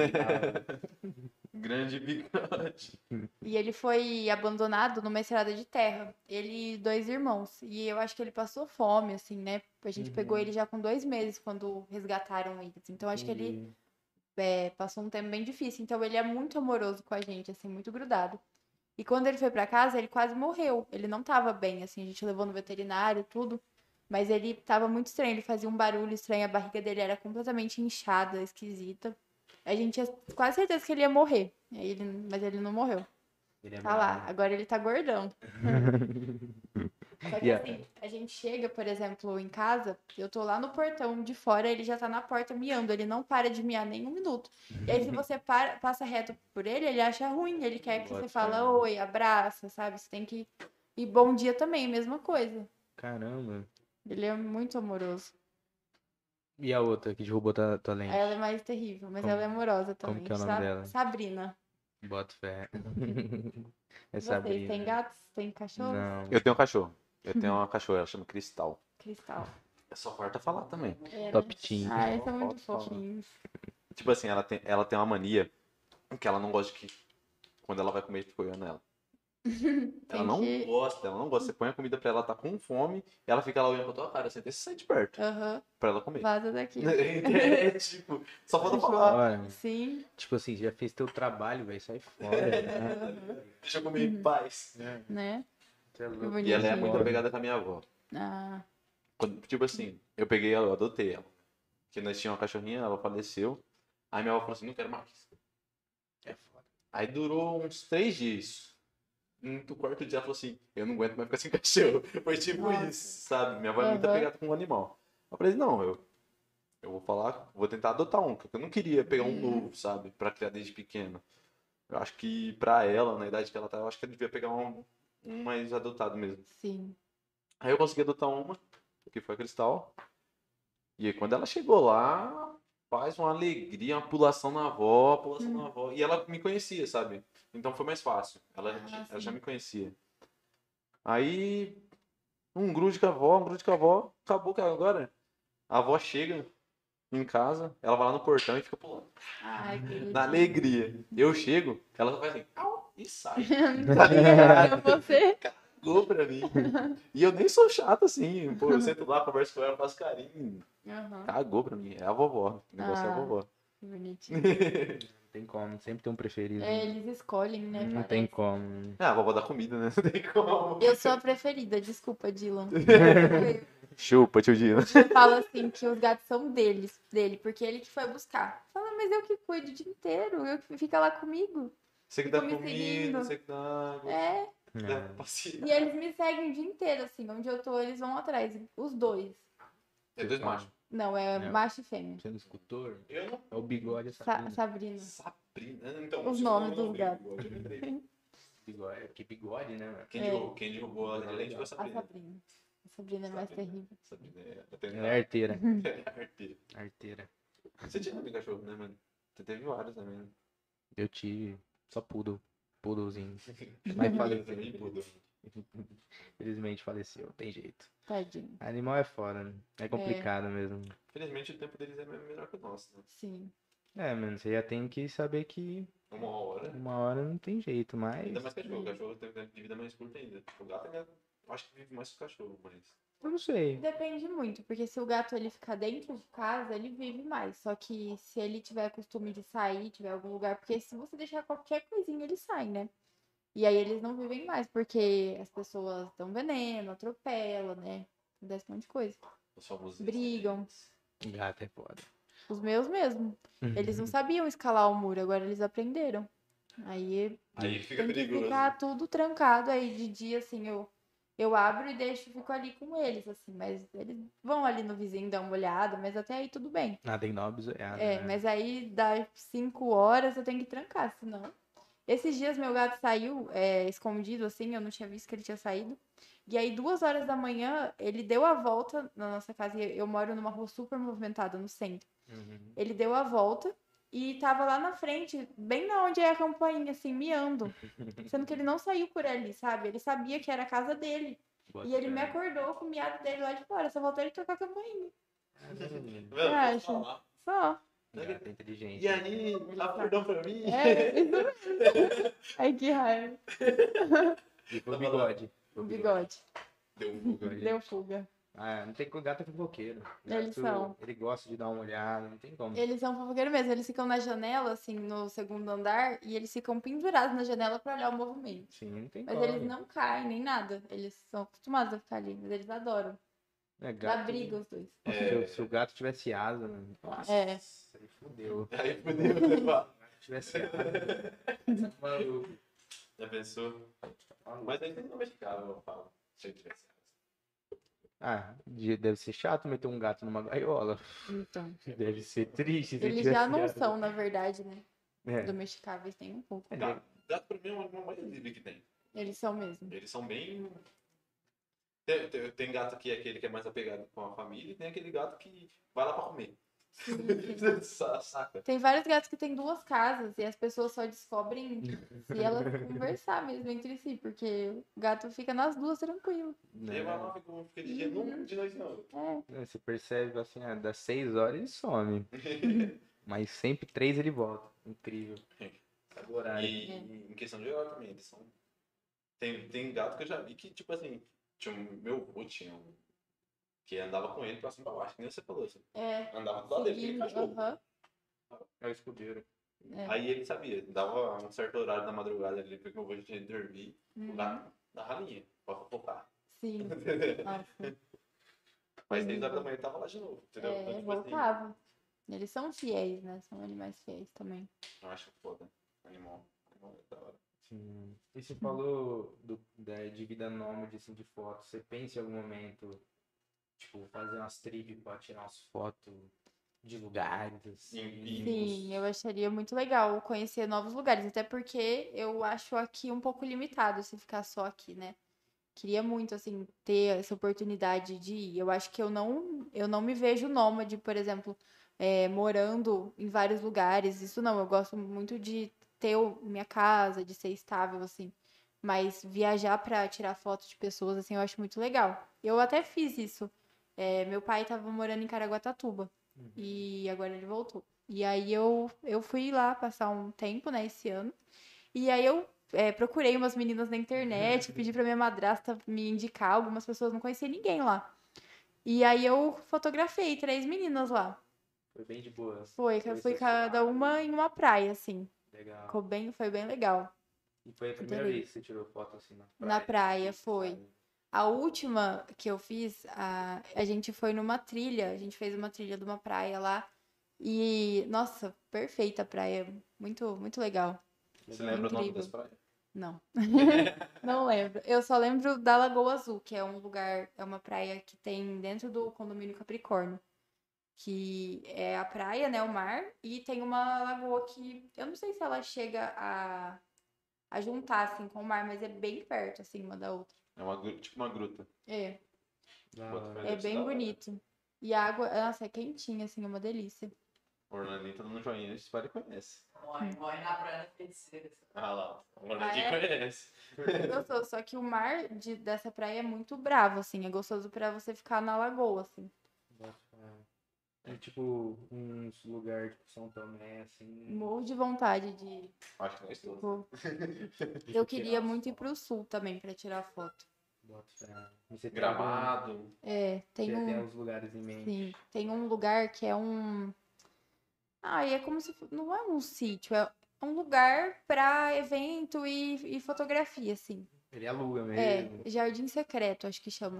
Grande bigode. E ele foi abandonado numa estrada de terra. Ele e dois irmãos. E eu acho que ele passou fome, assim, né? A gente Uhum. pegou ele já com dois meses quando resgataram eles. Então acho que ele é, passou um tempo bem difícil. Então ele é muito amoroso com a gente, assim, muito grudado. E quando ele foi pra casa, ele quase morreu. Ele não tava bem, assim, a gente levou no veterinário, tudo. Mas ele tava muito estranho, ele fazia um barulho estranho, a barriga dele era completamente inchada, esquisita. A gente tinha quase certeza que ele ia morrer. Aí ele- Mas ele não morreu. Ele é Tá lá, bravo. agora ele tá gordão. Só que Yeah. assim, a gente chega, por exemplo, em casa, eu tô lá no portão de fora, ele já tá na porta miando, ele não para de miar nem um minuto. E aí se você para, passa reto por ele, ele acha ruim, ele quer que você Bota fala fé. oi, abraça, sabe? Você tem que... E bom dia também, mesma coisa. Caramba. Ele é muito amoroso. E a outra que derrubou tua, tua lente? Ela é mais terrível, mas Como- ela é amorosa como também. que é o nome Sa- dela? Sabrina. Bota fé. É Vocês Sabrina. têm gatos? Tem cachorro? Não. Eu tenho um cachorro. Eu tenho uma cachorra, ela chama Cristal. Cristal. É só falta falar também. É, Top né? team. Ah, eles são muito Pode falar. fofinhos. Tipo assim, ela tem, ela tem uma mania que ela não gosta de que quando ela vai comer, fica olhando ela. Ela Tem não que... gosta, ela não gosta. Você põe a comida pra ela, tá com fome, ela fica lá olhando pra tua cara, você até se sai de perto Aham, pra ela comer. vaza daqui. É, tipo, só falta Tipo, falar. Fora, mano. Sim. Tipo assim, já fez teu trabalho, velho. Sai fora. Né? Aham. Deixa eu comer em paz. É, Né? você é Que louco. E ela é bonitinho. muito Fora. apegada com a minha avó. Ah, Quando- tipo assim, eu peguei ela, eu adotei ela. Porque nós tínhamos uma cachorrinha, ela faleceu. Aí minha avó falou assim, não quero mais. É foda. Aí durou uns três dias. No quarto dia ela falou assim, eu não aguento mais ficar sem cachorro. Foi tipo Nossa. isso, sabe? Minha avó é muito Aham. apegada com o animal. Eu falei, não, eu, eu vou falar, vou tentar adotar um, porque eu não queria pegar um Uhum. novo, sabe? Pra criar desde pequeno. Eu acho que pra ela, na idade que ela tá, eu acho que eu devia pegar um, um mais adotado mesmo. sim. Aí eu consegui adotar uma, que foi a Cristal. E aí quando ela chegou lá, faz uma alegria, uma pulação na avó, pulação Hum. na avó. E ela me conhecia, sabe? Então foi mais fácil. Ela, Ah, ela sim. já me conhecia. Aí, um grude com a avó, um grude com a avó. Acabou que agora a avó chega em casa, ela vai lá no portão e fica pulando. Ai, que Na bonitinho. alegria. Eu chego, ela faz assim, au, e sai. Tá ligado? Você? Cagou pra mim. E eu nem sou chato assim. Pô, eu sento lá, converso com ela, faço carinho. Aham. Cagou pra mim. É a vovó. O negócio é a Ah. vovó. Que bonitinho. Não tem como, sempre tem um preferido. É, eles escolhem, né? Não parece. tem como. É a vovó da comida, né? Não tem como. Eu sou a preferida, desculpa, Dylan. Chupa, tio Dino. Eu falo assim que os gatos são deles, dele, porque ele que foi buscar. Fala, mas eu que cuido o dia inteiro, eu que fica lá comigo. Você que dá Fica me comida, seguindo. você que dá água. É, Dá É. paciência. e eles me seguem o dia inteiro, assim, onde eu tô, eles vão atrás, os dois. É dois machos. Não, é Não. macho e fêmea. Você não escutou? Eu não. É o bigode, essa Sa Sabrina. Sabrina. Então, Os você nomes não dos viu, gatos. bigode, eu lembrei. bigode. É que bigode, né, mano? Quem, É. derrubou, quem derrubou a lente foi a A Sabrina. Sabrina. A Sabrina é mais Sabrina. terrível. Sabrina é até Ela é arteira. é arteira. Arteira. Você tinha também cachorro, né, mano? Você teve vários também. né? Eu tive só poodle. Poodlezinho. Mas faleceu. Também, poodle. Infelizmente faleceu, tem jeito. Tadinho. Animal é foda, né? É complicado mesmo. Felizmente o tempo deles é melhor que o nosso, né? Sim. É, mano, você já tem que saber que Uma hora. uma hora não tem jeito, mas. Ainda mais cachorro. O cachorro tem tempo de vida mais curto ainda. O gato ainda. Eu acho que vive mais que o cachorro, mas. Eu não sei. Depende muito, porque se o gato ele ficar dentro de casa, ele vive mais. Só que se ele tiver costume de sair, tiver algum lugar, porque se você deixar qualquer coisinha, ele sai, né? E aí eles não vivem mais, porque as pessoas dão veneno, atropelam, né? Acontece um monte de coisa. Os famosos. Brigam. Gato é foda. Os meus mesmo. Eles não sabiam escalar o muro, agora eles aprenderam. Aí Aí fica tem que perigoso. ficar tudo trancado aí de dia, assim, eu, eu abro e deixo, fico ali com eles, assim, mas eles vão ali no vizinho dar uma olhada, mas até aí tudo bem. Nada em nobres olhada, É, né? mas aí dá cinco horas eu tenho que trancar, senão. Esses dias meu gato saiu é, escondido, assim, eu não tinha visto que ele tinha saído. E aí, duas horas da manhã, ele deu a volta na nossa casa. e Eu moro numa rua super movimentada no centro. Uhum. Ele deu a volta e tava lá na frente, bem na onde é a campainha, assim, miando. Sendo que ele não saiu por ali, sabe? Ele sabia que era a casa dele. Bota E ele me fé. acordou com o miado dele lá de fora. Só faltou ele tocar a campainha. Caramba, Mano, acha? posso falar? Só. gato é inteligente. E aí, acordou pra mim? É, isso mesmo. Ai, que raiva. E foi o bigode. O bigode. Deu um bug. Deu fuga. Ah, não tem como gato é fofoqueiro. Eles Gato, são. Ele gosta de dar uma olhada, não tem como. Eles são fofoqueiros mesmo. Eles ficam na janela, assim, no segundo andar. E eles ficam pendurados na janela pra olhar o movimento. Sim, não tem Mas como. eles não caem nem nada. Eles são acostumados a ficar ali. Mas eles adoram. É, Dá gato... briga os dois. Nossa, É. se, o- se o gato tivesse asa, mano, nossa, É. aí fudeu. Aí fodeu, né, pá? Se tivesse asa, maluco. Já pensou? Mas aí não vai ficar, eu falo. Se eu tivesse. Ah, de- deve ser chato meter um gato numa gaiola. Então. Deve ser triste se Eles tivesse já não asa. são, na verdade, né? É. Domesticáveis nem um pouco. É, Gato, gato pra mim é o animal mais livre que tem. Eles são mesmo. Eles são bem. Tem, tem, tem gato que é aquele que é mais apegado com a família e tem aquele gato que vai lá pra comer. Sa- Saca? Tem vários gatos que têm duas casas e as pessoas só descobrem se elas conversar mesmo entre si, porque o gato fica nas duas tranquilo. né? Ele vai lá, fica, fica de dia, não de noite não. É. Você percebe assim, ah, das seis horas ele some. Mas sempre três ele volta. Incrível. Sabe o horário. E em questão de horário também, eles são. Tem, tem gato que eu já vi que, tipo assim, tinha um, meu avô tinha um, que andava com ele pra cima e pra baixo, que nem você falou assim. É, Andava do lado dele, que nem seguindo, cachorro. aham. É o escudeiro. É. Aí ele sabia, dava um certo horário da madrugada ali, porque o avô tinha de dormir, o Uhum. gato da ralinha, pra fofocar. Sim, nossa. Mas seis horas da manhã ele tava lá de novo, entendeu? É, Então, tipo assim, voltava. Eles são fiéis, né? São animais fiéis também. eu acho foda. Animal. Animal é da hora. Sim. E você falou do, da, de vida nômade, assim, de foto. Você pensa em algum momento, tipo, fazer umas trilhas pra tirar umas fotos de lugares, assim? Em Sim, eu acharia muito legal conhecer novos lugares, até porque eu acho aqui um pouco limitado se ficar só aqui, né? Queria muito, assim, ter essa oportunidade de ir. Eu acho que eu não, eu não me vejo nômade, por exemplo, é, morando em vários lugares. Isso não, eu gosto muito de ter o- minha casa, de ser estável, assim. Mas viajar pra tirar foto de pessoas, assim, eu acho muito legal. Eu até fiz isso. É, meu pai tava morando em Caraguatatuba e agora ele voltou. E aí eu, eu fui lá passar um tempo, né, esse ano. E aí eu é, procurei umas meninas na internet, pedi pra minha madrasta me indicar, algumas pessoas não conhecia ninguém lá. E aí eu fotografei três meninas lá. Foi bem de boa. Foi, que eu Foi fui seu cada suave. uma em uma praia, assim. Legal. Ficou bem, foi bem legal. E foi a primeira Adorei. vez que você tirou foto assim na praia? Na praia, foi. sabe? A última que eu fiz, a, a gente foi numa trilha, a gente fez uma trilha de uma praia lá. E, nossa, perfeita a praia, muito, muito legal. Você lembra o nome das Incrível. praias? Não. Não lembro. Eu só lembro da Lagoa Azul, que é um lugar, é uma praia que tem dentro do condomínio Capricórnio. Que é a praia, né? O mar. E tem uma lagoa que eu não sei se ela chega a, a juntar, assim, com o mar, mas é bem perto, assim, uma da outra. É uma, gru- tipo uma gruta. É, Da Bota hora. fé. é Deve ser da bem hora. bonito. E a água, nossa, é quentinha, assim, é uma delícia. Orlandinho, todo mundo joinha, esse pai conhece. Morre, morre na praia da feiticeira. Ah lá, o Orlandinho Ah, é? conhece. É gostoso, só que o mar de, dessa praia é muito bravo, assim. É gostoso pra você ficar na lagoa, assim. Bota fé. E tipo, uns lugares tipo São Tomé, assim. Morro de vontade de. Acho que nós todos. Tipo, de eu queria tirar muito ir foto. pro sul também pra tirar foto. Bota fé. E você tem algum- Gramado. É, tem Você tem um. os lugares em mente. Sim, tem um lugar que é um. Ah, e é como se. fo- Não é um sítio, é um lugar pra evento e, e fotografia, assim. Ele aluga É, mesmo. Jardim Secreto, acho que chama.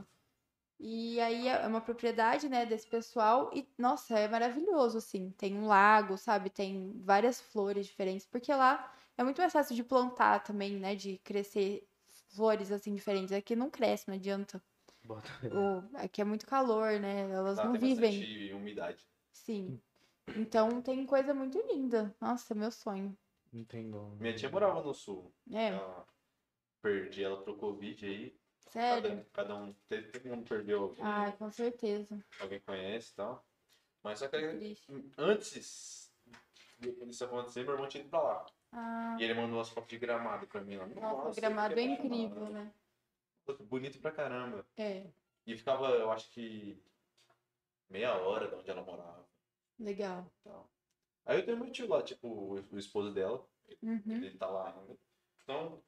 E aí é uma propriedade, né, desse pessoal e, nossa, é maravilhoso, assim. Tem um lago, sabe? Tem várias flores diferentes, porque lá é muito mais fácil de plantar também, né, de crescer flores, assim, diferentes. Aqui não cresce, não adianta. Bota fé. O, aqui é muito calor, né? Elas Lá não tem vivem. bastante umidade. Sim. Então tem coisa muito linda. Nossa, meu sonho. Não tem como. Minha tia morava no sul. É, Ela, perdi ela pro Covid aí. sério. Cada, cada um, todo todo mundo perdeu alguém, Ai, com certeza. alguém conhece e tal. Mas só que Triste. antes disso acontecer, meu irmão tinha ido pra lá. Ah, E ele mandou umas fotos de gramado pra mim lá. nossa, o eu gramado é fiquei apaixonado. incrível, né? Bonito pra caramba. É, E ficava, eu acho que meia hora de onde ela morava. legal. E tal. Aí eu tenho meu tio lá, tipo, o, o esposo dela. Uhum. Ele tá lá ainda. Então,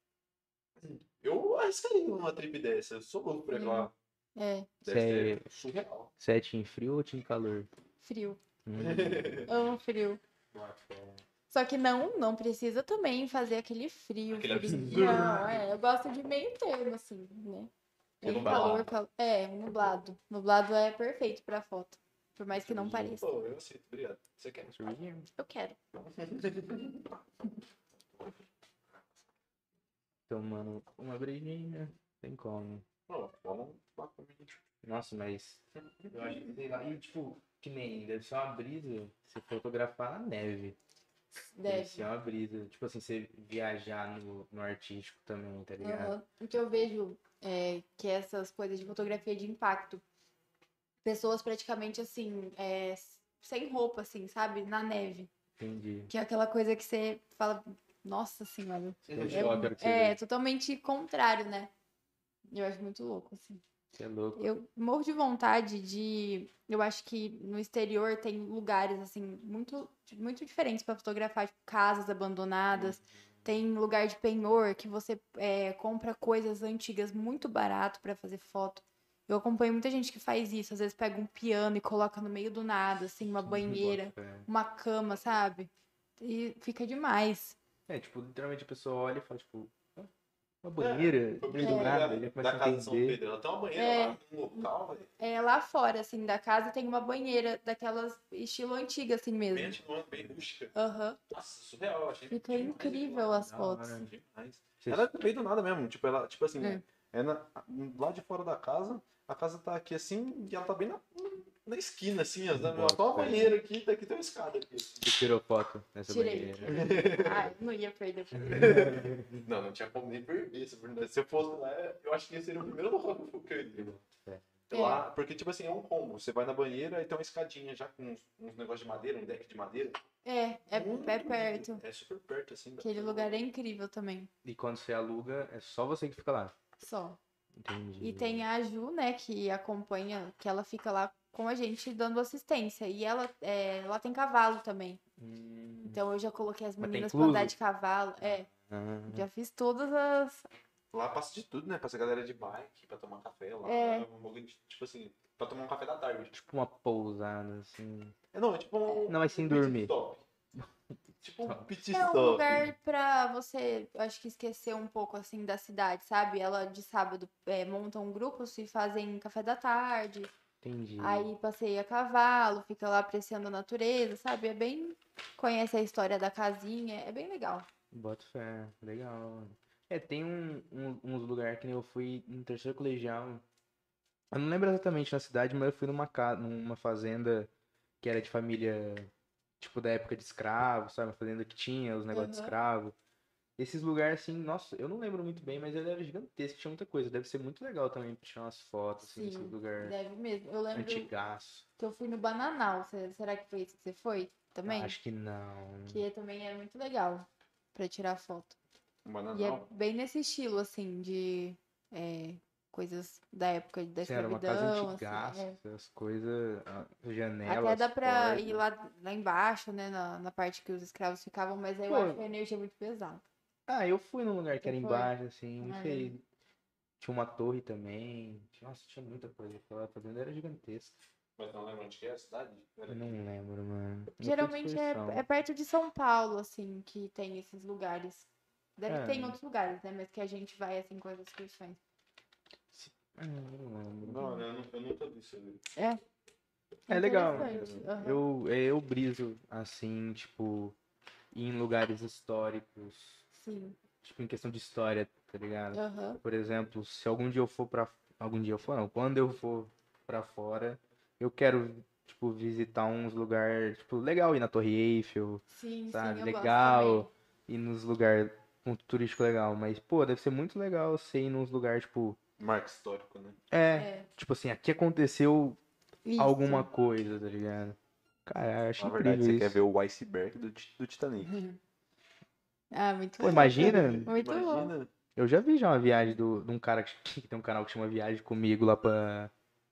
eu arriscaria uma trip dessa. Eu sou louco pra ir lá. É, Deve Cê- ser surreal. Você é team frio ou team calor? frio. Hum, Amo frio. bota fé. Só que não, não precisa também fazer aquele frio, Aquele frio. absurdo. Não, é, eu gosto de meio termo, assim, né? E Nem nublado. calor, cal... É, nublado. Nublado é perfeito pra foto. Por mais que não pareça. Pô, eu aceito, obrigado. Você quer? Cervejinha? Eu quero. Tomando uma brejinha, tem como. Pô, vamos lá comigo. Nossa, mas eu acho que sei lá. E tipo, que nem deve ser uma brisa você fotografar na neve. Deve Deve. ser uma brisa. Tipo assim, você viajar no, no artístico também, tá ligado? Aham. O que eu vejo é que essas coisas de fotografia de impacto, pessoas praticamente assim, é, sem roupa, assim, sabe? Na neve. Entendi. Que é aquela coisa que você fala, nossa senhora. Tem um É, choque a hora que você é vê. totalmente contrário, né? Eu acho muito louco, assim. Você é louco. Eu morro de vontade de. Eu acho que no exterior tem lugares, assim, muito, muito diferentes pra fotografar, tipo, casas abandonadas. Tem lugar de penhor que você é, compra coisas antigas muito barato pra fazer foto. Eu acompanho muita gente que faz isso. Às vezes pega um piano e coloca no meio do nada, assim, uma banheira, Bota fé. uma cama, sabe? E fica demais. É, tipo, literalmente a pessoa olha e fala, tipo, "Ah, uma banheira, Foi do muito nada, legal ele começa da a casa de São entender. Pedro. Ela tem uma banheira É. lá no local, velho. É, lá fora, assim, da casa tem uma banheira daquelas estilo antiga, assim Bem mesmo. antiga, bem rústica. Aham. Nossa, surreal, eu achei. Fica demais incrível aquilo lá. as Da fotos. hora. Demais. Vocês- Ela é meio do nada mesmo, tipo, ela, tipo assim, É. é na, lá de fora da casa, a casa tá aqui assim, e ela tá bem na, na esquina, assim, ó, sabe? Ela Bota tá uma fé. banheira aqui, daqui tem uma escada aqui. Você tirou foto nessa Tirei. banheira. Ah, eu não ia perder. Não, não tinha como nem perder, se verdade. Se eu fosse lá, eu acho que esse seria o primeiro local que eu iria. É. Lá, porque, tipo assim, é um combo. Você vai na banheira e tem uma escadinha já com uns, uns negócios de madeira, um deck de madeira. É, é, Muito é perto. lindo. É super perto, assim. dá Aquele pra- lugar é incrível também. E quando você aluga, é só você que fica lá. Só. Entendi. E tem a Ju, né, que acompanha, que ela fica lá com a gente dando assistência. E ela, é, ela tem cavalo também. Hum. Então eu já coloquei as Mas tem meninas pra incluso? andar de cavalo. É, Ah, já fiz todas as. Lá passa de tudo, né? Passa a galera de bike pra tomar café lá. É. um bagulho de- tipo assim, pra tomar um café da tarde. tipo uma pousada, assim. É, não, é tipo um. Não, mas sem um pit dormir. stop. Tipo um Top. pit É um stop. lugar pra você, eu acho que esquecer um pouco assim da cidade, sabe? Ela de sábado é, monta um grupo, se fazem café da tarde, Entendi. aí passeia a cavalo, fica lá apreciando a natureza, sabe? É bem. Conhece a história da casinha, é bem legal. Bota fé, legal. É, tem um, um- uns lugares que nem eu fui no terceiro colegial. Eu não lembro exatamente na cidade, mas eu fui numa casa, numa fazenda que era de família, tipo, da época de escravo, sabe? Uma fazenda que tinha os negócios de Aham. escravo. Esses lugares, assim, nossa, eu não lembro muito bem, mas ele era gigantesco, tinha muita coisa. Deve ser muito legal também pra tirar umas fotos, assim, Sim, nesses lugares deve mesmo. Eu lembro antigaço. que eu fui no Bananal. Cê- Será que foi isso que você foi também? Acho que não. Que também é muito legal pra tirar foto. Um E bananal. é bem nesse estilo, assim, de é, coisas da época da Sim, era uma casa escravidão, antigaça, assim, é. as coisas, a- janelas, Até dá pra portas. ir lá, lá embaixo, né, na, na parte que os escravos ficavam, mas aí eu Pô. acho a energia muito pesada. Ah, eu fui num lugar que Você era foi? embaixo, assim, não Ah, sei. Tinha uma torre também. Nossa, tinha muita coisa. Aquela fazenda era gigantesca. Mas não lembra onde que é a cidade? Eu não lembro, mano. Eu fui de Geralmente é, excursão. é perto de São Paulo, assim, que tem esses lugares. Deve ter em É. outros lugares, né, mas que a gente vai, assim, com as excursões. Ah, eu não lembro. Não, eu, nu- eu nunca vi isso ali. É. É legal. Interessante, aham. Eu, é, eu briso, assim, tipo, em lugares históricos. Sim, Tipo, em questão de história, tá ligado? aham. Por exemplo, se algum dia eu for pra. Algum dia eu for, não. Quando eu for pra fora, eu quero, tipo, visitar uns lugares, tipo, legal ir na Torre Eiffel, Sim, sabe? sim, eu Legal gosto ir nos lugares, ponto turístico legal. Mas, pô, deve ser muito legal você ir nos lugares, tipo. Marco histórico, né? É, também. É. tipo assim, aqui aconteceu Isso. alguma coisa, tá ligado? Cara, eu acho Na verdade, incrível você isso. quer ver o iceberg do, Ti- do Titanic. Ah, muito Pô, bom. imagina, Muito bom. Imagina. eu já vi já uma viagem do, de um cara que, que tem um canal que chama Viagem Comigo lá pra.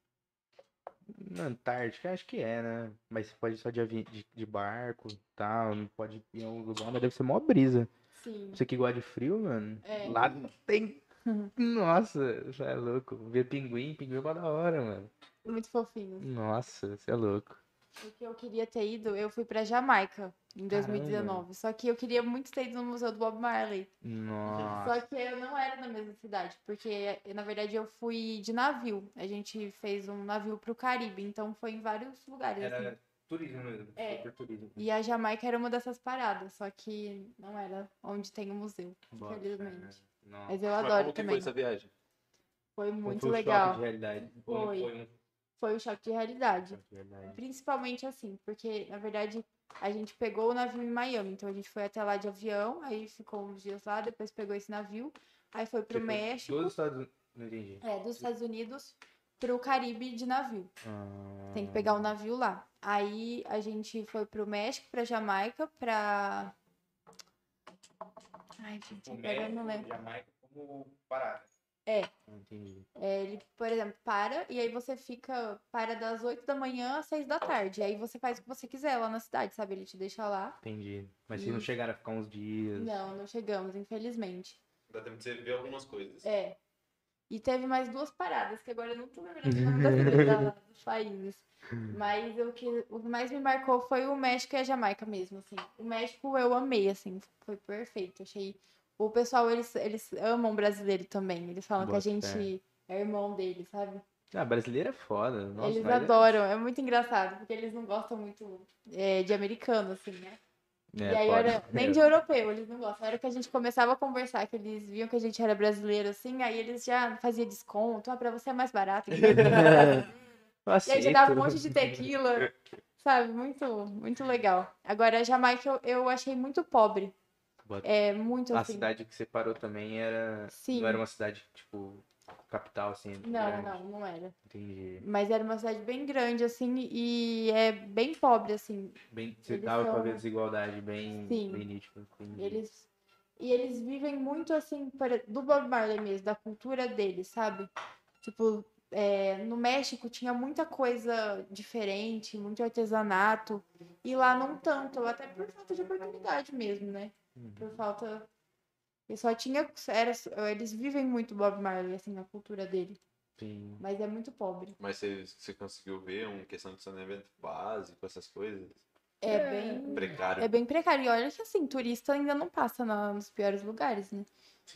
Na Antártica, acho que é, né? Mas você pode ir só de, avi... de, de barco e tal, não pode ir em algum lugar, mas deve ser mó brisa. Sim. Você que gosta de frio, mano, É. lá tem. Nossa, você é louco. Ver pinguim, pinguim é mó da hora, mano. Muito fofinho. Nossa, você é louco. O que eu queria ter ido, eu fui pra Jamaica em dois mil e Caramba. dezenove. Só que eu queria muito ter ido no Museu do Bob Marley. Nossa. Só que eu não era na mesma cidade, porque na verdade eu fui de navio. A gente fez um navio pro Caribe, então foi em vários lugares. assim. turismo mesmo. É. Super turismo. E a Jamaica era uma dessas paradas, só que não era onde tem o museu, Bota, infelizmente. né? Nossa. Mas eu Mas adoro como que também. foi essa viagem? Foi Como muito foi o legal. choque de realidade? Ou não Foi. foi um Foi o choque de realidade. choque de realidade? Principalmente assim, porque na verdade a gente pegou o navio em Miami, então a gente foi até lá de avião, aí ficou uns dias lá, depois pegou esse navio, aí foi pro Você foi México, Dos Estados Unidos. Não entendi. é, dos Estados Unidos pro Caribe de navio. Ah, Tem que pegar o navio lá. Aí a gente foi pro México, pra Jamaica, pra. Ai, gente, o agora eu não México, lembro. Jamaica como parada. É. Entendi. É, ele, por exemplo, para e aí você fica, para das oito da manhã às seis da tarde. E aí você faz o que você quiser lá na cidade, sabe? Ele te deixa lá. Entendi. Mas vocês não Isso. chegaram a ficar uns dias. Não, não chegamos, infelizmente. Dá tempo de você ver algumas coisas. É. E teve mais duas paradas, que agora eu não tô lembrando o nome das cidades, da- dos países. Mas o que, o que mais me marcou foi o México e a Jamaica mesmo, assim. O México eu amei, assim, foi perfeito. Achei. O pessoal, eles, eles amam o brasileiro também. Eles falam que a Bota fé. gente é irmão deles, sabe? Ah, brasileiro é foda. Nossa, Eles mas é- adoram, é muito engraçado, porque eles não gostam muito é, de americano, assim, né? É, E aí, foda. hora, nem de europeu, eles não gostam. A hora que a gente começava a conversar, que eles viam que a gente era brasileiro, assim, aí eles já faziam desconto. Ah, pra você é mais barato. Então... E aí já dava um monte de tequila, sabe? Muito, muito legal. Agora, a Jamaica eu, eu achei muito pobre. Bota- É muito A assim. cidade que você parou também era. Sim. Não era uma cidade, tipo, capital, assim. Não, grande. não, não era. Entendi. Mas era uma cidade bem grande, assim, e é bem pobre, assim. Bem, você Eles dava pra são- ver a desigualdade bem, Sim. bem nítida. Entendi. Eles e eles vivem muito assim para- do Bob Marley mesmo, da cultura deles, sabe? Tipo, é, no México tinha muita coisa diferente, muito artesanato, e lá não tanto, até por falta de oportunidade mesmo, né? Por falta. E só tinha. Era, eles vivem muito Bob Marley, assim, a cultura dele. Sim. Mas é muito pobre. Mas você, você conseguiu ver uma questão de saneamento básico, essas coisas? É bem. Precário. É bem precário. E olha que assim, turista ainda não passa na- nos piores lugares, né?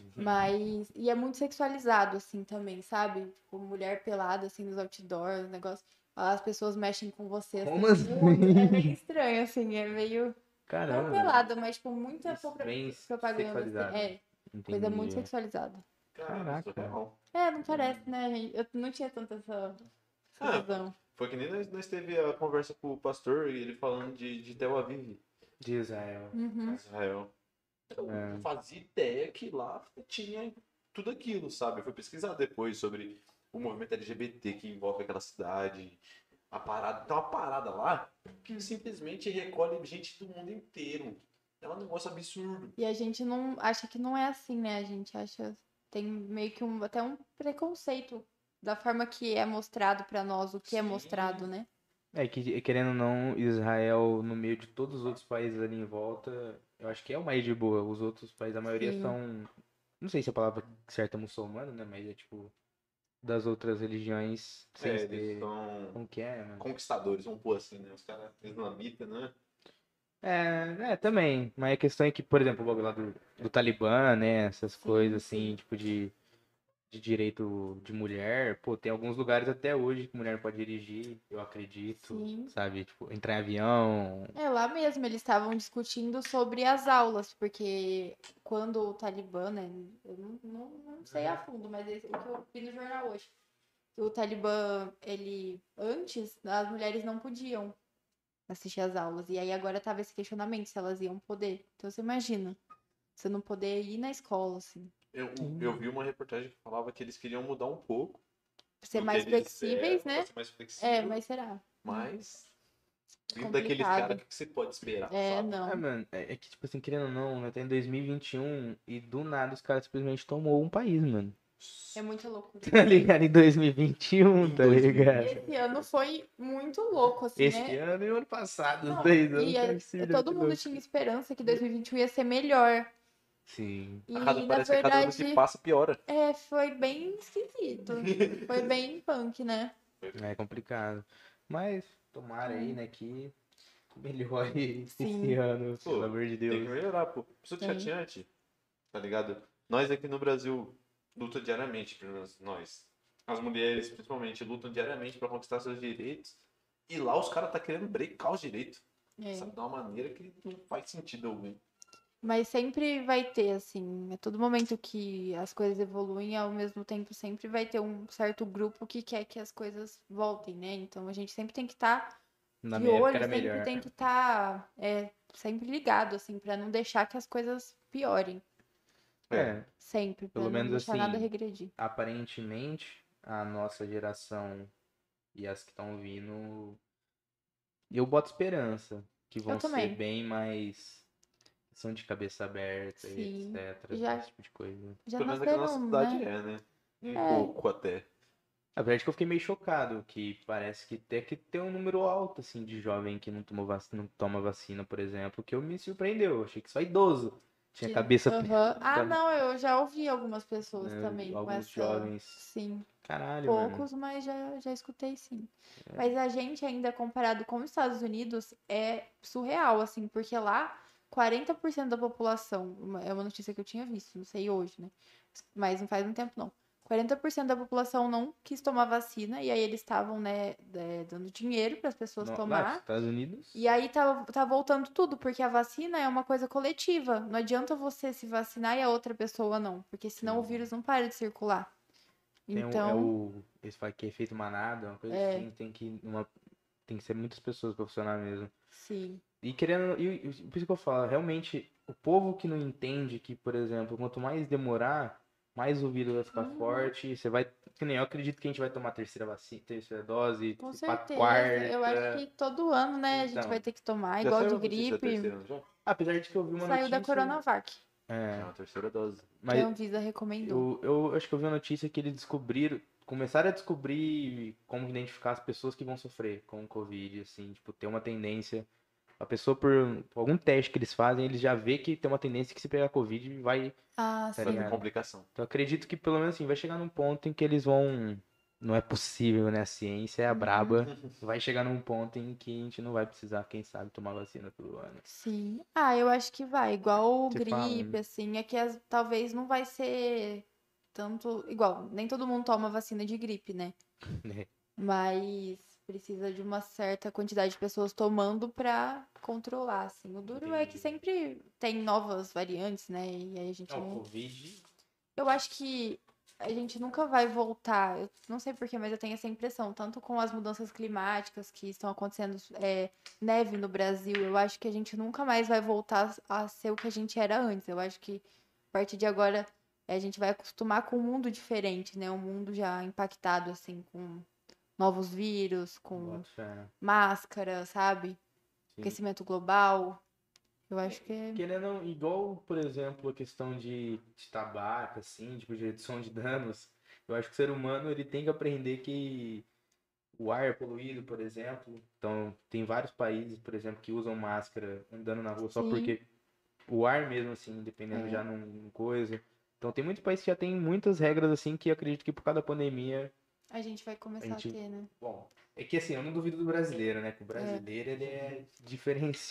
Mas. E é muito sexualizado, assim, também, sabe? Tipo, mulher pelada, assim, nos outdoors, negócio. As pessoas mexem com você, assim. Como assim? muito. É meio estranho, assim, é meio. Não Caramba. pelada, mas, tipo, muita Isso, propra- bem propaganda, sexualizado. assim. É, coisa muito Entendi. sexualizada. Caraca. surreal. É, não parece, né, gente? Eu não tinha tanta essa, essa Ah, visão. Foi que nem nós, nós teve a conversa com o pastor e ele falando de, de Tel Aviv, De Israel. Uhum. Israel. Eu É. não fazia ideia que lá tinha tudo aquilo, sabe? Eu fui pesquisar depois sobre o movimento L G B T que envolve aquela cidade. A parada, tem uma parada lá que simplesmente recolhe gente do mundo inteiro. É um negócio absurdo. E a gente não acha que não é assim, né? A gente acha tem meio que um até um preconceito da forma que é mostrado pra nós o que é Sim. mostrado, né? É que, querendo ou não, Israel, no meio de todos os outros países ali em volta, eu acho que é o mais de boa. Os outros países, a maioria Sim. são. Não sei se a palavra certa é muçulmano, né? Mas é tipo. Das outras religiões sem É, ser. eles são Como que é, mano? conquistadores, vamos pôr assim, né? Os caras islamitas, né? É, é, também. Mas a questão é que, por exemplo, o bagulho lá do, do Talibã, né? Essas Sim, coisas assim, sim. tipo de, de direito de mulher. Pô, tem alguns lugares até hoje que mulher não pode dirigir, eu acredito. Sim. Sabe? Tipo, entrar em avião. É, lá mesmo eles estavam discutindo sobre as aulas, porque quando o Talibã, né? Eu não, não, não sei a fundo, mas é o que eu vi no jornal hoje. O Talibã, ele, antes, as mulheres não podiam assistir às aulas. E aí agora tava esse questionamento se elas iam poder. Então você imagina, você não poder ir na escola, assim. Eu, eu vi uma reportagem que falava que eles queriam mudar um pouco. Pra ser do mais que eles flexíveis, eram, pra né? ser mais flexível, É, mas será? mas vindo daqueles Complicado. caras, o que você pode esperar, É, sabe? não. Ah, mano, é, é que, tipo assim, querendo ou não, né, tá em dois mil e vinte e um e do nada os caras simplesmente tomou um país, mano. É muita loucura. Tá ligado? Em dois mil e vinte e um, Em tá dois mil e ligado? Esse ano foi muito louco, assim, Esse né? ano e o ano passado, os Não, dois e anos é- foi absurdo, todo que mundo louco. tinha esperança que dois mil e vinte e um ia ser melhor. Sim. E, A cada, na parece que cada ano que verdade, passa piora. é, foi bem esquisito. Foi bem punk, né? É complicado. Mas tomara aí, né, que melhore Sim. esse ano, Pô, pelo amor de Tem que Deus. melhorar, pô. Isso de Tem. chateante, tá ligado? Nós aqui no Brasil luta diariamente, pelo menos nós. As mulheres, principalmente, lutam diariamente pra conquistar seus direitos. E lá os caras tá querendo brecar os direitos. É. Sabe? De uma maneira que não faz sentido algum. Mas sempre vai ter, assim, a todo momento que as coisas evoluem, ao mesmo tempo sempre vai ter um certo grupo que quer que as coisas voltem, né? Então a gente sempre tem que estar Na de minha época olho, era sempre melhor. tem que estar sempre ligado, assim, pra não deixar que as coisas piorem. É, Sempre, pra Pelo não menos deixar assim, nada regredir. aparentemente, a nossa geração e as que estão vindo, eu boto esperança que vão ser também. bem mais. São de cabeça aberta Sim. e etcétera. Já- Esse tipo de coisa. Já Pelo menos aqui na nasceram, nossa cidade né? é, né? Um É. pouco até. A verdade é que eu fiquei meio chocado, que parece que tem que ter um número alto, assim, de jovem que não tomou vacina, não toma vacina, por exemplo, que eu me surpreendeu. Eu achei que só idoso tinha Que- cabeça... Aham. Ah, cabe- não, eu já ouvi algumas pessoas né, também com alguns essa. jovens... Sim. Caralho, mano. Poucos, mas já, já escutei sim. Mas a gente ainda comparado com os Estados Unidos é surreal, assim, porque lá quarenta por cento da população, uma- é uma notícia que eu tinha visto, não sei hoje, né? Mas não faz um tempo não. quarenta por cento da população não quis tomar vacina e aí eles estavam, né, é, dando dinheiro para as pessoas No- Lá, tomar. Estados Unidos... E aí tá, tá voltando tudo, porque a vacina é uma coisa coletiva. Não adianta você se vacinar e a outra pessoa não, porque senão o Sim. vírus não para de circular. Tem um- Então, é o... Esse fala que é efeito manada, uma coisa É. assim, tem que... Uma, tem que ser muitas pessoas pra funcionar mesmo. sim. E querendo, e, e por isso que eu falo, realmente, o povo que não entende que, por exemplo, quanto mais demorar, mais o vírus vai ficar Uhum. forte, você vai, que nem eu acredito que a gente vai tomar a terceira vacina, terceira dose, Com a certeza. quarta. Eu acho que todo ano, né, a gente Então. vai ter que tomar, Já igual saiu de a notícia da gripe. terceira, não já? Apesar de que eu vi uma Saiu da notícia. Coronavac, É É, uma terceira dose. que a mas Anvisa recomendou. eu, eu acho que eu vi uma notícia que eles descobriram, começaram a descobrir como identificar as pessoas que vão sofrer com o Covid, assim, tipo, ter uma tendência. A pessoa, por, por algum teste que eles fazem, eles já vê que tem uma tendência que se pegar Covid vai. Ah, Tá Vai sim. ter ligado? complicação. Então eu acredito que pelo menos assim, vai chegar num ponto em que eles vão. Não é possível, né? A ciência é a Uhum. braba. Vai chegar num ponto em que a gente não vai precisar, quem sabe, tomar vacina todo ano. Sim. Ah, eu acho que vai. Igual o Você fala, gripe, né? assim. É que as- talvez não vai ser tanto. Igual, nem todo mundo toma vacina de gripe, né? Mas precisa de uma certa quantidade de pessoas tomando pra controlar, assim. O duro é que Entendi. sempre tem novas variantes, né? E aí a gente Não, não. Covid. Eu acho que a gente nunca vai voltar. Eu não sei porquê, mas eu tenho essa impressão. Tanto com as mudanças climáticas que estão acontecendo, é, neve no Brasil, eu acho que a gente nunca mais vai voltar a ser o que a gente era antes. Eu acho que a partir de agora a gente vai acostumar com um mundo diferente, né? Um mundo já impactado, assim, com novos vírus, com Boto fé. máscara, sabe? Sim. Aquecimento global. Eu acho que é. Querendo, igual, por exemplo, a questão de, de tabaco, assim, tipo, de redução de danos, eu acho que o ser humano ele tem que aprender que o ar é poluído, por exemplo. Então, tem vários países, por exemplo, que usam máscara andando na rua só Sim. porque o ar mesmo, assim, dependendo É. já não não coisa. Então, tem muitos países que já tem muitas regras, assim, que eu acredito que por causa da pandemia, A gente vai começar a, gente- ter, né? bom, é que assim, eu não duvido do brasileiro, né? Que o brasileiro, ele é diferenciado.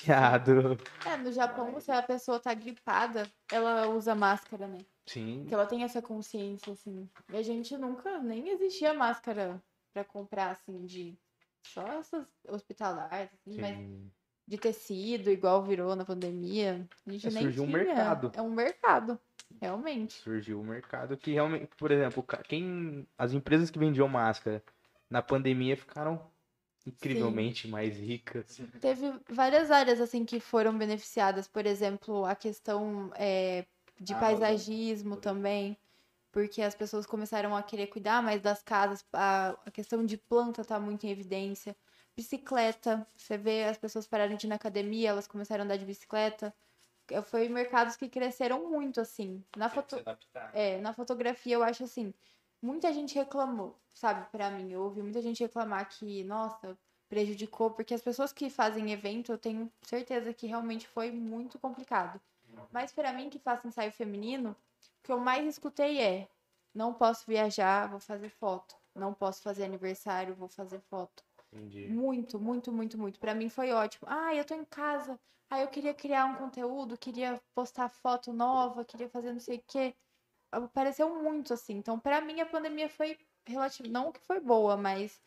É, no Japão, se a pessoa tá gripada, ela usa máscara, né? Sim, Porque ela tem essa consciência, assim. E a gente nunca, nem existia máscara pra comprar, assim, de. Só essas hospitalares, assim, mas sim. de tecido, igual virou na pandemia. A gente É, nem surgiu um tinha. mercado. É um mercado, realmente. Surgiu um mercado que realmente, por exemplo, ca- quem, as empresas que vendiam máscara na pandemia ficaram incrivelmente mais ricas. Teve várias áreas, assim, que foram beneficiadas. Por exemplo, a questão é, de Ah, paisagismo usando- também. Porque as pessoas começaram a querer cuidar mais das casas, a, a questão de planta tá muito em evidência. Bicicleta, você vê as pessoas pararem de ir na academia, elas começaram a andar de bicicleta. Eh, Foi mercados que cresceram muito, assim. Na, Tem que se foto, adaptar. é, na fotografia, eu acho assim, muita gente reclamou, sabe, pra mim. Eu ouvi muita gente reclamar que, nossa, prejudicou, porque as pessoas que fazem evento, eu tenho certeza que realmente foi muito complicado. Mas pra mim, que faço ensaio feminino, o que eu mais escutei é: não posso viajar, vou fazer foto. Não posso fazer aniversário, vou fazer foto. Entendi. Muito, muito, muito, muito. Pra mim foi ótimo. Ah, eu tô em casa. Ah, eu queria criar um conteúdo, queria postar foto nova, queria fazer não sei o quê. Apareceu muito assim. Então, pra mim, a pandemia foi relativa. Não que foi boa, mas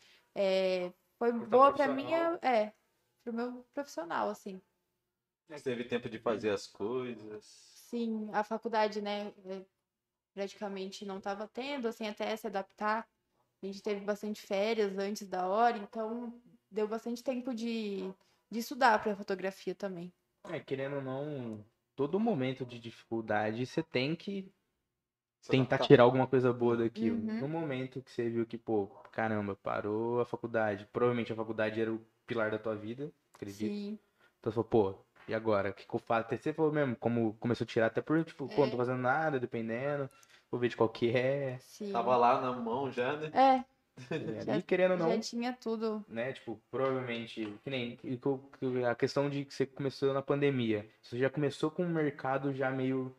é, foi Questão boa pra mim, profissional. é, é, pro meu profissional, assim. Você teve tempo de fazer as coisas. Sim, a faculdade, né, é, praticamente não tava tendo, assim, até se adaptar. A gente teve bastante férias antes da hora, então deu bastante tempo de, de estudar pra fotografia também. É, querendo ou não, todo momento de dificuldade você tem que Se tentar adaptar. tirar alguma coisa boa daquilo. Uhum. No momento que você viu que, pô, caramba, parou a faculdade. Provavelmente a faculdade era o pilar da tua vida, acredito. Sim, Então você falou, pô, e agora? O que, que eu faço? Até você falou mesmo, como começou a tirar, até por, tipo, pô, não tô É. fazendo nada, dependendo. vou ver de qual que é. Sim. Tava lá na mão já, né? É, E já, ali, querendo ou não, já tinha tudo. né? Tipo, provavelmente, que nem que eu- que a questão de que você começou na pandemia. Você já começou com o mercado já meio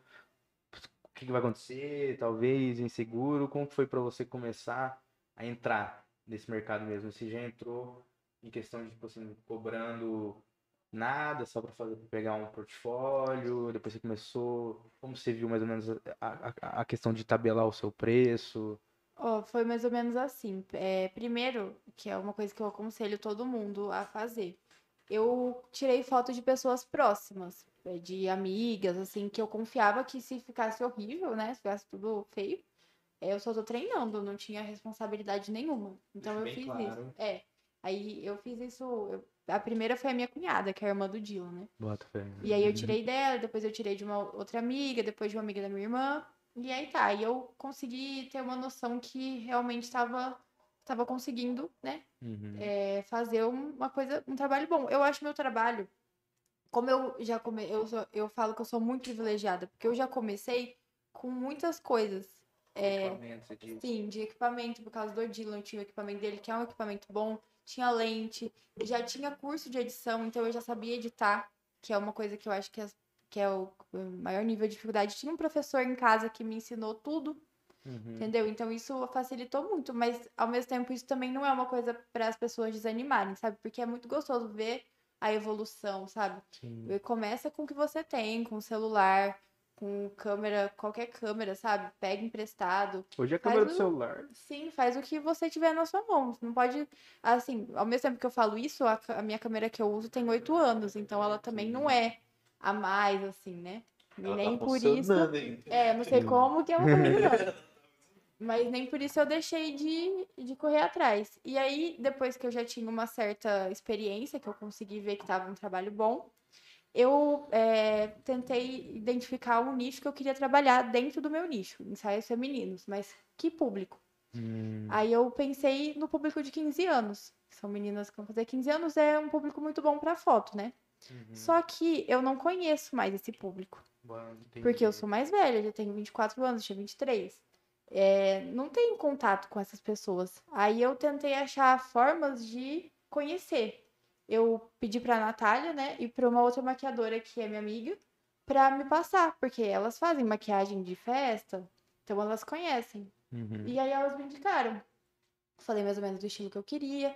o que que vai acontecer, talvez inseguro. Como que foi pra você começar a entrar nesse mercado mesmo? Você já entrou em questão de, tipo assim, cobrando nada, só pra fazer, pra pegar um portfólio, depois você começou, como você viu mais ou menos a, a, a questão de tabelar o seu preço? Ó, foi mais ou menos assim. É, primeiro, que é uma coisa que eu aconselho todo mundo a fazer. Eu tirei foto de pessoas próximas, é, de amigas, assim, que eu confiava que se ficasse horrível, né? Se ficasse tudo feio, é, eu só tô treinando, não tinha responsabilidade nenhuma. Então Deixa eu bem fiz claro. isso. É. Aí eu fiz isso. eu- A primeira foi a minha cunhada, que é a irmã do Dylan, né? Bota fé. E aí eu tirei dela, depois eu tirei de uma outra amiga, depois de uma amiga da minha irmã. E aí tá, e eu consegui ter uma noção que realmente estava estava conseguindo, né, Uhum. é, fazer um- uma coisa, um trabalho bom. Eu acho meu trabalho, como eu já come, eu, sou- eu falo que eu sou muito privilegiada, porque eu já comecei com muitas coisas. É, Equipamento, você disse. sim, de equipamento, por causa do Dylan, eu tinha o equipamento dele, que é um equipamento bom, tinha lente, já tinha curso de edição, então eu já sabia editar, que é uma coisa que eu acho que é, que é o o maior nível de dificuldade. Tinha um professor em casa que me ensinou tudo, Uhum. entendeu? Então isso facilitou muito, mas ao mesmo tempo isso também não é uma coisa para as pessoas desanimarem, sabe? Porque é muito gostoso ver a evolução, sabe? Sim. E começa com o que você tem, com o celular, com câmera, qualquer câmera, sabe? Pega emprestado. Hoje é a Faz câmera do o- celular. Sim, faz o que você tiver na sua mão. Você não pode, assim, ao mesmo tempo que eu falo isso, a, ca- a minha câmera que eu uso tem oito anos, então ela também não é a mais, assim, né? E Ela nem tá por isso. funcionando ainda. É, eu não sei Sim. como que ela tá funcionando. Mas nem por isso eu deixei de, de correr atrás. E aí, depois que eu já tinha uma certa experiência, que eu consegui ver que estava um trabalho bom, eu é, tentei identificar um nicho que eu queria trabalhar dentro do meu nicho, ensaios femininos, mas que público? Hum. Aí eu pensei no público de quinze anos. São meninas que vão fazer quinze anos, é um público muito bom para foto, né? Uhum. Só que eu não conheço mais esse público. Bom, Porque eu entendi. sou mais velha, já tenho vinte e quatro anos, tinha vinte e três. É, não tenho contato com essas pessoas. Aí eu tentei achar formas de conhecer. Eu pedi pra Natália, né, e pra uma outra maquiadora que é minha amiga, pra me passar, porque elas fazem maquiagem de festa, então elas conhecem. Uhum. E aí elas me indicaram. Falei mais ou menos do estilo que eu queria.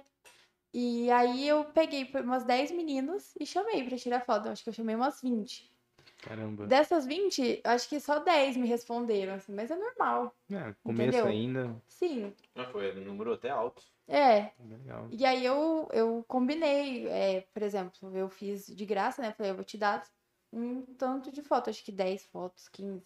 E aí eu peguei umas dez meninas e chamei pra tirar foto. Eu acho que eu chamei umas vinte. Caramba. Dessas vinte, acho que só dez me responderam, assim, mas é normal, É, começo entendeu? ainda. Sim, Ah, foi um número até alto. é. Legal. E aí eu, eu combinei, é, por exemplo, eu fiz de graça, né? Falei, eu vou te dar um tanto de fotos, acho que dez fotos, quinze.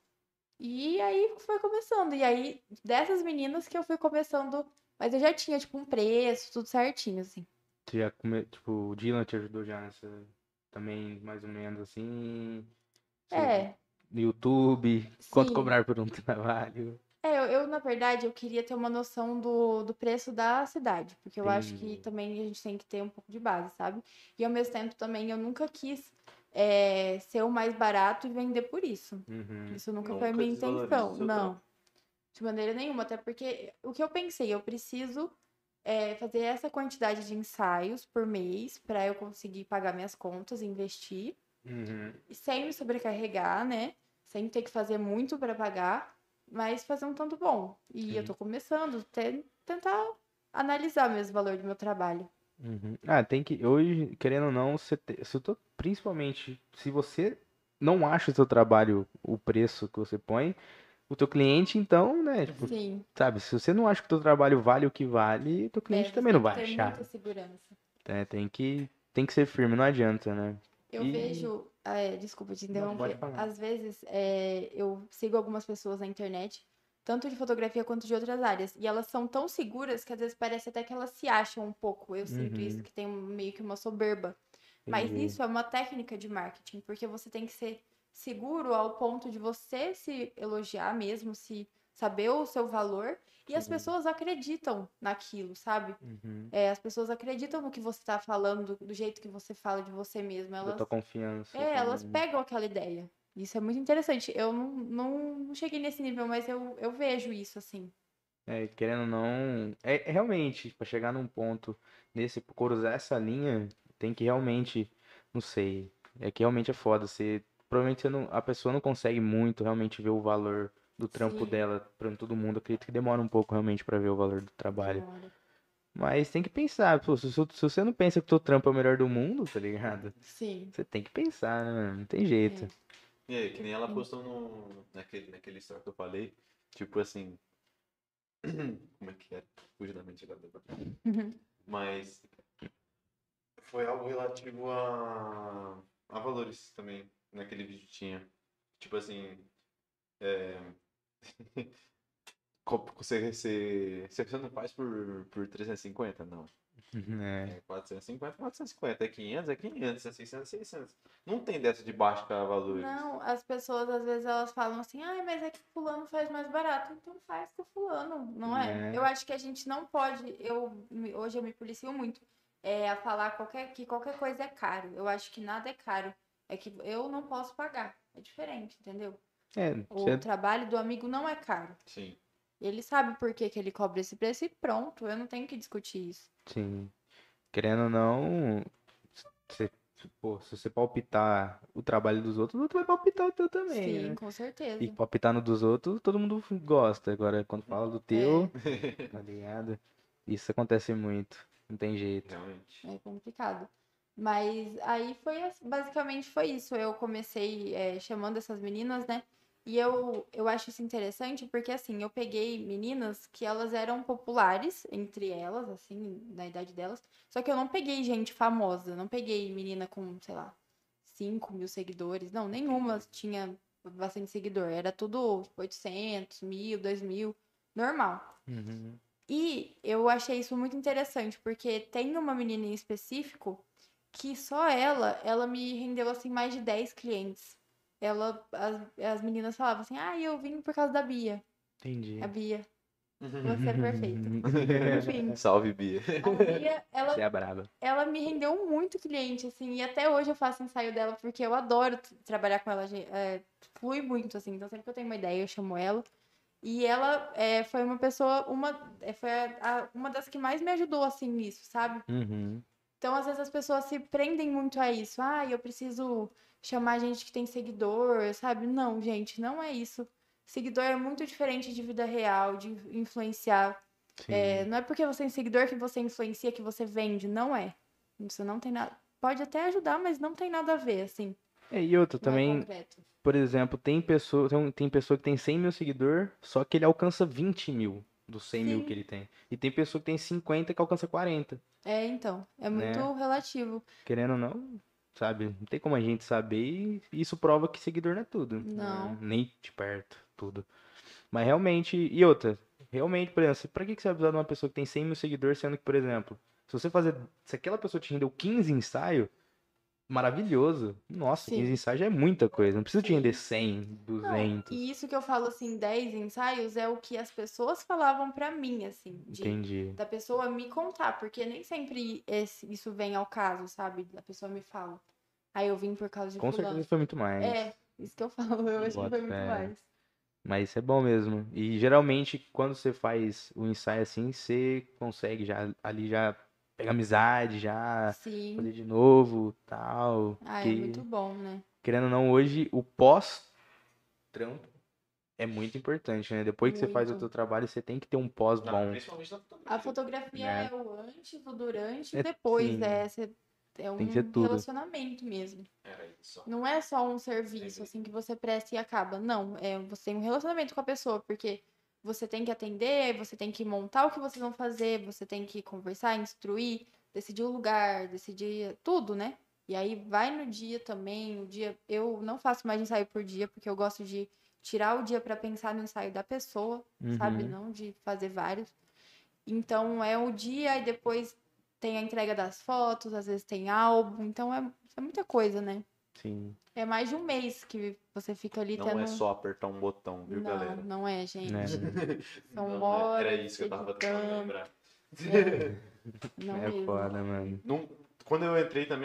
E aí foi começando. E aí, dessas meninas que eu fui começando, mas eu já tinha, tipo, um preço, tudo certinho, assim. Você já come... Tipo, o Dylan te ajudou já nessa. Também, mais ou menos assim. Você- É, No YouTube. Quanto sim. cobrar por um trabalho? É, eu, eu, na verdade, eu queria ter uma noção do, do preço da cidade, porque eu acho que Entendi. também a gente tem que ter um pouco de base, sabe? E ao mesmo tempo também eu nunca quis é, ser o mais barato e vender por isso. Uhum. Isso nunca Nunca foi a minha desvalorize intenção, o seu não. trampo. De maneira nenhuma, até porque o que eu pensei, eu preciso é, fazer essa quantidade de ensaios por mês para eu conseguir pagar minhas contas, investir, Uhum. e sem me sobrecarregar, né? Sem ter que fazer muito para pagar, mas fazer um tanto bom. E Sim. eu tô começando a tentar analisar mesmo o valor do meu trabalho. Uhum. Ah, tem que. Hoje, querendo ou não, você te... se eu tô... principalmente se você não acha o seu trabalho o preço que você põe, o teu cliente, então, né? Tipo, Sim, sabe, se você não acha que o teu trabalho vale o que vale, o teu é, cliente você também não tem que vai ter achar. muita segurança. É, tem que, tem que ser firme, não adianta, né? Eu E- vejo, é, desculpa te Não, pode interromper, falar. às vezes é, eu sigo algumas pessoas na internet, tanto de fotografia quanto de outras áreas, e elas são tão seguras que às vezes parece até que elas se acham um pouco. Eu sinto isso, Uhum, que tem um- meio que uma soberba. Mas entendi. isso é uma técnica de marketing, porque você tem que ser seguro ao ponto de você se elogiar mesmo, se saber o seu valor, e as Sim. pessoas acreditam naquilo, sabe? Uhum. É, as pessoas acreditam no que você tá falando, do, do jeito que você fala de você mesmo. Da Elas tua confiança é, elas também. pegam aquela ideia. Isso é muito interessante. Eu não, não, não cheguei nesse nível, mas eu, eu vejo isso, assim. É, querendo ou não, é, é realmente, para chegar num ponto nesse, cruzar essa linha, tem que realmente, não sei, é que realmente é foda, você, provavelmente você não, a pessoa não consegue muito realmente ver o valor do trampo Sim, dela pra todo mundo, acredito que demora um pouco realmente pra ver o valor do trabalho, demora. mas tem que pensar, pô, se, se se você não pensa que o teu trampo é o melhor do mundo, tá ligado? Sim, Você tem que pensar, né, mano? Não tem jeito. é. E aí, que nem ela Sim. postou no, naquele, naquele story que eu falei, tipo assim, como é que é? Fugiu da mente agora. Mas foi algo relativo a, a valores também, naquele vídeo tinha. Tipo assim, é, co- você, você, você não faz por, por trezentos e cinquenta? Não. É, É quatrocentos e cinquenta, quatrocentos e cinquenta. É quinhentos, é quinhentos. É seiscentos, é seiscentos. Não tem dessa de baixo para valores. Não, as pessoas às vezes elas falam assim, ai, mas é que fulano faz mais barato, então faz com fulano, não é? né? Eu acho que a gente não pode, eu me- hoje eu me policio muito é, a falar qualquer, que qualquer coisa é caro. Eu acho que nada é caro. É que eu não posso pagar. É diferente, entendeu? É, O você, trabalho do amigo não é caro. Sim. Ele sabe por que, que ele cobra esse preço e pronto, eu não tenho que discutir isso. sim, querendo ou não, você, pô, se você palpitar o trabalho dos outros, o outro vai palpitar o teu também, Sim, né? com E certeza. palpitar no dos outros, todo mundo gosta. Agora, quando fala do É, teu, tá ligado? Isso acontece muito, não tem jeito. Realmente. é complicado. Mas aí foi ass- basicamente foi isso. Eu comecei é, chamando essas meninas, né? E eu, eu acho isso interessante porque assim, eu peguei meninas que elas eram populares entre elas, assim, na idade delas. Só que eu não peguei gente famosa, não peguei menina com, sei lá, cinco mil seguidores. Não, nenhuma tinha bastante seguidor. Era tudo oitocentos, mil, dois mil, normal. Uhum. E eu achei isso muito interessante, porque tem uma menina em específico que só ela, ela me rendeu assim mais de dez clientes. Ela, as, as meninas falavam assim: "Ah, eu vim por causa da Bia". A Entendi. Bia, você é perfeita. Enfim, Salve, Bia. a Bia, Você ela é braba. ela me rendeu muito cliente assim, e até hoje eu faço ensaio dela porque eu adoro t- trabalhar com ela, gente, é, flui muito assim. Então sempre que eu tenho uma ideia, eu chamo ela. E ela é, foi uma pessoa, uma, é, foi a- a- uma das que mais me ajudou, assim, nisso, sabe? Uhum. Então, às vezes, as pessoas se prendem muito a isso. Ah, eu preciso chamar gente que tem seguidor, sabe? Não, gente, não é isso. Seguidor é muito diferente de vida real, de influenciar. É, Sim. não é porque você tem seguidor que você influencia, que você vende. Não é. Isso não tem nada. Pode até ajudar, mas não tem nada a ver, assim. É, e outra Não é também, concreto. por exemplo, tem pessoa, tem, um- tem pessoa que tem cem mil seguidores, só que ele alcança vinte mil dos cem mil que Sim. ele tem. E tem pessoa que tem cinquenta que alcança quarenta, É, então. É né? muito relativo. Querendo ou não, sabe? Não tem como a gente saber e isso prova que seguidor não é tudo, né? Não. Nem de perto, tudo. Mas realmente, e outra, realmente, por exemplo, pra que que você vai precisar de uma pessoa que tem cem mil seguidores, sendo que, por exemplo, se você fazer, se aquela pessoa te rendeu quinze ensaios, maravilhoso. Nossa, quinze Sim. ensaios já é muita coisa. Não precisa te render Sim. cem, Não, duzentos. e isso que eu falo assim, dez ensaios é o que as pessoas falavam pra mim, assim, de Entendi. da pessoa me contar, porque nem sempre esse, isso vem ao caso, sabe? A pessoa me fala. Aí eu vim por causa de Com certeza fulano. foi muito mais. É, isso que eu falo, eu acho que Boto foi muito fé. mais. Mas isso é bom mesmo. E geralmente, quando você faz o ensaio assim, você consegue já ali já pegar amizade, já Sim. fazer de novo, tal. Ah, é Que, muito bom, né? querendo ou não, hoje o pós-trampo é muito importante, né? Depois que você faz o Muito. teu trabalho, você tem que ter um pós Na- bom, principalmente na A fotografia. fotografia né? é o antes, o durante e É, depois. sim, É, cê- é tem que ser um tudo. relacionamento mesmo. Era isso. Só. Não é só um serviço Entendi. assim que você presta e acaba. Não, é você tem um relacionamento com a pessoa, porque você tem que atender, você tem que montar o que vocês vão fazer, você tem que conversar, instruir, decidir o lugar, decidir tudo, né? E aí vai no dia também, o dia eu não faço mais ensaio por dia, porque eu gosto de tirar o dia para pensar no ensaio da pessoa, sabe? Uhum, Não de fazer vários. Então é o dia e depois tem a entrega das fotos, às vezes tem álbum, então é, é muita coisa, né? sim. É mais de um mês que você fica ali Não é tendo. só apertar um botão, viu, Não, galera? não é, Né? gente. São Não, é- era horas isso que eu tava tentando editando. lembrar. É, não É mesmo. foda, mano. Não- quando eu entrei também,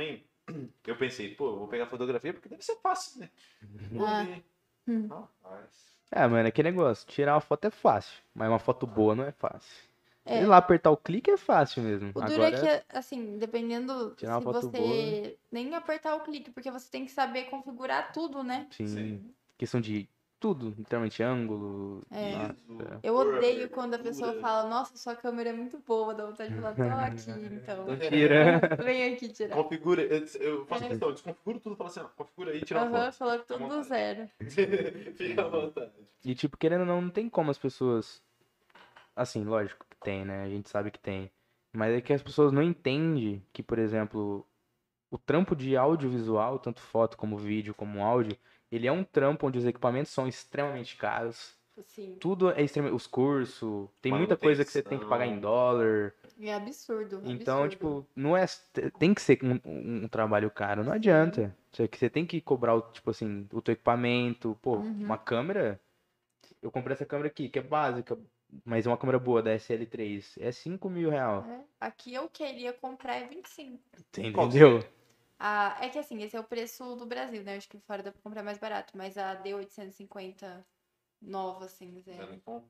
eu pensei, pô, eu vou pegar fotografia porque deve ser fácil, né? Vou Ah. ver. Hum. Rapaz. É, mano, é aquele negócio. Tirar uma foto é fácil, mas uma foto boa não é fácil. É. Sei lá, apertar o clique é fácil mesmo. O duro é Agora, que, assim, dependendo tirar uma se foto você nem apertar o clique, porque você tem que saber configurar tudo, né? sim, Sim. questão de tudo, literalmente ângulo. É. Nossa. Isso, Eu cor, odeio quando a pessoa abertura. fala, nossa, sua câmera é muito boa, dá vontade de falar, tô aqui, então. Então tira. Vem aqui tirar. Configura, eu eu faço É. questão, eu desconfiguro tudo e falo assim, ó, configura aí e tira uma Aham, foto. falou Fica à tudo do vontade. zero. Fica à vontade. E tipo, querendo ou não, não tem como as pessoas. Assim, lógico que tem, né? A gente sabe que tem. Mas é que as pessoas não entendem que, por exemplo, o trampo de audiovisual, tanto foto como vídeo, como áudio, ele é um trampo onde os equipamentos são extremamente caros. Sim, Tudo é extremamente. Os cursos, tem muita coisa que você tem que pagar em Manutenção. dólar. é absurdo, Então, absurdo. tipo, não é. Tem que ser um, um- um trabalho caro, não Sim. adianta. Só que você tem que cobrar, o, tipo assim, o teu equipamento. Pô, Uhum. uma câmera. Eu comprei essa câmera aqui, que é básica, mas é uma câmera boa, da S L três. É cinco mil real. É, aqui eu queria comprar é vinte e cinco. Você Qual que entendeu? Ah, é que assim, esse é o preço do Brasil, né? Acho que fora dá pra comprar mais barato, mas a D oitocentos e cinquenta nova, assim, Da zero. Nikon?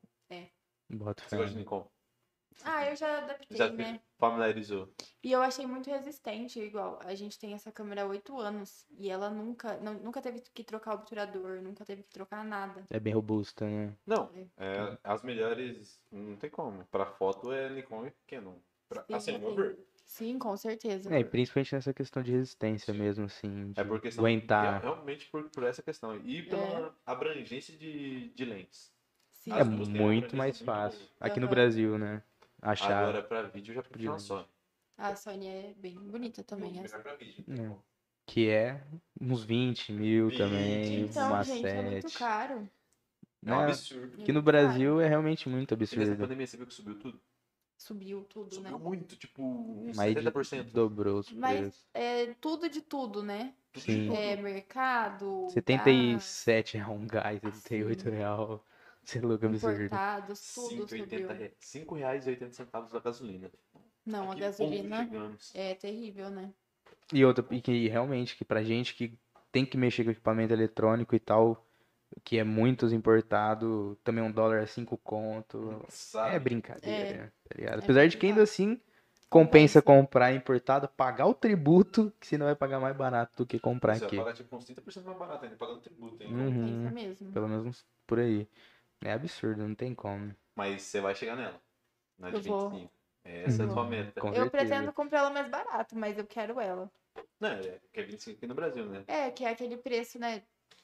Bota Você fé. gosta de Nikon? Ah, eu já adaptei, Já né? familiarizou? E eu achei muito resistente, igual. A gente tem essa câmera há oito anos e ela nunca, não- nunca teve que trocar o obturador, nunca teve que trocar nada. É bem robusta, né? Não, é, as melhores, não tem como. Pra foto é Nikon e Canon. Pra, Sim, assim, ao meu sim. ver. Sim, com certeza. É, e principalmente nessa questão de resistência mesmo, assim, de É por questão, aguentar. real- realmente por, por essa questão. E pela abrangência de, de lentes. Sim. É As duas têm uma muito abrangência mais muito fácil. boa. Aqui no Aham. Brasil, né? Achar. Agora pra vídeo eu já prefiro uma de só. A Sony é bem bonita também. essa. Melhor pra vídeo. não É. tem como. Que é uns vinte mil vinte, também, Então, uma gente, é muito sete. caro. É um Né? absurdo. Aqui no muito Brasil é realmente muito E nessa absurdo. pandemia você viu que subiu tudo? Subiu tudo, Subiu né? muito, tipo, uns Mais setenta de por cento. dobrou os Mas preços. é tudo de tudo, né? Tudo Sim. de tudo. É mercado, setenta e gás, sete real um gás, setenta e oito Sim. real. Você é louco, absurdo. importados, tudo cinco e oitenta subiu. re- cinco reais e oitenta centavos da gasolina. Não, a Que gasolina ponto chegamos? é terrível, né? E outra, e que realmente, que pra gente que tem que mexer com equipamento eletrônico e tal, que é muitos importado, também um dólar é cinco conto. Sabe? É brincadeira, tá ligado? é Apesar de que ainda complicado. assim compensa Compensa. comprar importado, pagar o tributo, que senão vai pagar mais barato do que comprar Você vai aqui. pagar tipo uns trinta por cento mais barato ainda, pagando tributo ainda. Uhum, Compensa mesmo. pelo menos uns por aí. É absurdo, não tem como. Mas você vai chegar nela. Na de Eu vou. vinte e cinco. Essa é a Eu sua vou. meta. Com Eu certeza. pretendo comprar ela mais barato, mas eu quero ela. Não, é que é vinte e cinco aqui no Brasil, né? É, que é aquele preço, né?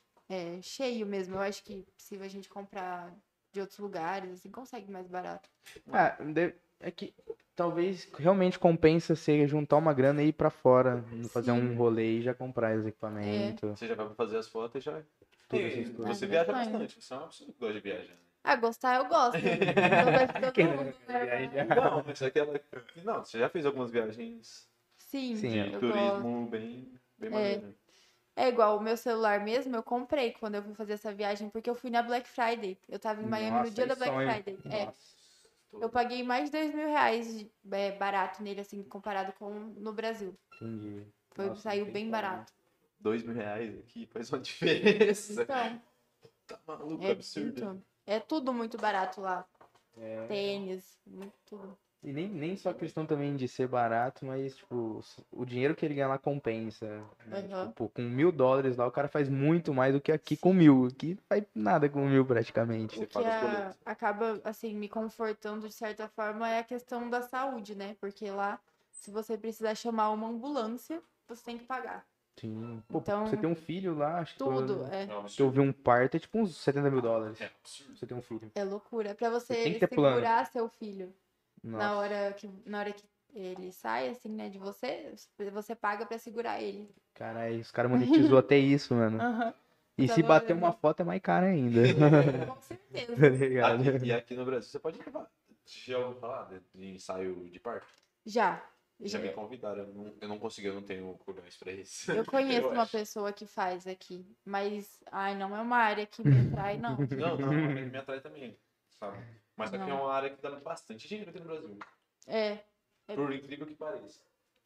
É, cheio mesmo. Eu acho que se a gente comprar de outros lugares, assim, consegue mais barato. Ah, de- é que talvez realmente compensa você juntar uma grana e ir pra fora, fazer Sim. um rolê e já comprar os equipamentos. Você já vai fazer as fotos e já. Todas E essas coisas. você Ah, viaja meu sonho. bastante, você é uma pessoa que gosta de viajar. Ah, gostar eu gosto. Eu gosto de todo Quem mundo, não né? viaja? Não, mas é aquela. Não, você já fez algumas viagens Sim, Sim, de eu gosto. turismo bem, bem maneiro. É igual o meu celular mesmo, eu comprei quando eu fui fazer essa viagem, porque eu fui na Black Friday. Eu tava em Miami no Nossa, dia aí da Black sonho. Friday. É, Nossa. eu paguei mais de dois mil reais é, barato nele, assim, comparado com no Brasil. Entendi. Foi, Nossa, saiu não tem bem como. barato. Dois mil reais aqui faz uma diferença. Então, Tá maluco, é, absurdo. então, é tudo muito barato lá. É. Tênis, muito tudo. E nem, nem só questão também de ser barato, mas, tipo, o dinheiro que ele ganha lá compensa. Né? Aham. Tipo, pô, com mil dólares lá, o cara faz muito mais do que aqui com mil. Aqui não faz nada com mil praticamente. Você O que paga os a- boletos. acaba, assim, me confortando de certa forma é a questão da saúde, né? Porque lá, se você precisar chamar uma ambulância, você tem que pagar. Sim. Pô, Então, você tem um filho lá, acho que Tudo, eu, é, É um que eu absurdo. vi um parto, é tipo uns setenta mil dólares. É absurdo. Você tem um filho. é loucura. Pra você, Você tem que ter plano. segurar seu filho Nossa. na hora que, na hora que ele sai, assim, né, de você, você paga pra segurar ele. Caralho, os caras monetizou até isso, mano. Aham. E Tava se bater olhando. uma foto é mais caro ainda. Com certeza. Tá ligado? Aqui, e aqui no Brasil você pode levar. Você já ouviu falar de, de ensaio de parto? Já. Já Já. me convidaram, eu não, eu não consegui, eu não tenho culhões pra isso. Eu conheço Eu uma acho. pessoa que faz aqui, mas, ai, não é uma área que me atrai, não. Não, não, é uma área que me atrai também, sabe? Mas só que é Não. uma área que dá bastante dinheiro aqui no Brasil. É, É. Por incrível que pareça.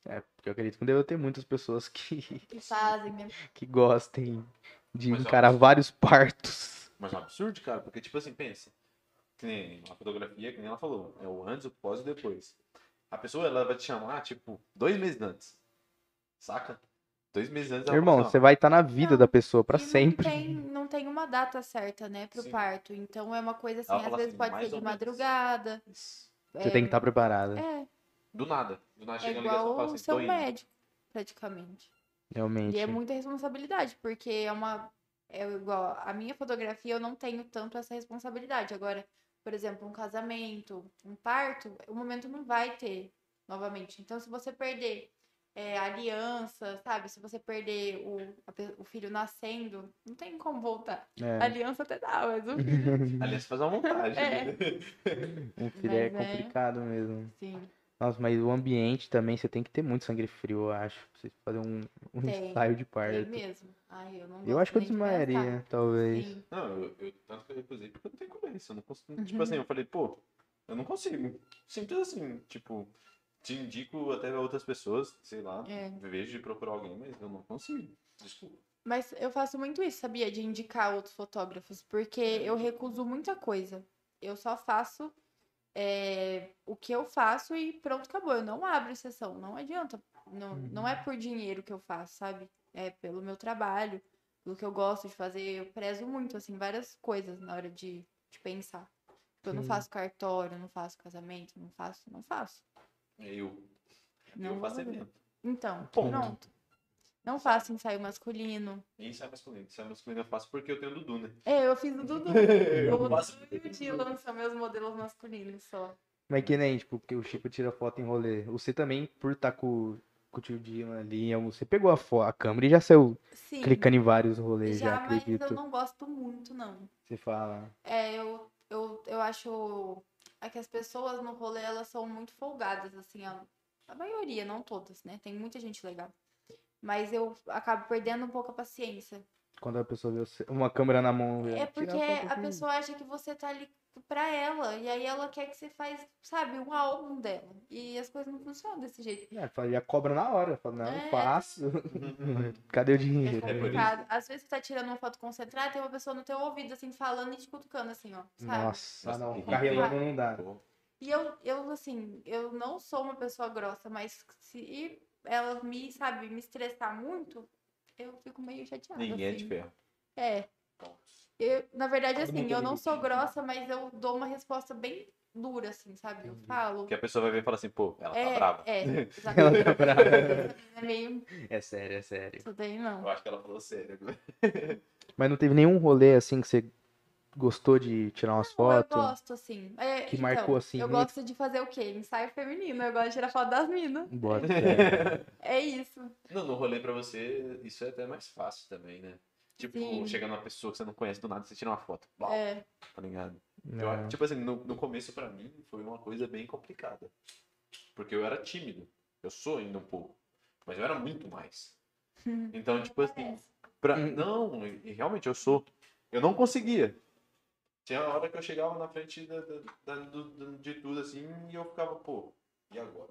É, porque eu acredito que deve ter muitas pessoas que, Que fazem, né? que gostem de Mas é um encarar absurdo. vários partos. Mas é um absurdo, cara, porque, tipo assim, pensa. Que nem a fotografia, que nem ela falou. É o antes, o pós e o depois. A pessoa, ela vai te chamar, tipo, dois meses antes. Saca? Dois meses antes ela Irmão, fala assim, você vai estar na vida Não, da pessoa pra E não sempre. tem, não tem uma data certa, né, pro Sim. parto. Então é uma coisa assim, Ela às fala vezes assim, pode mais ser de ou menos. madrugada. ó, isso. Você tem que estar preparada. É, Do nada. Do nada é chega a ligação e fala igual assim, ser tô um indo. médico, praticamente. Realmente. E é muita responsabilidade, porque é uma. É igual. A minha fotografia eu não tenho tanto essa responsabilidade. Agora, por exemplo, um casamento, um parto, o momento não vai ter novamente. Então, se você perder é, a aliança, sabe? Se você perder o, a pe- o filho nascendo, não tem como voltar. A É. aliança até dá, mas o filho. Aliás, faz uma montagem. É. né? Um filho é Mas é- complicado mesmo. Sim, Nossa, mas o ambiente também, você tem que ter muito sangue frio, eu acho. Pra você fazer um, um tem. ensaio de Tem parto. mesmo. Ai, eu não Eu gosto acho que eu nem de desmaiaria, pensar. talvez. Sim. Não, eu, eu tanto que eu recusei porque eu não tenho como isso. Eu não consigo. Uhum. Tipo assim, eu falei, pô, eu não consigo. Simples assim, tipo, te indico até outras pessoas, sei lá, É. vejo de procurar alguém, mas eu não consigo. Desculpa. Mas eu faço muito isso, sabia? De indicar outros fotógrafos, porque eu recuso muita coisa. Eu só faço é, o que eu faço e pronto, acabou. Eu não abro exceção, não adianta. Não, não é por dinheiro que eu faço, sabe? É pelo meu trabalho, pelo que eu gosto de fazer. Eu prezo muito, assim, várias coisas na hora de, de pensar. Eu não Sim. faço cartório, não faço casamento, não faço, não faço. Eu, Não eu vou faço fazer. evento. Então, Ponto. pronto. Não faço ensaio masculino. E ensaio masculino. Ensaio masculino eu faço porque eu tenho o Dudu, né? É, eu fiz o Dudu. Eu O faço Dudu e o Dylan são meus modelos masculinos só. Mas que nem, tipo, que o Chico tira foto em rolê. Você também, por estar com, com o tio Dylan ali, você pegou a, fo- a câmera e já saiu Sim, clicando em vários rolês, já, já, mas eu acredito. não gosto muito, não. Você fala. É, eu, eu, eu acho é que as pessoas no rolê, elas são muito folgadas, assim, a, a maioria, não todas, né? Tem muita gente legal. Mas eu acabo perdendo um pouco a paciência. Quando a pessoa vê você- uma câmera na mão, É já, porque tira foto a aqui. pessoa acha que você tá ali pra ela, e aí ela quer que você faz, sabe, um álbum dela. E as coisas não funcionam desse jeito. É, fala- já cobra na hora. Fala, não, eu não É. faço. Cadê o É dinheiro? por isso. complicado. Às vezes você tá tirando uma foto concentrada e tem uma pessoa no teu ouvido, assim, falando e te cutucando, assim, ó, sabe? Nossa, ah, não. Nossa, Ficar relando não dá. Pô, E eu, eu, assim, eu não sou uma pessoa grossa, mas se ela me, sabe, me estressar muito, eu fico meio chateada, ninguém é de assim. ferro. É. Ponto. Eu, na verdade, Todo assim, mundo eu tem não sou limite. grossa, mas eu dou uma resposta bem dura, assim, sabe? Eu falo. Porque a pessoa vai ver e fala assim, pô, ela tá É, brava. é, Ela exatamente. tá brava. Essa menina é meio. É sério, é sério. Isso daí não. Eu acho que ela falou sério agora. Mas não teve nenhum rolê assim que você gostou de tirar umas Não, eu fotos? gosto, assim. É, Que então, marcou, assim, eu meio- gosto de fazer o quê? Ensaio feminino. Eu gosto de tirar foto das minas. Bota fé. É isso. Não, no rolê pra você, isso é até mais fácil também, né? Tipo, Sim. chegando uma pessoa que você não conhece do nada, você tira uma foto. Blau, É. tá ligado? Eu, Não. tipo assim, no, no começo pra mim foi uma coisa bem complicada. Porque eu era tímido. Eu sou ainda um pouco. Mas eu era muito mais. Então, tipo assim, pra... Hum. não, e e realmente eu sou. Eu não conseguia. Tinha uma hora que eu chegava na frente da, da- da- do- do- de tudo assim e eu ficava, pô, e agora?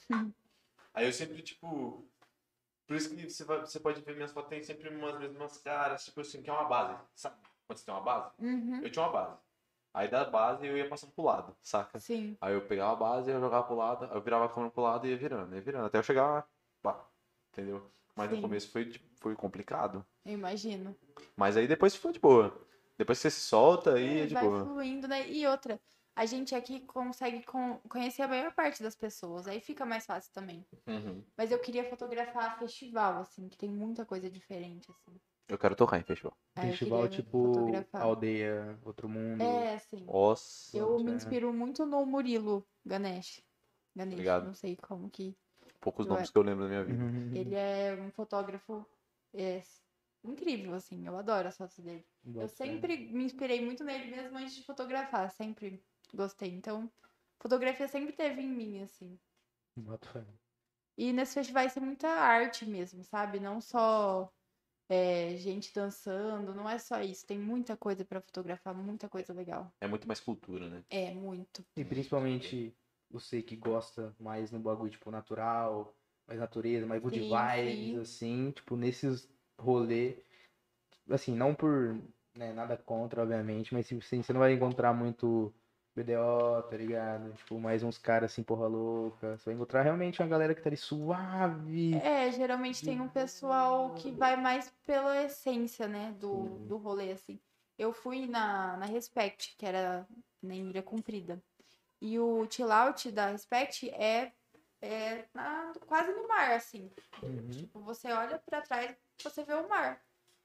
Aí eu sempre, tipo. Por isso que você, vai, você pode ver minhas fotos, tem sempre umas mesmas caras, tipo assim, que é uma base, sabe? Quando você tem uma base? Uhum. Eu tinha uma base. Aí da base eu ia passando pro lado, saca? Sim. Aí eu pegava a base, eu jogava pro lado, aí eu virava a câmera pro lado e ia virando, ia virando, até eu chegar lá, pá, entendeu? Mas Sim. no começo foi, tipo, foi complicado. Eu imagino. Mas aí depois foi de boa. Depois que você se solta, aí é É, de vai boa. fluindo, né? E outra, a gente aqui consegue con- conhecer a maior parte das pessoas. Aí fica mais fácil também. Uhum. Mas eu queria fotografar festival, assim, que tem muita coisa diferente, assim. Eu quero tocar em festival. Aí eu Festival queria tipo fotografar. Aldeia, Outro Mundo. É, assim. Nossa. Eu me é. inspiro muito no Murilo Ganesh. Ganesh, Obrigado. não sei como que. Poucos Eu- nomes que eu lembro da minha vida. Uhum. Ele é um fotógrafo é, incrível, assim. Eu adoro as fotos dele. Eu Bota fé. sempre me inspirei muito nele mesmo antes de fotografar. Sempre gostei. Então, fotografia sempre teve em mim, assim. Bota fé. E nesse festival vai ser muita arte mesmo, sabe? Não só é, gente dançando, não é só isso. Tem muita coisa pra fotografar, muita coisa legal. É muito mais cultura, né? É, muito. E principalmente você que gosta mais no bagulho, tipo, natural, mais natureza, mais good Sim, vibes, sim. assim, tipo, nesses rolê, assim, não por, né, nada contra, obviamente, mas assim, você não vai encontrar muito B D O, tá ligado? Tipo, mais uns caras assim, porra louca. Você vai encontrar realmente uma galera que tá ali suave. É, geralmente tem um pessoal que vai mais pela essência, né, do, Sim. do rolê, assim. Eu fui na, na Respect, que era na Ilha Comprida. E o chill out da Respect é, é na- quase no mar, assim. Uhum. Tipo, você olha pra trás, você vê o mar.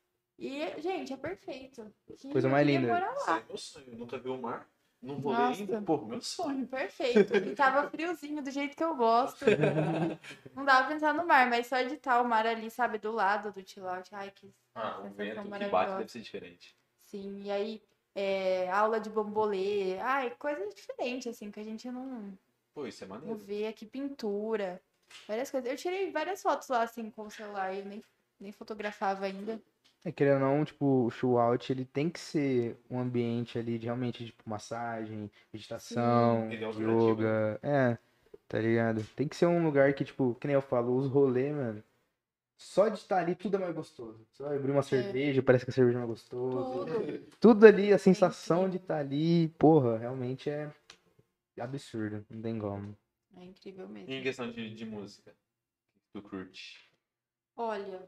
E, gente, é perfeito. Que Coisa eu mais queria linda. morar Isso lá. é meu sonho. Eu nunca vi o mar. Não vou ler Nossa. ainda. Pô, meu sonho. Perfeito. E tava friozinho, do jeito que eu gosto. Não dava pra entrar no mar, mas só de estar o mar ali, sabe, do lado do chill out. Ai, que Ah, o sensação vento que maravilhosa. bate deve ser diferente. Sim, e aí, é, aula de bambolê. Ai, coisa diferente, assim, que a gente não, Pô, isso é não maneiro. vê aqui. Pintura, várias coisas. Eu tirei várias fotos lá, assim, com o celular. Eu nem, nem fotografava ainda. É, querendo ou não, tipo, o chill out, ele tem que ser um ambiente ali de realmente, tipo, massagem, meditação, Ele é alternativo, yoga. É, tá ligado? Tem que ser um lugar que, tipo, que nem eu falo, os rolês, mano. Só de estar ali, tudo é mais gostoso. Só abrir uma cerveja, parece que a cerveja é mais gostoso. Tudo. Tudo ali, a sensação de incrível. estar ali, porra, realmente é absurdo. Não tem como. É incrível mesmo. E em questão de, de música? Tu curte? Olha,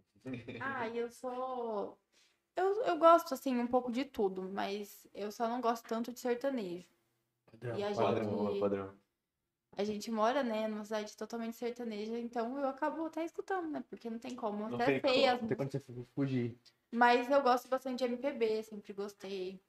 ah, eu sou. Eu, eu gosto, assim, um pouco de tudo, mas eu só não gosto tanto de sertanejo. E a Padrão, gente, padrão. a gente mora, né, numa cidade totalmente sertaneja, então eu acabo até escutando, né? Porque não tem como, Não até tem sei as como. Até quando músicas. você fugir. Mas eu gosto bastante de M P B, sempre gostei.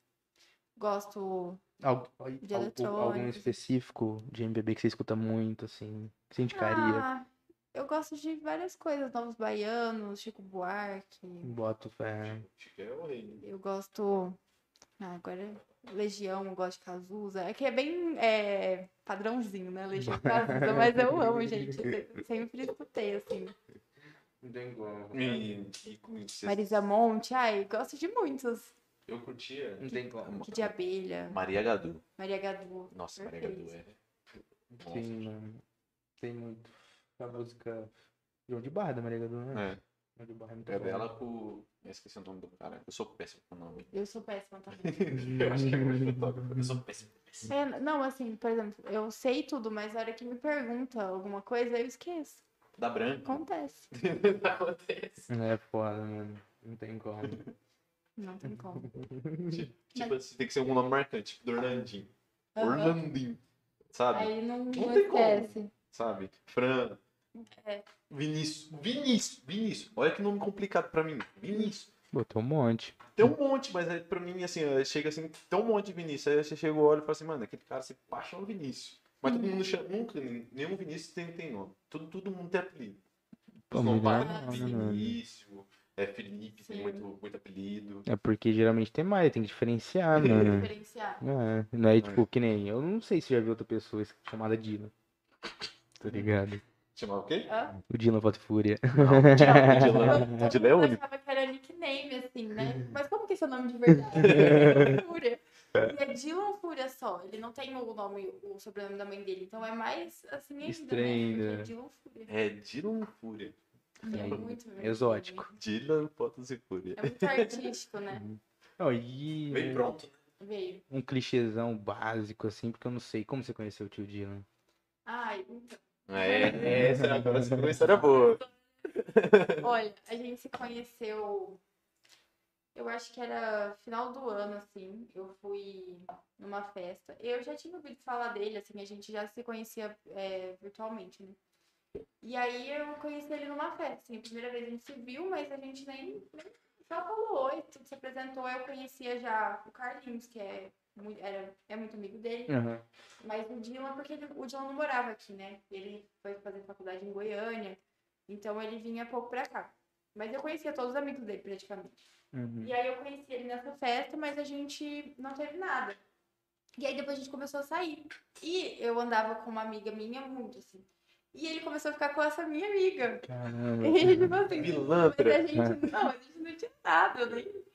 Gosto Al- de al- algum eletrônicos. específico de M P B que você escuta muito, assim, que você indicaria? Ah, eu gosto de várias coisas, Novos Baianos, Chico Buarque. Boto fé. Acho que é o rei. Eu gosto. Ah, agora Legião, eu gosto de Cazuza. É que é bem é, padrãozinho, né? Legião e Cazuza, mas eu amo, gente. Eu sempre escutei, assim. Não tem como. E, e com isso, Marisa Monte, ai, gosto de muitos. eu curtia Não tem como. Kid de Abelha, Maria Gadu. Maria Gadu. Nossa, Maria Perfeito. Gadu é. Sim, mano. Tem muito. A música. João de Barra da Maria Gadu, né? É. João de Barra é muito É bom. dela com. Eu esqueci o nome do cara. Eu sou péssimo com o nome. Eu sou péssima também. Eu acho que é muito fotógrafo. Eu sou péssimo. péssimo. É, não, assim, por exemplo, eu sei tudo, mas na hora que me pergunta alguma coisa, eu esqueço. Da branca. Acontece. Acontece. É foda, mano. Não tem como. Não tem como. Tipo assim, tem que ser algum nome marcante. Tipo do Orlandinho. Aham. Orlandinho. Sabe? Aí não, não, tem como. esquece. Sabe? Fran. É. Vinícius. Vinícius. Vinícius. Olha que nome complicado pra mim. Vinícius. Botou um monte. Tem um monte, mas aí pra mim, assim, ó, chega assim, tem um monte de Vinícius. Aí você chega, olha e fala assim, mano, aquele cara se paixão Vinícius. Mas todo mundo chama, nunca, nenhum Vinícius tem, tem nome. Todo, todo mundo tem apelido. Pô, Os melhor compadres, não, né, mano? Vinícius, é, Felipe, tem Sim. muito, muito apelido. É porque geralmente tem mais, tem que diferenciar, mano. Diferenciar. É, não é tipo que nem. Eu não sei se já viu outra pessoa chamada Dylan. Tá ligado? Chamava o quê? Hã? O Dylan Foto e Fúria. Não, o Dylan- o Dylan é Eu único. achava que era nickname, assim, né? Mas como que é seu nome de verdade? Dylan Fúria. E é Dylan Fúria só. Ele não tem o nome, o sobrenome da mãe dele. Então é mais assim ainda, Estranho, né? né? Porque é Dylan Fúria. É Dylan Fúria. E é Sim. muito Exótico. Dylan Fotos e Fúria. É muito artístico, né? Não, e Veio um, pronto, né? Veio. um clichêzão básico, assim, porque eu não sei como você conheceu o tio Dylan. Ai, então. É, essa agora você uma história boa. Olha, a gente se conheceu. Eu acho que era final do ano, assim. Eu fui numa festa. Eu já tinha ouvido falar dele, assim, a gente já se conhecia é, virtualmente, né? E aí eu conheci ele numa festa, assim, a primeira vez a gente se viu, mas a gente nem, nem só falou oi, tudo se apresentou. Eu conhecia já o Carlinhos, que é muito, era, é muito amigo dele, Aham. mas o Dylan, porque ele, o Dylan não morava aqui, né? Ele foi fazer faculdade em Goiânia, então ele vinha pouco pra cá. Mas eu conhecia todos os amigos dele, praticamente. Uhum. E aí eu conheci ele nessa festa, mas a gente não teve nada. E aí depois a gente começou a sair. E eu andava com uma amiga minha muito, assim. E ele começou a ficar com essa minha amiga. Caramba. E tipo assim, Pilantra. mas a gente, não, a gente não tinha nada, nem,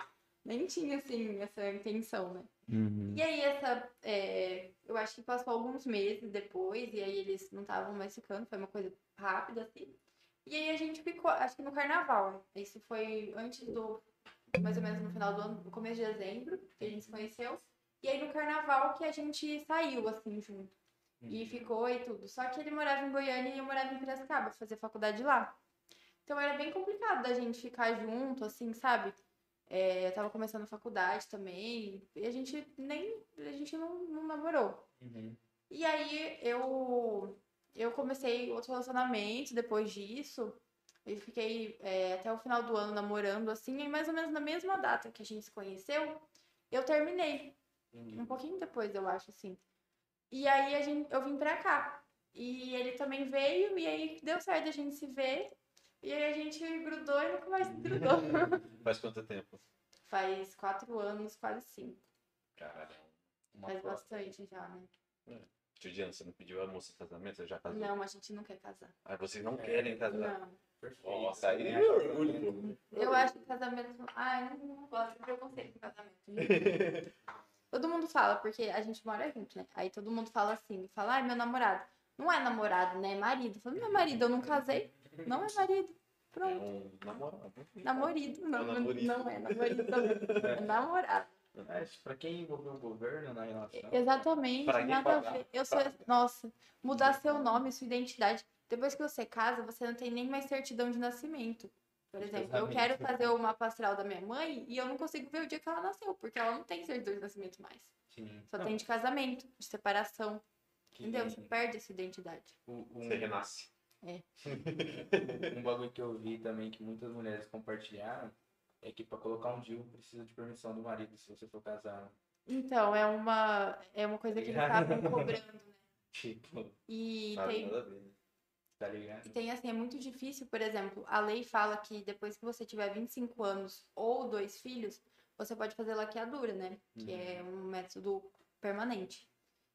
Nem tinha, assim, essa intenção, né? Uhum. E aí, essa. é, eu acho que passou alguns meses depois, e aí eles não estavam mais ficando, foi uma coisa rápida, assim. E aí a gente ficou, acho que no carnaval, né? Isso foi antes do. Mais ou menos no final do ano, no começo de dezembro, que a gente se conheceu. E aí no carnaval que a gente saiu, assim, junto. E ficou e tudo. Só que ele morava em Goiânia e eu morava em Piracicaba, fazer faculdade lá. Então era bem complicado da gente ficar junto, assim, sabe? É, eu tava começando a faculdade também, e a gente nem, a gente não, não namorou. Uhum. E aí eu, eu comecei outro relacionamento depois disso, eu fiquei é, até o final do ano namorando, assim, e mais ou menos na mesma data que a gente se conheceu, eu terminei, Entendi. um pouquinho depois, eu acho, assim. E aí a gente, eu vim pra cá, e ele também veio, e aí deu certo a gente se ver, e aí a gente grudou e nunca mais se grudou. Faz quanto tempo? Faz quatro anos, quase cinco. Caralho. Uma Faz foto. bastante já, né? Juliana, você não pediu a moça em casamento? Você já casou? Não, a gente não quer casar. Ah, vocês não querem casar? Não. Perfeito. Nossa, aí é orgulho, pô. Eu acho que casamento. Ai, não, não gosto de preconceito com casamento. Todo mundo fala, porque a gente mora junto, né? Aí todo mundo fala assim, fala, ai, meu namorado. Não é namorado, né? É marido. Eu falo, não é marido, eu não casei. Não é marido. É Pronto. um namorado. Namorido. Não, É um namorido. não é namorido também. É namorado. É, pra quem envolveu o governo na relação. Exatamente, Pra quem nada a pagar? ver. Eu sou. Nossa, mudar seu nome, sua identidade. Depois que você casa, você não tem nem mais certidão de nascimento. Por De exemplo, eu casamento. quero fazer o mapa astral da minha mãe e eu não consigo ver o dia que ela nasceu, porque ela não tem certidão de nascimento mais. Sim. Só Não, tem de casamento, de separação. que Entendeu? nem Você perde essa identidade. o- um, Você renasce. um bagulho que eu vi também que muitas mulheres compartilharam é que pra colocar um D I U precisa de permissão do marido se você for casar. Então, é uma, é uma coisa que eles estavam cobrando, né? Tipo, E Nada, tem, nada a ver, né? tá ligado? E tem assim, é muito difícil, por exemplo, a lei fala que depois que você tiver vinte e cinco anos ou dois filhos, você pode fazer laqueadura, né? Que é um método permanente.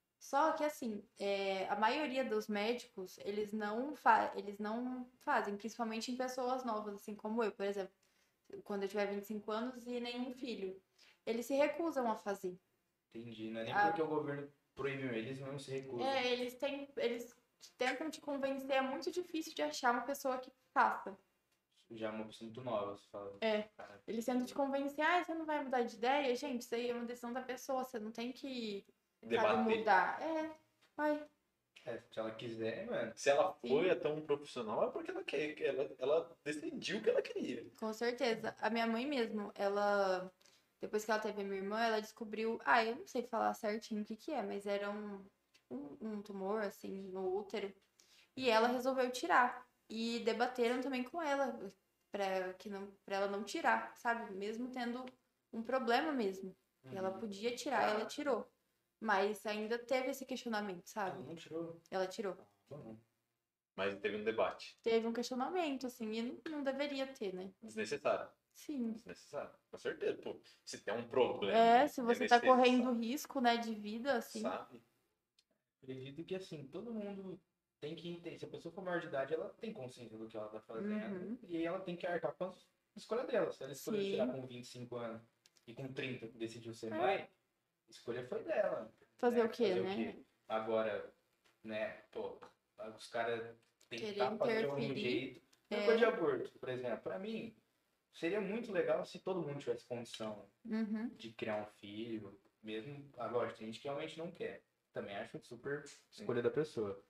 Só que assim, é, a maioria dos médicos, eles não, fa eles não fazem, principalmente em pessoas novas, assim como eu, por exemplo, quando eu tiver vinte e cinco anos e nenhum filho. Eles se recusam a fazer. Entendi. Não é nem Ah. porque o governo proibiu, eles mesmo se recusam. É, eles têm, eles tentam te convencer, é muito difícil de achar uma pessoa que faça. Já é uma opção muito nova, você fala. É. Cara, Eles tentam te convencer, ah, você não vai mudar de ideia? Gente, isso aí é uma decisão da pessoa, você não tem que, sabe, Debater. mudar. É, vai. é, se ela quiser, mano. Se ela Sim. foi até um profissional, é porque ela quer. Ela, ela decidiu o que ela queria. Com certeza. A minha mãe mesmo, ela, depois que ela teve a minha irmã, ela descobriu, ah, eu não sei falar certinho o que que é, mas era um, um, um tumor, assim, no útero. E ela resolveu tirar. E debateram também com ela, pra, que não, pra ela não tirar, sabe? Mesmo tendo um problema mesmo. E ela podia tirar, ela tirou. Mas ainda teve esse questionamento, Ela sabe? não tirou. Ela tirou. Não. Mas teve um debate. Teve um questionamento, assim, e não, não deveria ter, né? Desnecessário. Sim. Desnecessário. Com certeza. Pô, se tem um problema. É, se você tá necessário, correndo risco, né, de vida, assim. Sabe? Acredito que assim, todo mundo tem que entender. Se a pessoa for maior de idade, ela tem consciência do que ela tá fazendo. Uhum. E aí ela tem que arcar com a escolha dela. Se ela escolheu Sim. tirar com vinte e cinco anos e com trinta decidiu ser É. mãe, a escolha foi dela. Fazer né? o quê, Fazer né? o quê? Agora, né, pô, os caras Querer tentar fazer de algum interferir. jeito. É. Uma coisa de aborto, por exemplo, pra mim, seria muito legal se todo mundo tivesse condição Uhum. de criar um filho, mesmo. Agora, tem gente que realmente não quer. Também acho super escolha da pessoa.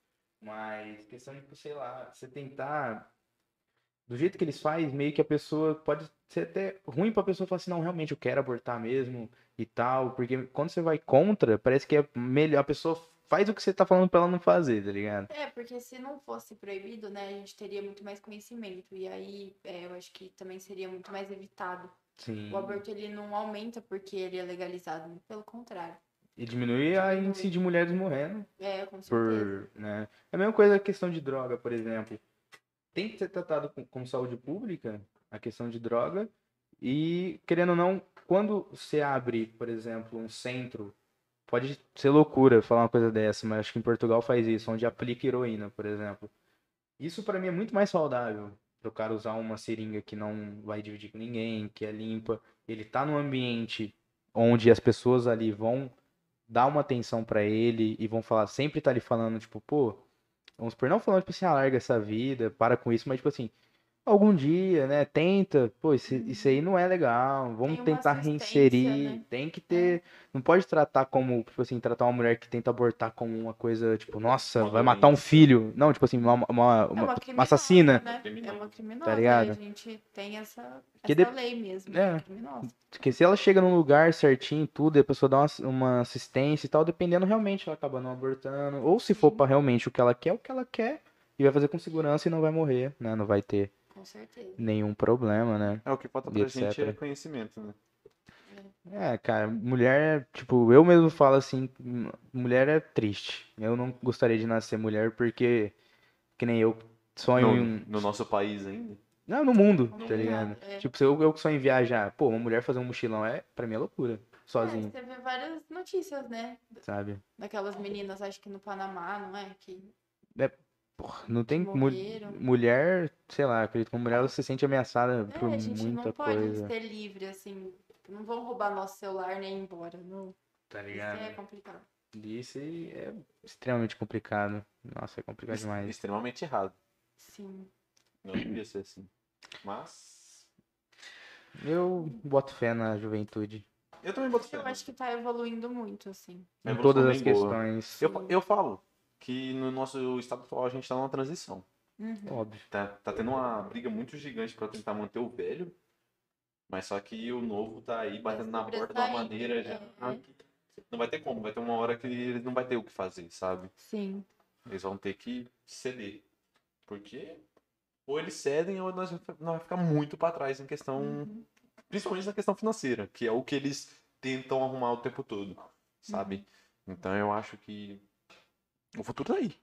Mas questão de, sei lá, você tentar. Do jeito que eles fazem, meio que a pessoa pode ser até ruim pra pessoa falar assim, não, realmente eu quero abortar mesmo e tal. Porque quando você vai contra, parece que é melhor. A pessoa faz o que você tá falando pra ela não fazer, tá ligado? É, porque se não fosse proibido, né, a gente teria muito mais conhecimento. E aí, é, eu acho que também seria muito mais evitado. Sim. O aborto, ele não aumenta porque ele é legalizado, né? Pelo contrário. E diminuir a Diminui. índice de mulheres morrendo É, com certeza. por, né? É a mesma coisa a questão de droga, por exemplo. Tem que ser tratado com, com saúde pública, a questão de droga. E, querendo ou não, quando você abre, por exemplo, um centro, pode ser loucura falar uma coisa dessa, mas acho que em Portugal faz isso, onde aplica heroína, por exemplo. Isso pra mim é muito mais saudável. O cara usar uma seringa que não vai dividir com ninguém, que é limpa. ele tá num ambiente onde as pessoas ali vão dar uma atenção pra ele e vão falar, sempre tá ali falando, tipo, pô, vamos supor, não falando, tipo assim, ah, larga essa vida, para com isso, mas tipo assim, algum dia, né, tenta, pô, isso, isso aí não é legal, vamos Tem uma tentar assistência, reinserir, né? tem que ter, não pode tratar como, tipo assim, tratar uma mulher que tenta abortar como uma coisa, tipo, nossa, Uma vai matar um doença. filho, não, tipo assim, uma, uma, É uma- uma uma criminosa, assassina, né? É Criminosa. uma tá criminosa. E ligado? a gente tem essa, Que essa de- lei mesmo. é. É criminosa. Porque se ela chega num lugar certinho e tudo, e a pessoa dá uma, uma assistência e tal, dependendo realmente, ela acaba não abortando. Ou se for Sim. pra realmente o que ela quer, o que ela quer, e vai fazer com segurança e não vai morrer, né? Não vai ter Com certeza. nenhum problema, né? É, o que falta E pra gente é etcétera. conhecimento, né? É, cara, mulher, tipo, eu mesmo falo assim, m- mulher é triste. Eu não gostaria de nascer mulher porque, que nem eu, sonho em No, um. no nosso país ainda. Não, no mundo, tá Complicado, ligado? é. Tipo, se eu, eu que sonho em viajar, pô, uma mulher fazer um mochilão é, pra mim é loucura. É, Sozinho, você vê várias notícias, né? sabe? Daquelas meninas, acho que no Panamá, não é? Que, É, porra, não que tem mu- morreram. mulher, sei lá, acredito que uma mulher ela se sente ameaçada por É, a gente não muita pode coisa, ser livre, assim. Tipo, não vão roubar nosso celular nem ir embora. Não. tá Isso é complicado. Isso aí é extremamente complicado. Nossa, é complicado Ex- demais. Extremamente errado. Sim. Não devia ser assim. Mas. Eu boto fé na juventude. Eu também boto fé. Eu acho que tá evoluindo muito, assim. A Em evolução todas bem as boa. questões. Eu, eu falo que no nosso estado atual a gente tá numa transição. Uhum. Óbvio. Tá, tá tendo uma briga muito gigante pra tentar manter o velho, mas só que o novo tá aí batendo na porta de uma sobressair, maneira já é. que não vai ter como, vai ter uma hora que eles não vai ter o que fazer, sabe? Sim. Eles vão ter que ceder. Porque ou eles cedem ou nós, nós vamos ficar muito pra trás em questão, Uhum. principalmente na questão financeira, que é o que eles tentam arrumar o tempo todo, sabe? Então eu acho que o futuro tá aí.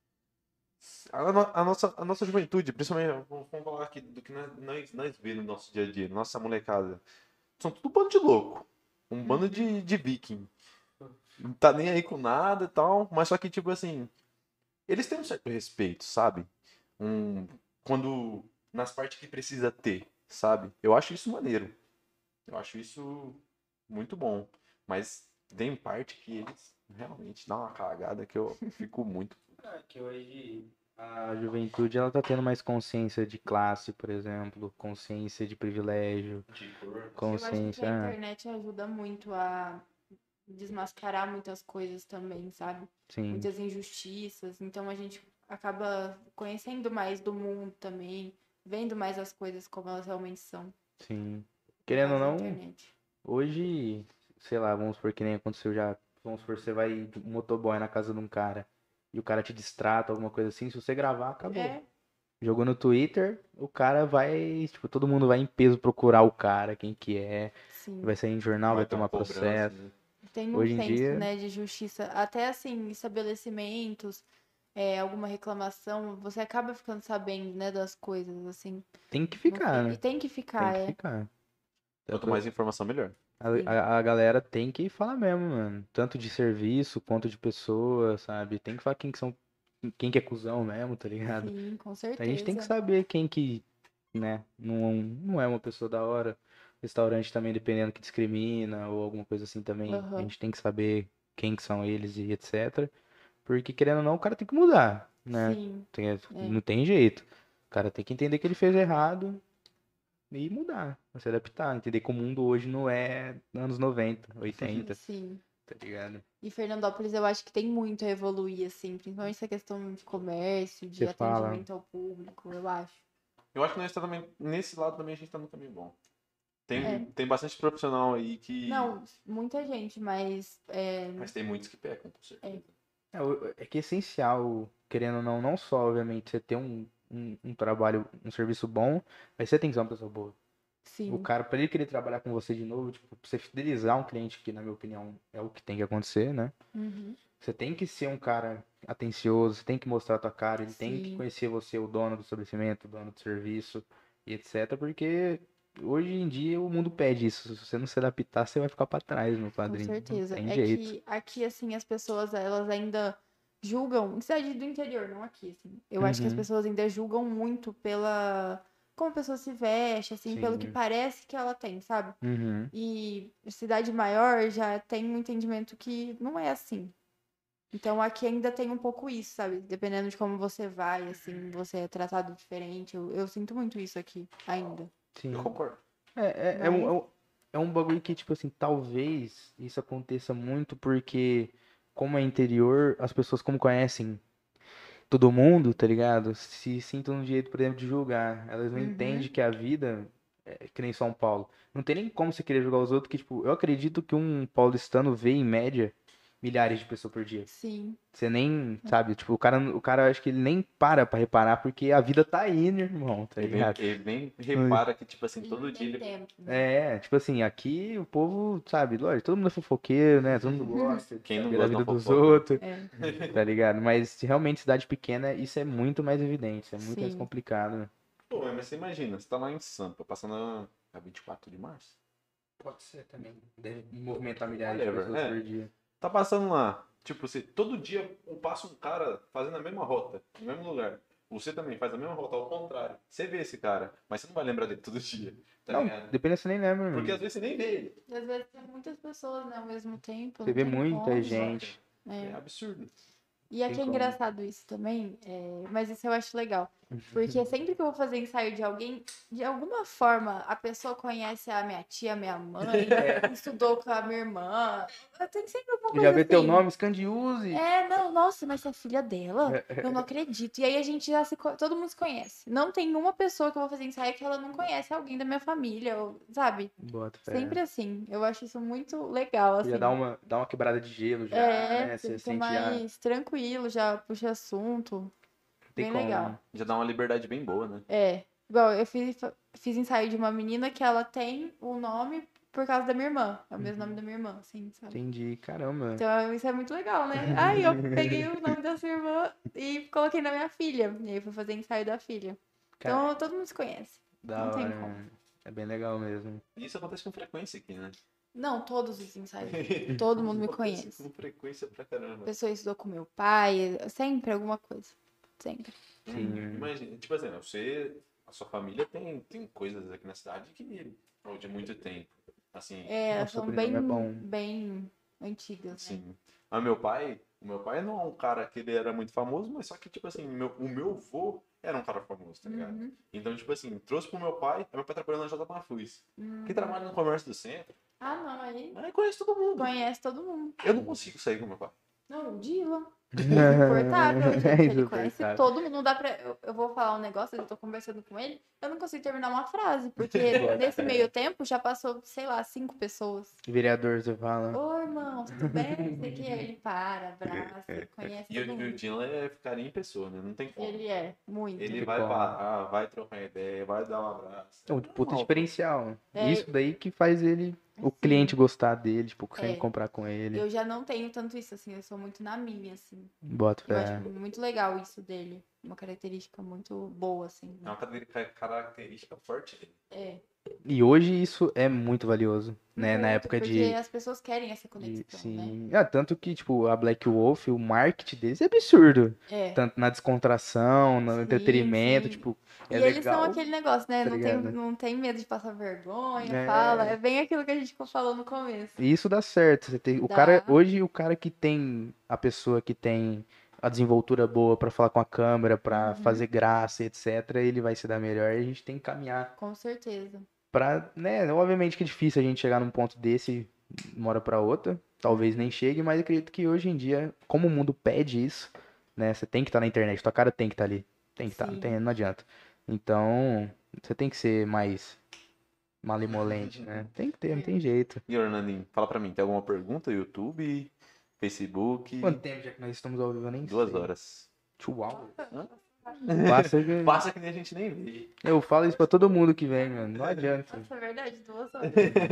A, no- a nossa, a nossa juventude, principalmente, vamos vamos falar aqui do que nós, nós, nós vemos no nosso dia a dia, nossa molecada, são tudo bando de louco. Um bando de, de viking. Não tá nem aí com nada e tal, mas só que, tipo assim, eles têm um certo respeito, sabe? Um, quando, nas partes que precisa ter, sabe? Eu acho isso maneiro. Eu acho isso muito bom. Mas tem parte que eles realmente dão uma cagada que eu fico muito. É que hoje a juventude ela tá tendo mais consciência de classe, por exemplo, consciência de privilégio, De cor. Eu acho que consciência. a ah, internet ajuda muito a desmascarar muitas coisas também, sabe? sim, Muitas injustiças. Então a gente acaba conhecendo mais do mundo também, vendo mais as coisas como elas realmente são. sim. por Querendo ou causa da não, internet. hoje, sei lá, vamos supor que nem aconteceu já. Vamos supor, você vai de motoboy na casa de um cara e o cara te distrata, alguma coisa assim. Se você gravar, acabou. É, Jogou no Twitter, o cara vai. Tipo, todo mundo vai em peso procurar o cara, quem que é. sim. Vai sair em jornal, vai, ter uma tomar cobrança, processo. né? Tem um Hoje em senso, dia- né, de justiça. Até assim, estabelecimentos, é, alguma reclamação, você acaba ficando sabendo, né, das coisas, assim. Tem que no ficar, fim. né? E tem que Tem ficar, que é. ficar. Quanto mais informação, melhor. A, Sim. a, a galera tem que falar mesmo, mano. Tanto de serviço quanto de pessoa, sabe? Tem que falar quem que são. Quem que é cuzão mesmo, tá ligado? Sim, com A gente tem que certeza. saber quem que, né, não, não é uma pessoa da hora. Restaurante também, dependendo que discrimina ou alguma coisa assim também. A Aham. gente tem que saber quem que são eles e etcétera. Porque, querendo ou não, o cara tem que mudar, né? Sim. Tem- Não tem jeito. O cara tem que entender que ele fez errado e mudar, se adaptar. Entender que o mundo hoje não é anos noventa, oitenta, Sim. tá ligado? E Fernandópolis eu acho que tem muito a evoluir, assim, principalmente essa questão de comércio, de Você fala. atendimento ao público, eu acho. Eu acho que nós tá também, nesse lado também a gente tá no caminho bom. Tem, É. tem bastante profissional aí que. Não, muita gente, mas é, Mas tem muitos que pecam, com certeza. É, o- é que é essencial, querendo ou não, não só, obviamente, você ter um, um, um trabalho, um serviço bom, mas você tem que ser uma pessoa boa. O sim, cara, pra ele querer trabalhar com você de novo, tipo, pra você fidelizar um cliente, que na minha opinião é o que tem que acontecer, né? uhum, Você tem que ser um cara atencioso, você tem que mostrar a tua cara, ele tem que Sim. conhecer você, o dono do estabelecimento, o dono do serviço e etcétera. Porque hoje em dia o mundo pede isso. Se você não se adaptar, você vai ficar pra trás no com padrinho. certeza. Não tem É jeito. que aqui, assim, as pessoas, elas ainda julgam, em cidade do interior, não aqui, assim. Eu acho que as Uhum. pessoas ainda julgam muito pela como a pessoa se veste, assim, pelo que Sim. parece que ela tem, sabe? Uhum. E cidade maior já tem um entendimento que não é assim. Então aqui ainda tem um pouco isso, sabe? Dependendo de como você vai, assim, você é tratado diferente. Eu, eu sinto muito isso aqui ainda. Sim. Eu concordo. É, é, é, um, Mas- é um- é um bagulho que, tipo assim, talvez isso aconteça muito porque, como é interior, as pessoas, como conhecem todo mundo, tá ligado? Se sintam no direito, por exemplo, de julgar. Elas não Uhum. entendem que a vida é que nem São Paulo. Não tem nem como você querer julgar os outros, que, tipo, eu acredito que um paulistano vê, em média, milhares de pessoas por dia. Sim. Você nem, sabe, tipo, o cara, o cara, acho que ele nem para pra reparar, porque a vida tá aí, né, irmão, tá Ele nem, ligado? ele nem repara que, tipo assim, Ele todo não dia tem ele. tempo, né? É, tipo assim, aqui o povo, sabe, lógico, todo mundo é fofoqueiro, né? Todo mundo gosta de Quem não saber da gosta de vida uma dos fofoca, né? outros, É, tá ligado? Mas se realmente cidade pequena, isso é muito mais evidente, isso é muito mais sim. complicado. Pô, mas você imagina, você tá lá em Sampa, passando a, a vinte e quatro de março. Pode ser também. Deve movimentar milhares Whatever, de pessoas é. por dia. Tá passando lá. Tipo, você, todo dia passa um cara fazendo a mesma rota, no mesmo lugar. Você também faz a mesma rota, ao contrário. Você vê esse cara, mas você não vai lembrar dele todo dia. Tá Não, ligado? depende, você nem lembra, Porque mano. às vezes você nem vê ele. E às vezes tem muitas pessoas, né, ao mesmo tempo, Você não vê tem muita como. gente. É. É absurdo. E aqui Tem é como. engraçado isso também, é, mas isso eu acho legal. Porque sempre que eu vou fazer ensaio de alguém, de alguma forma, a pessoa conhece a minha tia, a minha mãe, estudou com a minha irmã. Tem sempre alguma coisa Já vê teu assim. nome, Scandiuse. É, não, nossa, mas você é filha dela? Eu não acredito. E aí a gente já se. co- Todo mundo se conhece. Não tem uma pessoa que eu vou fazer ensaio que ela não conhece alguém da minha família, ou- sabe? Bota fé. Sempre assim. Eu acho isso muito legal, assim. Já dá uma, dá uma quebrada de gelo já, É, né? você Você fica sente já. mais tranquilo, já puxa assunto. Tem Bem como. legal. Já dá uma liberdade bem boa, né? É. Igual, eu fiz, fiz ensaio de uma menina que ela tem o nome por causa da minha irmã. É o mesmo nome da minha irmã, assim, sabe? Entendi, caramba. Então isso é muito legal, né? Aí eu peguei o nome da sua irmã e coloquei na minha filha. E aí fui fazer ensaio da filha. Cara, Então todo mundo se conhece. da não tem hora, como. mano. É bem legal mesmo. E isso acontece com frequência aqui, né? Não, todos os ensaios. Todo mundo me Acontece conhece. com frequência pra caramba. A pessoa estudou com meu pai, sempre alguma coisa. Sempre. Sim. Hum, Imagina, tipo assim, você, a sua família tem, tem coisas aqui na cidade que, ou de muito tempo. Assim, É, elas Nossa, são sobrenome bem, é bom. bem antigas, né? Sim. Mas meu pai, o meu pai não é um cara que ele era muito famoso, mas só que, tipo assim, meu, o meu avô era um cara famoso, tá ligado? Uhum. Então, tipo assim, trouxe pro meu pai, aí meu pai trabalhando na J. Mafuz, Uhum. que trabalha no comércio do centro, Ah, não, aí aí conhece todo mundo. conhece todo mundo. Eu não consigo sair com meu pai. Não, diva. Insuportável, gente. É Ele conhece insuportável. todo mundo. Não dá pra. Eu, eu vou falar um negócio, eu tô conversando com ele, eu não consigo terminar uma frase, porque nesse meio tempo já passou, sei lá, cinco pessoas. Vereador, você fala. Ô, irmão, tudo bem? Sei que é. Ele para, abraça, ele conhece E, o- todo e o mundo. Dylan é ficaria em pessoa, né? Não tem como. Ele é, muito. Ele Tem vai como. parar, vai trocar ideia, vai dar um abraço. É um É puta normal, diferencial. É. Isso daí que faz ele, o Sim. cliente gostar dele, tipo, sempre É. comprar com ele. Eu já não tenho tanto isso, assim, eu sou muito na minha, assim. Bota Eu fé. acho muito legal isso dele. Uma característica muito boa, assim. É uma cate- característica forte dele. É. E hoje isso é muito valioso, né? Na Muito, época porque de, as pessoas querem essa de- conexão, né? sim. Ah, tanto que, tipo, a Black Wolf, o marketing deles é absurdo. É. Tanto na descontração, no Sim, entretenimento, sim. tipo, E é eles legal. são aquele negócio, né? tá não, tem, ligado? não tem medo de passar vergonha, É. fala. É bem aquilo que a gente falou no começo. E isso dá certo. Você tem, o Dá. cara, hoje o cara que tem a pessoa que tem a desenvoltura boa pra falar com a câmera, pra Uhum. fazer graça, etcétera, ele vai se dar melhor e a gente tem que caminhar Com certeza. pra, né, obviamente que é difícil a gente chegar num ponto desse de uma hora pra outra, talvez nem chegue, mas acredito que hoje em dia, como o mundo pede isso, né, você tem que estar na internet, tua cara tem que estar ali, tem que estar, não, Sim. tem- não adianta. Então, você tem que ser mais malemolente, né? Tem que ter, não tem jeito. E Hernandinho, fala pra mim, tem alguma pergunta? YouTube, Facebook? Quanto tempo já que nós estamos ao vivo? Eu nem Duas sei. horas. Uau. Hã? Passa que... Passa que nem a gente nem vê. Eu falo isso pra todo mundo que vem, mano. Não adianta. Nossa, é verdade, duas horas.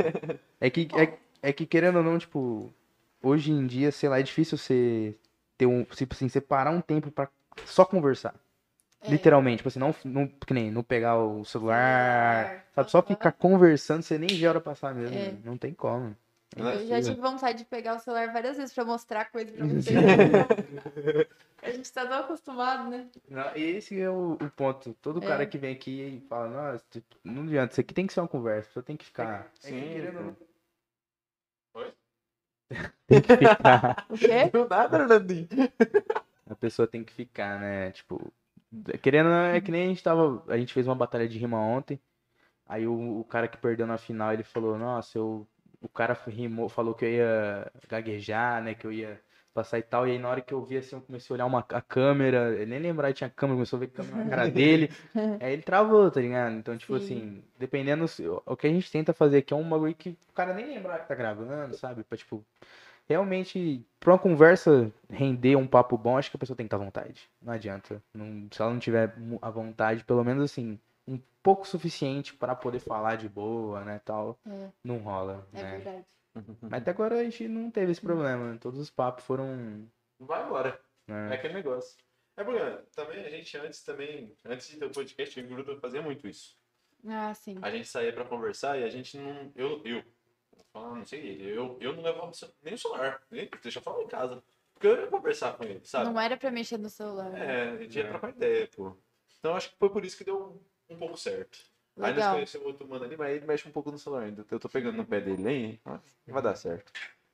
É que, é, é que querendo ou não, tipo, hoje em dia, sei lá, é difícil você ter um, tipo assim, separar um tempo pra só conversar. É. Literalmente, tipo assim, não, não, que nem, não pegar o celular, Celular, sabe? Só aham. ficar conversando, você nem vê a hora passar mesmo, É. mano. Não tem como. Eu já tive vontade de pegar o celular várias vezes pra mostrar coisa pra vocês. A gente tá tão acostumado, né? Não, esse é o, o ponto. Todo É. cara que vem aqui e fala, nossa, tu- não adianta, isso aqui tem que ser uma conversa, só tem que ficar. Sim, querendo ou não, Oi? tem que ficar. O quê? Não nada, Fernandinho. A pessoa tem que ficar, né? Tipo, querendo, ou não, é que nem a gente tava. A gente fez uma batalha de rima ontem. Aí o, o cara que perdeu na final, ele falou, nossa, eu. O cara rimou, falou que eu ia gaguejar, né? Que eu ia passar e tal. E aí na hora que eu vi assim, eu comecei a olhar uma, a câmera. Ele nem lembrava que tinha câmera, começou a ver câmera na cara dele. Aí ele travou, tá ligado? Então, tipo Sim. assim, dependendo. se- O que a gente tenta fazer aqui é um bagulho que o cara nem lembrar que tá gravando, sabe? Pra, tipo, realmente, pra uma conversa render um papo bom, acho que a pessoa tem que estar à vontade. Não adianta. Não- se ela não tiver mu- à vontade, pelo menos assim, um pouco suficiente pra poder falar de boa, né, tal, É. não rola, É né? verdade. Mas até agora a gente não teve esse problema. Todos os papos foram, Vai embora. É né? aquele negócio. É porque também a gente antes também, antes de ter o podcast, eu e o Grupo fazia muito isso. Ah, sim. A gente saía pra conversar e a gente não. Eu, eu, vou falar, não sei ele, eu, eu não levava nem o celular, nem, deixa eu falar em casa. Porque eu ia conversar com ele, sabe? Não era pra mexer no celular. né? É, a gente ia trocar ideia, pô. Então acho que foi por isso que deu um pouco certo. Aí nós Legal. conhecemos outro mano ali, mas ele mexe um pouco no celular ainda. Eu tô pegando no pé dele aí, mas vai dar certo.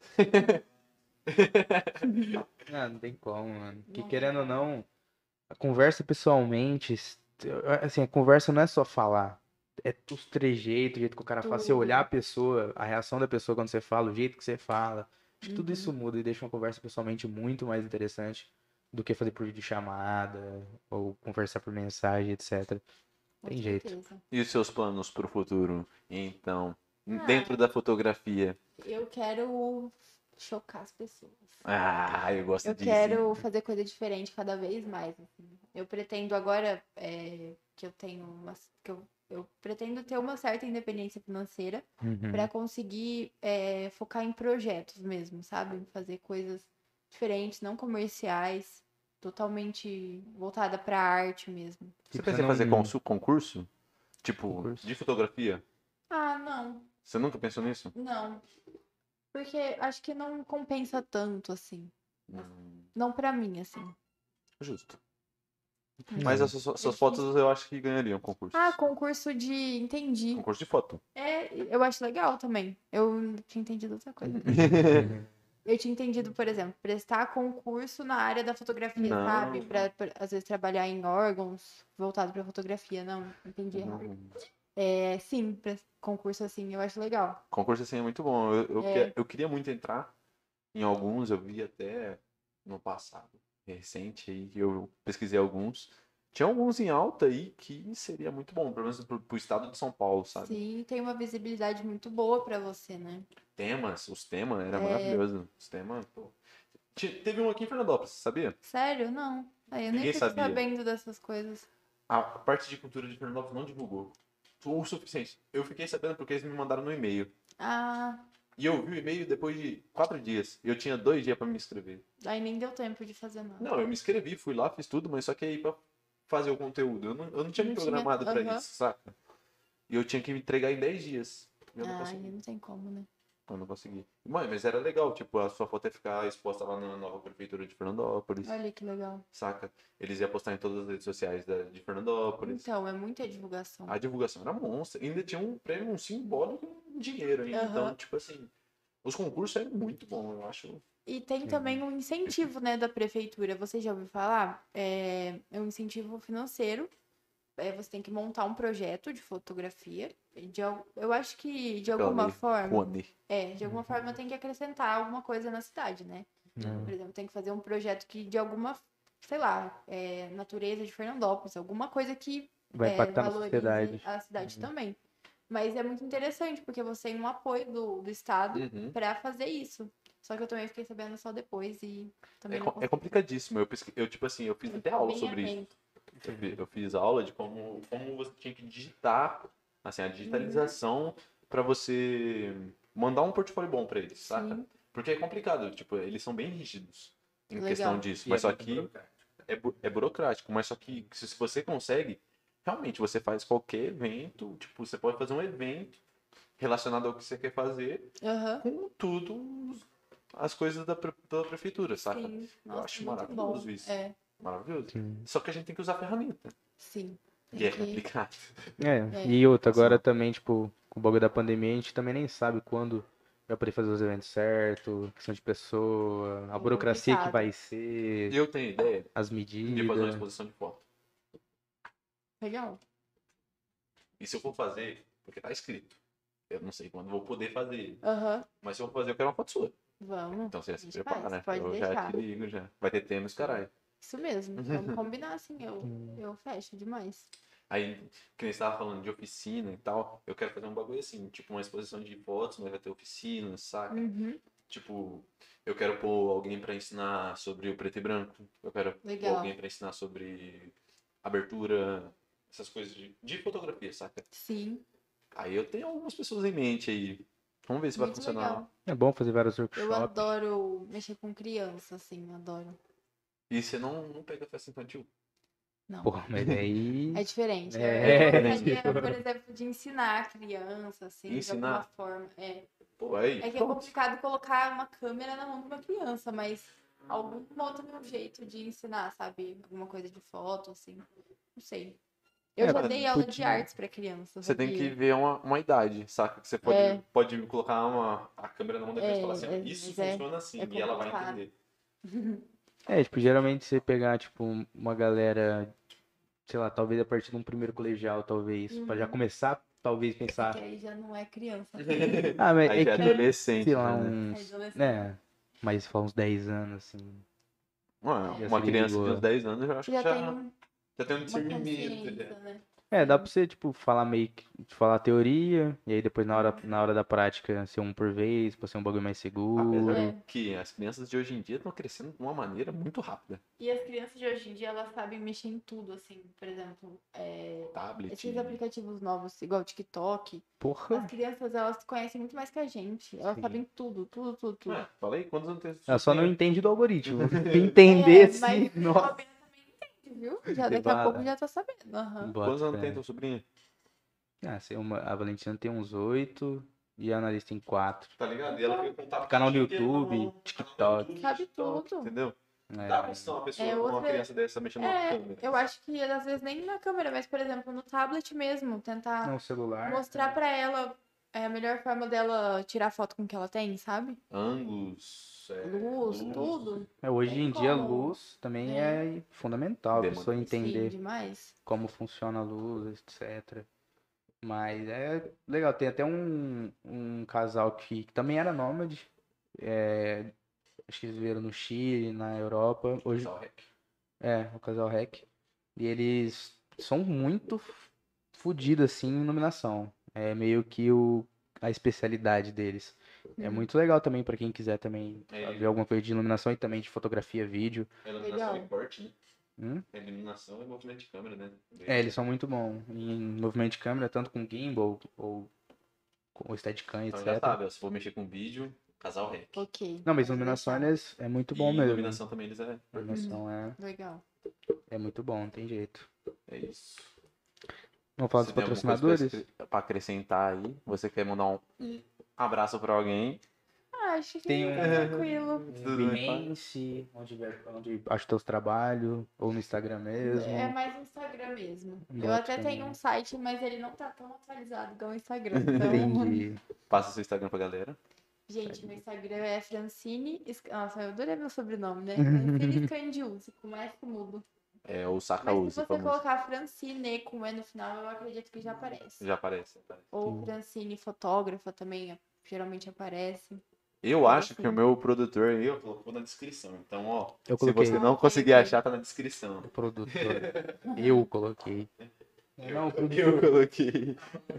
Ah, não tem como, mano. Que Não querendo tem ou não, a conversa pessoalmente, assim, a conversa não é só falar. É os trejeitos, o jeito que o cara fala. Você Tudo. olhar a pessoa, a reação da pessoa quando você fala, o jeito que você fala. Acho que tudo Uhum. isso muda e deixa uma conversa pessoalmente muito mais interessante do que fazer por videochamada ou conversar por mensagem, etcétera. Com Tem jeito. certeza. E os seus planos pro futuro? Então, Ah. dentro da fotografia? Eu quero chocar as pessoas. Ah, eu gosto Eu disso. quero fazer coisa diferente cada vez mais. assim. Eu pretendo agora é, que eu tenho uma, que eu, eu pretendo ter uma certa independência financeira Uhum. para conseguir é, focar em projetos mesmo, sabe? Fazer coisas diferentes, não comerciais, totalmente voltada para arte mesmo. Você Tipo, pensa você em fazer não- consu- concurso? Tipo, Concurso. de fotografia? Ah, não, Você nunca pensou nisso? não, porque acho que não compensa tanto assim, Hum, não para mim assim. justo. Hum. Mas as suas, suas fotos eu acho que ganhariam concurso. Ah, concurso de, entendi. Concurso de foto. É, eu acho legal também. Eu tinha entendido outra coisa. Eu tinha entendido, por exemplo, prestar concurso na área da fotografia, Não. sabe? Pra, pra, às vezes, trabalhar em órgãos voltado pra fotografia. Não, entendi errado. Hum, É, sim, pra concurso assim, eu acho legal. Concurso assim é muito bom. Eu, eu, É. que- eu queria muito entrar em alguns, eu vi até no passado, recente aí, eu pesquisei alguns. Tinha alguns em alta aí que seria muito bom, pelo menos pro, pro estado de São Paulo, sabe? Sim, tem uma visibilidade muito boa pra você, né? Temas, os temas, era É. maravilhoso. Os temas, pô. Te- Teve um aqui em Fernandópolis, sabia? Sério? Não. Aí eu nem Ninguém fico sabia. sabendo dessas coisas. A parte de cultura de Fernandópolis não divulgou. O suficiente. Eu fiquei sabendo porque eles me mandaram no e-mail. Ah, E eu vi o e-mail depois de quatro dias. E eu tinha dois dias pra me inscrever. aí nem deu tempo de fazer nada. Não, eu me inscrevi, fui lá, fiz tudo, mas só que aí pra fazer o conteúdo. Eu não, eu não tinha me Não tinha, programado pra aham. isso, saca? E eu tinha que me entregar em dez dias. E eu não Ah, aí consegui. não tem como, né? Eu não consegui. Mãe, mas era legal, tipo, a sua foto ia ficar exposta lá na nova prefeitura de Fernandópolis, Olha que legal. saca? Eles iam postar em todas as redes sociais da, de Fernandópolis. Então, é muita divulgação. A divulgação era monstra. Ainda tinha um prêmio, um simbólico em dinheiro ainda. Aham. Então, tipo assim, os concursos eram muito bons, eu acho. E tem também um incentivo, né, da prefeitura. Você já ouviu falar? É, é um incentivo financeiro. É, você tem que montar um projeto de fotografia. De, al- eu acho que, de alguma lei, forma... Rony. É, de alguma forma tem que acrescentar alguma coisa na cidade, né? Não. Por exemplo, tem que fazer um projeto que, de alguma, sei lá, é, natureza de Fernandópolis. Alguma coisa que Vai é, impactar na valorize sociedade. a cidade também. Mas é muito interessante, porque você tem um apoio do, do Estado Uhum. pra fazer isso. Só que eu também fiquei sabendo só depois e também É, não co- é consegui. complicadíssimo. Eu, pesqui- eu, tipo assim, eu fiz até aula Bem sobre isso. atento. Eu fi- eu fiz aula de como, como você tinha que digitar, assim, a digitalização pra você mandar um portfólio bom pra eles, saca? Sim. Porque é complicado, tipo, eles são bem rígidos em Legal. questão disso. Mas só que é, bu- é burocrático, mas só que se se você consegue, realmente você faz qualquer evento, tipo, você pode fazer um evento relacionado ao que você quer fazer, Aham. com tudo as coisas da, pre- da prefeitura, saca? Sim. Eu Nossa, acho muito maravilhoso bom. isso. É, Maravilhoso. Sim. Só que a gente tem que usar a ferramenta. sim. E Tem é que... complicado. É, É. e outra, agora Nossa. também, tipo, com o bagulho da pandemia, a gente também nem sabe quando vai poder fazer os eventos certo, questão de pessoa, a É burocracia que complicado. vai ser, Eu tenho ideia as de fazer uma medidas. exposição de foto. Legal. E se eu for fazer, porque tá escrito. Eu não sei quando vou poder fazer. Aham. Mas se eu for fazer, eu quero uma foto sua. Vamos. Então você já se A gente prepara, faz, né? pode Eu já deixar. te ligo já. Vai ter tema e os caralho. Isso mesmo. Vamos combinar assim. Eu, eu fecho demais. Aí, que nem você tava falando de oficina e tal, eu quero fazer um bagulho assim, tipo uma exposição de fotos, mas vai ter oficina, saca? Uhum. Tipo, eu quero pôr alguém pra ensinar sobre o preto e branco. Eu quero Legal. pôr alguém pra ensinar sobre abertura, essas coisas de, de fotografia, saca? Sim. Aí eu tenho algumas pessoas em mente aí. Vamos ver se vai Muito funcionar. legal. É bom fazer vários Eu workshops. adoro mexer com criança, assim. Adoro. E você não, não pega festa infantil? Não. Porra, mas aí. É diferente. Eu- É, eu gostaria, tipo- por exemplo, de ensinar a criança, assim, Ensinar? de alguma forma. É. Pô, aí, É que é pronto. complicado colocar uma câmera na mão de uma criança, mas algum outro jeito de ensinar, sabe? Alguma coisa de foto, assim. Não sei. Eu É, já mas dei aula de podia- artes pra criança, Você tem que sabia? ver uma, uma idade, saca? Que você pode, É. pode colocar uma, a câmera na mão da criança e É, falar assim, ó, é, isso mas é- funciona assim, é e ela vai complicado. entender. É, tipo, geralmente você pegar, tipo, uma galera, sei lá, talvez a partir de um primeiro colegial, talvez, pra já Uhum. começar, talvez Que pensar. aí já não é criança. Ah, mas Aí é já é que, adolescente, sei lá, já, né? É uns. adolescente. Né, mas fala uns dez anos, assim. Ué, Já uma seria criança de boa. uns dez anos, eu acho Que que já já, tem um- já tem um uma discernimento. consciência, já. né? É, dá Sim. pra você, tipo, falar meio que, falar a teoria, e aí depois na hora, na hora da prática ser um por vez, pra ser um bagulho mais seguro. Apesar É. que as crianças de hoje em dia estão crescendo de uma maneira muito rápida. E as crianças de hoje em dia, elas sabem mexer em tudo, assim. Por exemplo, é, Tablet. esses aplicativos novos, igual o TikTok. Porra. As crianças, elas conhecem muito mais que a gente. Elas Sim. sabem tudo, tudo, tudo, tudo. Ué, falei, quantos anos tem Ela só não tem- entende do algoritmo. Entender, É, sim. mas Nossa. a Bia também entende, viu? Já daqui a Debara. pouco já tá sabendo. Aham. Bota Quantos anos fé. tem tua sobrinha? Ah, sei, uma, a Valentina tem uns oito e a Analista tem quatro. Tá ligado? E ela fica com tablet Canal no o dia inteiro na YouTube, mão, TikTok. canal no YouTube, Sabe TikTok, tudo. Entendeu? É. Dá pra ensinar uma pessoa, É, uma outra- criança dessa mexendo na É, câmera. eu acho que às vezes nem na câmera, mas, por exemplo, no tablet mesmo, tentar Não, celular. mostrar pra ela é, a melhor forma dela tirar foto com o que ela tem, sabe? Ângulos, é, Luz, tudo. É, hoje Tem em dia, a como- luz também é, fundamental, a Demanda. pessoa Sim, entender demais. como funciona a luz, etcétera. Mas é legal, tem até um, um casal que, que também era nômade, é, acho que eles viveram no Chile, na Europa, hoje, Só rec. é, o casal REC, e eles são muito fodidos, assim, em iluminação, é meio que o, a especialidade deles. É Hum. muito legal também pra quem quiser também É. ver alguma coisa de iluminação e também de fotografia, vídeo. Iluminação Legal. e corte, né? Hum? Iluminação e movimento de câmera, né? É, eles são muito bons em movimento de câmera, tanto com gimbal ou com o Steadicam, Então já etcétera. sabe, ó, se for mexer com vídeo, casal rec. Ok. Não, mas pode iluminação deixar. eles é muito bom e mesmo. iluminação também eles é. Iluminação é, Legal. é muito bom, não tem jeito. É isso. Vamos falar Você dos tem alguma coisa patrocinadores? pra escre- pra acrescentar aí? Você quer mandar um abraço pra alguém? Ah, acho que Tem tá um- tranquilo. Tudo bem, Behance, onde, ver- onde acha teus trabalhos, ou no Instagram mesmo. É mais no Instagram mesmo. Eu Boto até também. tenho um site, mas ele não tá tão atualizado igual o Instagram. Então, Entendi. Passa seu Instagram pra galera. gente, meu Instagram é Francine. Sc- Nossa, eu adorei meu sobrenome, né? Francine Scandiuzzi, com S mudo. É o Saca Mas se Use, você famoso. colocar Francine com E no final, eu acredito que já aparece. Já aparece. aparece. Ou Sim. Francine fotógrafa também, geralmente aparece. Eu Mas acho que assim- o meu produtor aí, eu colocou na descrição. Então, ó, Eu se coloquei. você Ah, não ok, conseguir ok. achar, tá na descrição. Produtor. Eu coloquei. Não, o produtor. Eu coloquei.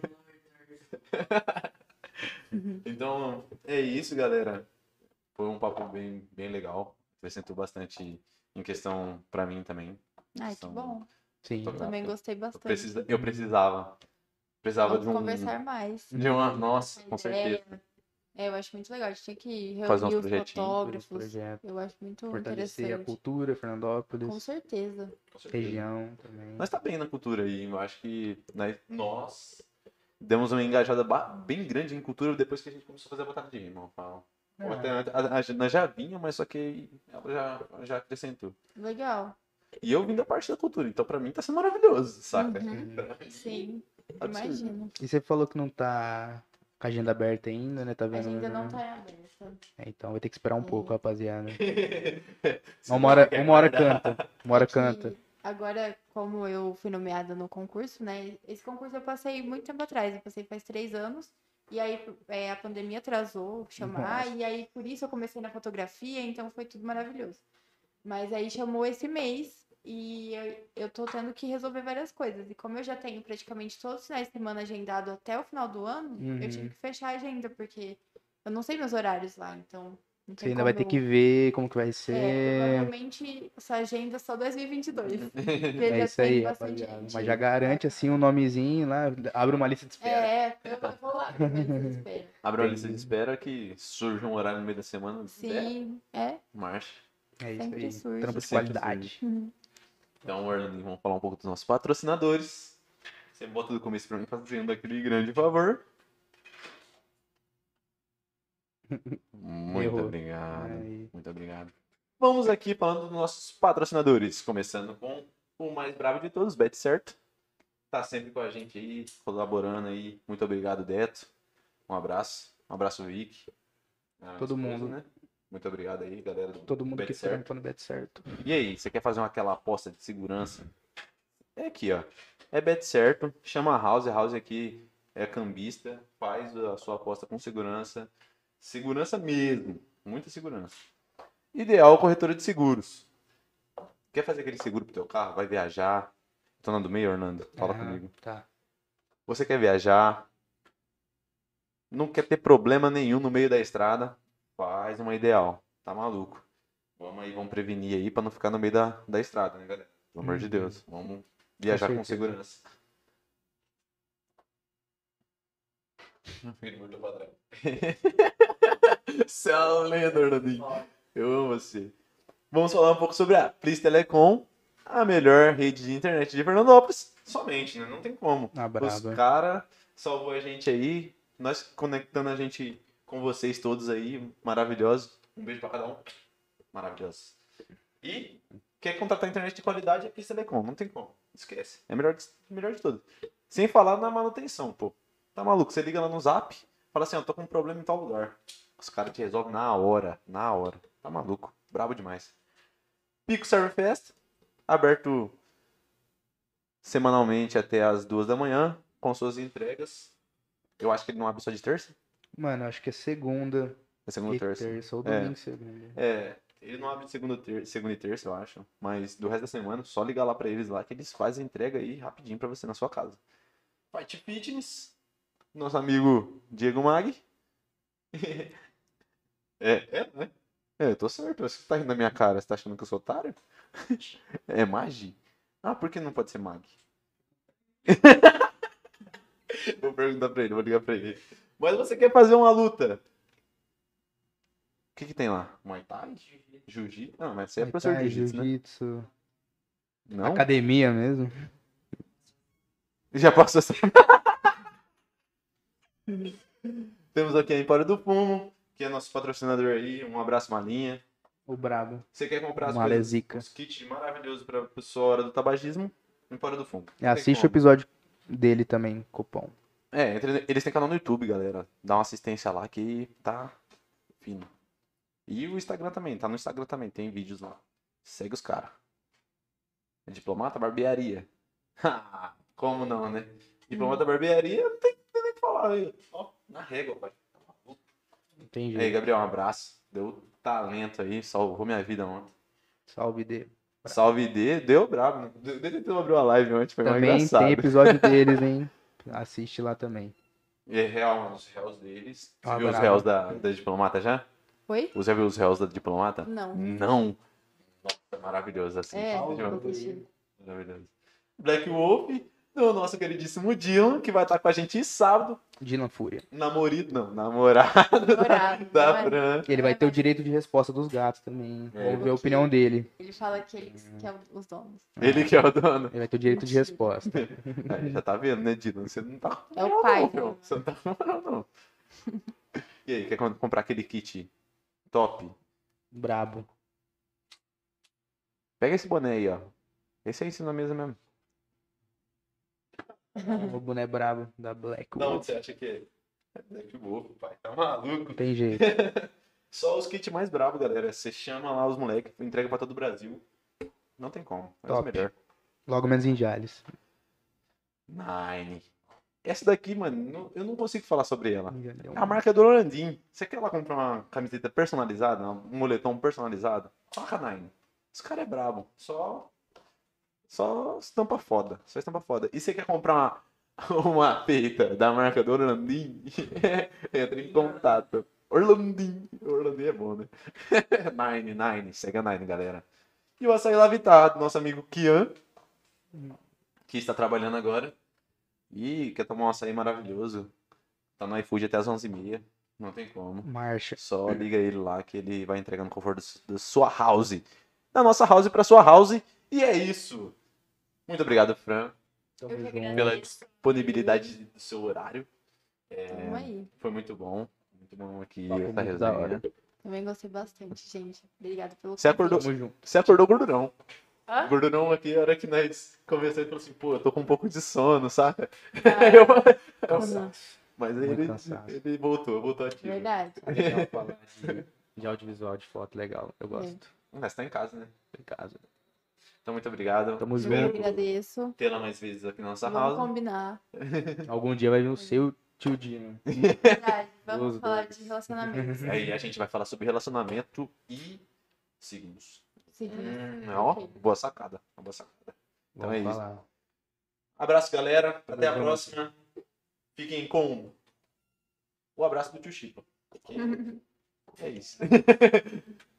Então, é isso, galera. Foi um papo bem, bem legal. Acrescentou bastante em questão pra mim também. Ai, que São- bom. Sim. Tô- Também gostei Eu, bastante. precisa, eu precisava. Precisava Vamos de um. conversar mais. De uma. Nossa, com Ideia. certeza. É, eu acho muito legal. A gente tinha que Fazer uns reunir os projetinhos, fotógrafos. projeto. Eu acho muito Fortalecer a interessante. cultura, Fernandópolis, Com certeza. Com certeza. região também. Nós tá bem na cultura aí. Eu acho que nós, nós demos uma engajada ba- bem grande em cultura depois que a gente começou a fazer a batata de rima. eu falo. Ou até antes, a, a, nós já vinha, mas só que ela já, já acrescentou. Legal. E eu vim da parte da cultura, então pra mim tá sendo maravilhoso, saca? Uhum. Sim, Absurdo. imagino. E você falou que não tá com a agenda aberta ainda, né? Tá A vendo? agenda não tá em aberta. É, então vai ter que esperar um É. pouco, rapaziada. Se Uma hora, não, uma hora aguardar. canta. Uma hora É que canta. Agora, como eu fui nomeada no concurso, né? Esse concurso eu passei muito tempo atrás, eu passei faz três anos. E aí é, a pandemia atrasou chamar, Nossa. e aí por isso eu comecei na fotografia, então foi tudo maravilhoso. Mas aí chamou esse mês e eu, eu tô tendo que resolver várias coisas. E como eu já tenho praticamente todos os finais de semana agendado até o final do ano, Uhum. eu tive que fechar a agenda, porque eu não sei meus horários lá, então não Você tem ainda como vai ter eu- que ver como que vai É, ser. provavelmente essa agenda é só dois mil e vinte e dois. Porque É já isso aí, tem bastante rapaziada. gente. Mas já garante assim um nomezinho lá, abre uma lista de espera. É, eu vou lá pra minha lista de espera. Abre uma lista de Entendi. espera que surge um horário no meio da semana. Sim, é, Marcha. É isso sempre aí. surge. Trampo de Sempre qualidade. Uhum. Então, Orlandinho, vamos falar um pouco dos nossos patrocinadores. Você bota do começo pra mim fazendo aquele grande favor. Muito Errou. obrigado. Aí. Muito obrigado. Vamos aqui falando dos nossos patrocinadores. Começando com o mais bravo de todos, Bet Certo. Tá sempre com a gente aí, colaborando aí. Muito obrigado, Deto. Um abraço. Um abraço, Vic. Ah, Todo esposa, mundo. né? Muito obrigado aí, galera do Todo mundo que Bet Certo. trampa no Bet Certo. E aí, você quer fazer uma, aquela aposta de segurança? É aqui, ó. É Bet Certo. Chama a House. A House aqui é cambista. Faz a sua aposta com segurança. Segurança mesmo. Muita segurança. Ideal corretora de seguros. Quer fazer aquele seguro pro teu carro? Vai viajar. Tô andando meio, Orlando? Fala Ah, comigo. Tá. Você quer viajar? Não quer ter problema nenhum no meio da estrada? Faz uma ideal. Tá maluco. Vamos aí, vamos prevenir aí pra não ficar no meio da, da estrada, né, galera? Pelo amor de Uhum. Deus. Vamos viajar com, certeza. segurança. Ele mordeu pra trás. Você é uma lenda, Orlandinho. Eu amo você. Vamos falar um pouco sobre a Please Telecom, a melhor rede de internet de Fernandópolis. Somente, né? Não tem como. Ah, Os brabo. caras salvou a gente aí, nós conectando a gente com vocês todos aí, maravilhosos. Um beijo pra cada um. Maravilhosos. E quer contratar internet de qualidade é Please Telecom, não tem como. Esquece. É melhor de, melhor de tudo. Sem falar na manutenção, pô. Tá maluco? Você liga lá no Zap, fala assim, ó, tô com um problema em tal lugar. Os caras te resolvem na hora, na hora. Tá maluco. Brabo demais. Pico Server Fest, aberto semanalmente até as duas da manhã, com suas entregas. Eu acho que ele não abre só de terça? Mano, acho que é segunda É segunda e ou terça. terça, ou É. domingo e segunda. É, ele não abre de segunda, ter... segunda e terça, eu acho. Mas do resto da semana, só ligar lá pra eles lá que eles fazem a entrega aí rapidinho pra você na sua casa. Fight Fitness, nosso amigo Diego Mag. é, é, né? É, eu tô certo. Você tá rindo da minha cara, você tá achando que eu sou otário? É Magi? Ah, por que não pode ser Mag? Vou perguntar pra ele, vou ligar pra ele. Mas você quer fazer uma luta? O que que tem lá? Muay Thai? Jiu-Jitsu? Não, mas você é Muay professor Thai, de Jiu-Jitsu, né? Jiu-Jitsu, Não? academia mesmo. Já passou essa... Temos aqui a Empório do Fumo, que é nosso patrocinador aí. Um abraço, Malinha. O brabo. Você quer comprar as Mala é coisas, zica. os kits maravilhosos pra pessoa hora do tabagismo? Empório do Fumo. E assiste o episódio dele também, cupom. É, entre- eles têm canal no YouTube, galera. Dá uma assistência lá que tá fino. E o Instagram também, tá no Instagram também, tem vídeos lá. Segue os caras. É Diplomata Barbearia. Ha, como não, né? Diplomata Barbearia, não tem, tem nem o que falar. Aí. Ó, na régua, pai. Entendi. Aí, Gabriel, um abraço. Deu talento aí, salvou minha vida ontem. Salve D. Salve D, deu brabo. Né? D tentou abrir uma live ontem, foi mais Também engraçado. tem episódio deles, hein? Assiste lá também. E é real, mano, os réus deles. Você Ah, viu os brabo. réus da, da Diplomata já? Oi? Você já viu os réus da Diplomata? Não. Não. Nossa, maravilhoso assim. É, Maravilhoso. vou assistir. Maravilhoso. Black Wolf, do nosso queridíssimo Dylan, que vai estar com a gente sábado. Dylan Fúria. Namorido, não, namorado Namorado, da não é? Fran. Ele vai É, ter o mas- direito de resposta dos gatos também. É. Vamos ver a opinião dele. Ele fala que ele que é os donos. Ele que é o dono. Ele vai ter o direito de resposta. Aí, já tá vendo, né, Dylan? Você não tá com É o moral, pai, não, meu. né? Você não tá com moral, não. E aí, quer com- comprar aquele kit top? Brabo. Pega esse boné aí, ó. Esse aí em cima da mesa mesmo. O boné brabo da Black Da onde Wolf. você acha que é? É Black Wolf, pai. Tá maluco? Não tem jeito. Só os kits mais bravos, galera. Você chama lá os moleques, entrega pra todo o Brasil. Não tem como. É os Top. melhor. Logo menos em Jales. Nine. Essa daqui, mano, não- eu não consigo falar sobre ela. É A marca é do Rolandim. Você quer lá comprar uma camiseta personalizada, um moletom personalizado? Coloca a Nine. Esse cara é brabo. Só. Só estampa foda. Só estampa foda. E você quer comprar uma, uma peita da marca do Orlandim? Entra em contato. Orlandim. Orlandim é bom, né? Nine, Nine. Segue a Nine, galera. E o açaí Lavitado, nosso amigo Kian, que está trabalhando agora. E quer tomar um açaí maravilhoso. Tá no iFood até as onze e meia. Não tem como. Marcha. Só liga ele lá que ele vai entregar no conforto da sua house. Da nossa house pra sua house. E é isso. Muito obrigado, Fran, Tamo Eu que junto. agradeço. pela disponibilidade do seu horário. Tamo aí. Foi muito bom. Muito bom aqui Papo essa muito da resenha. Também gostei bastante, gente. Obrigada pelo Você acordou, Tamo junto. você acordou gordurão. Hã? Gordurão aqui, a hora que nós conversamos, ele falou assim, pô, eu tô com um pouco de sono, sabe? Ah, Eu- Nossa, Mas Muito ele, cansado. ele voltou, voltou ativo. verdade. É legal falar de, de audiovisual, de foto, legal. Eu gosto. Mas tá em casa, né? Em casa. Então, muito obrigado. Tamo Eu que junto. agradeço. Tê-la mais vezes aqui na nossa Vamos house. combinar. Algum dia vai vir o seu tio Dino. Verdade. Vamos Os falar dois. de relacionamento. Aí a gente vai falar sobre relacionamento e signos. Sim. Hum, ó, boa sacada. Uma boa sacada. Então Vamos é isso. falar. Abraço, galera. Até a junto. próxima. Fiquem com o abraço do tio Chico. É isso.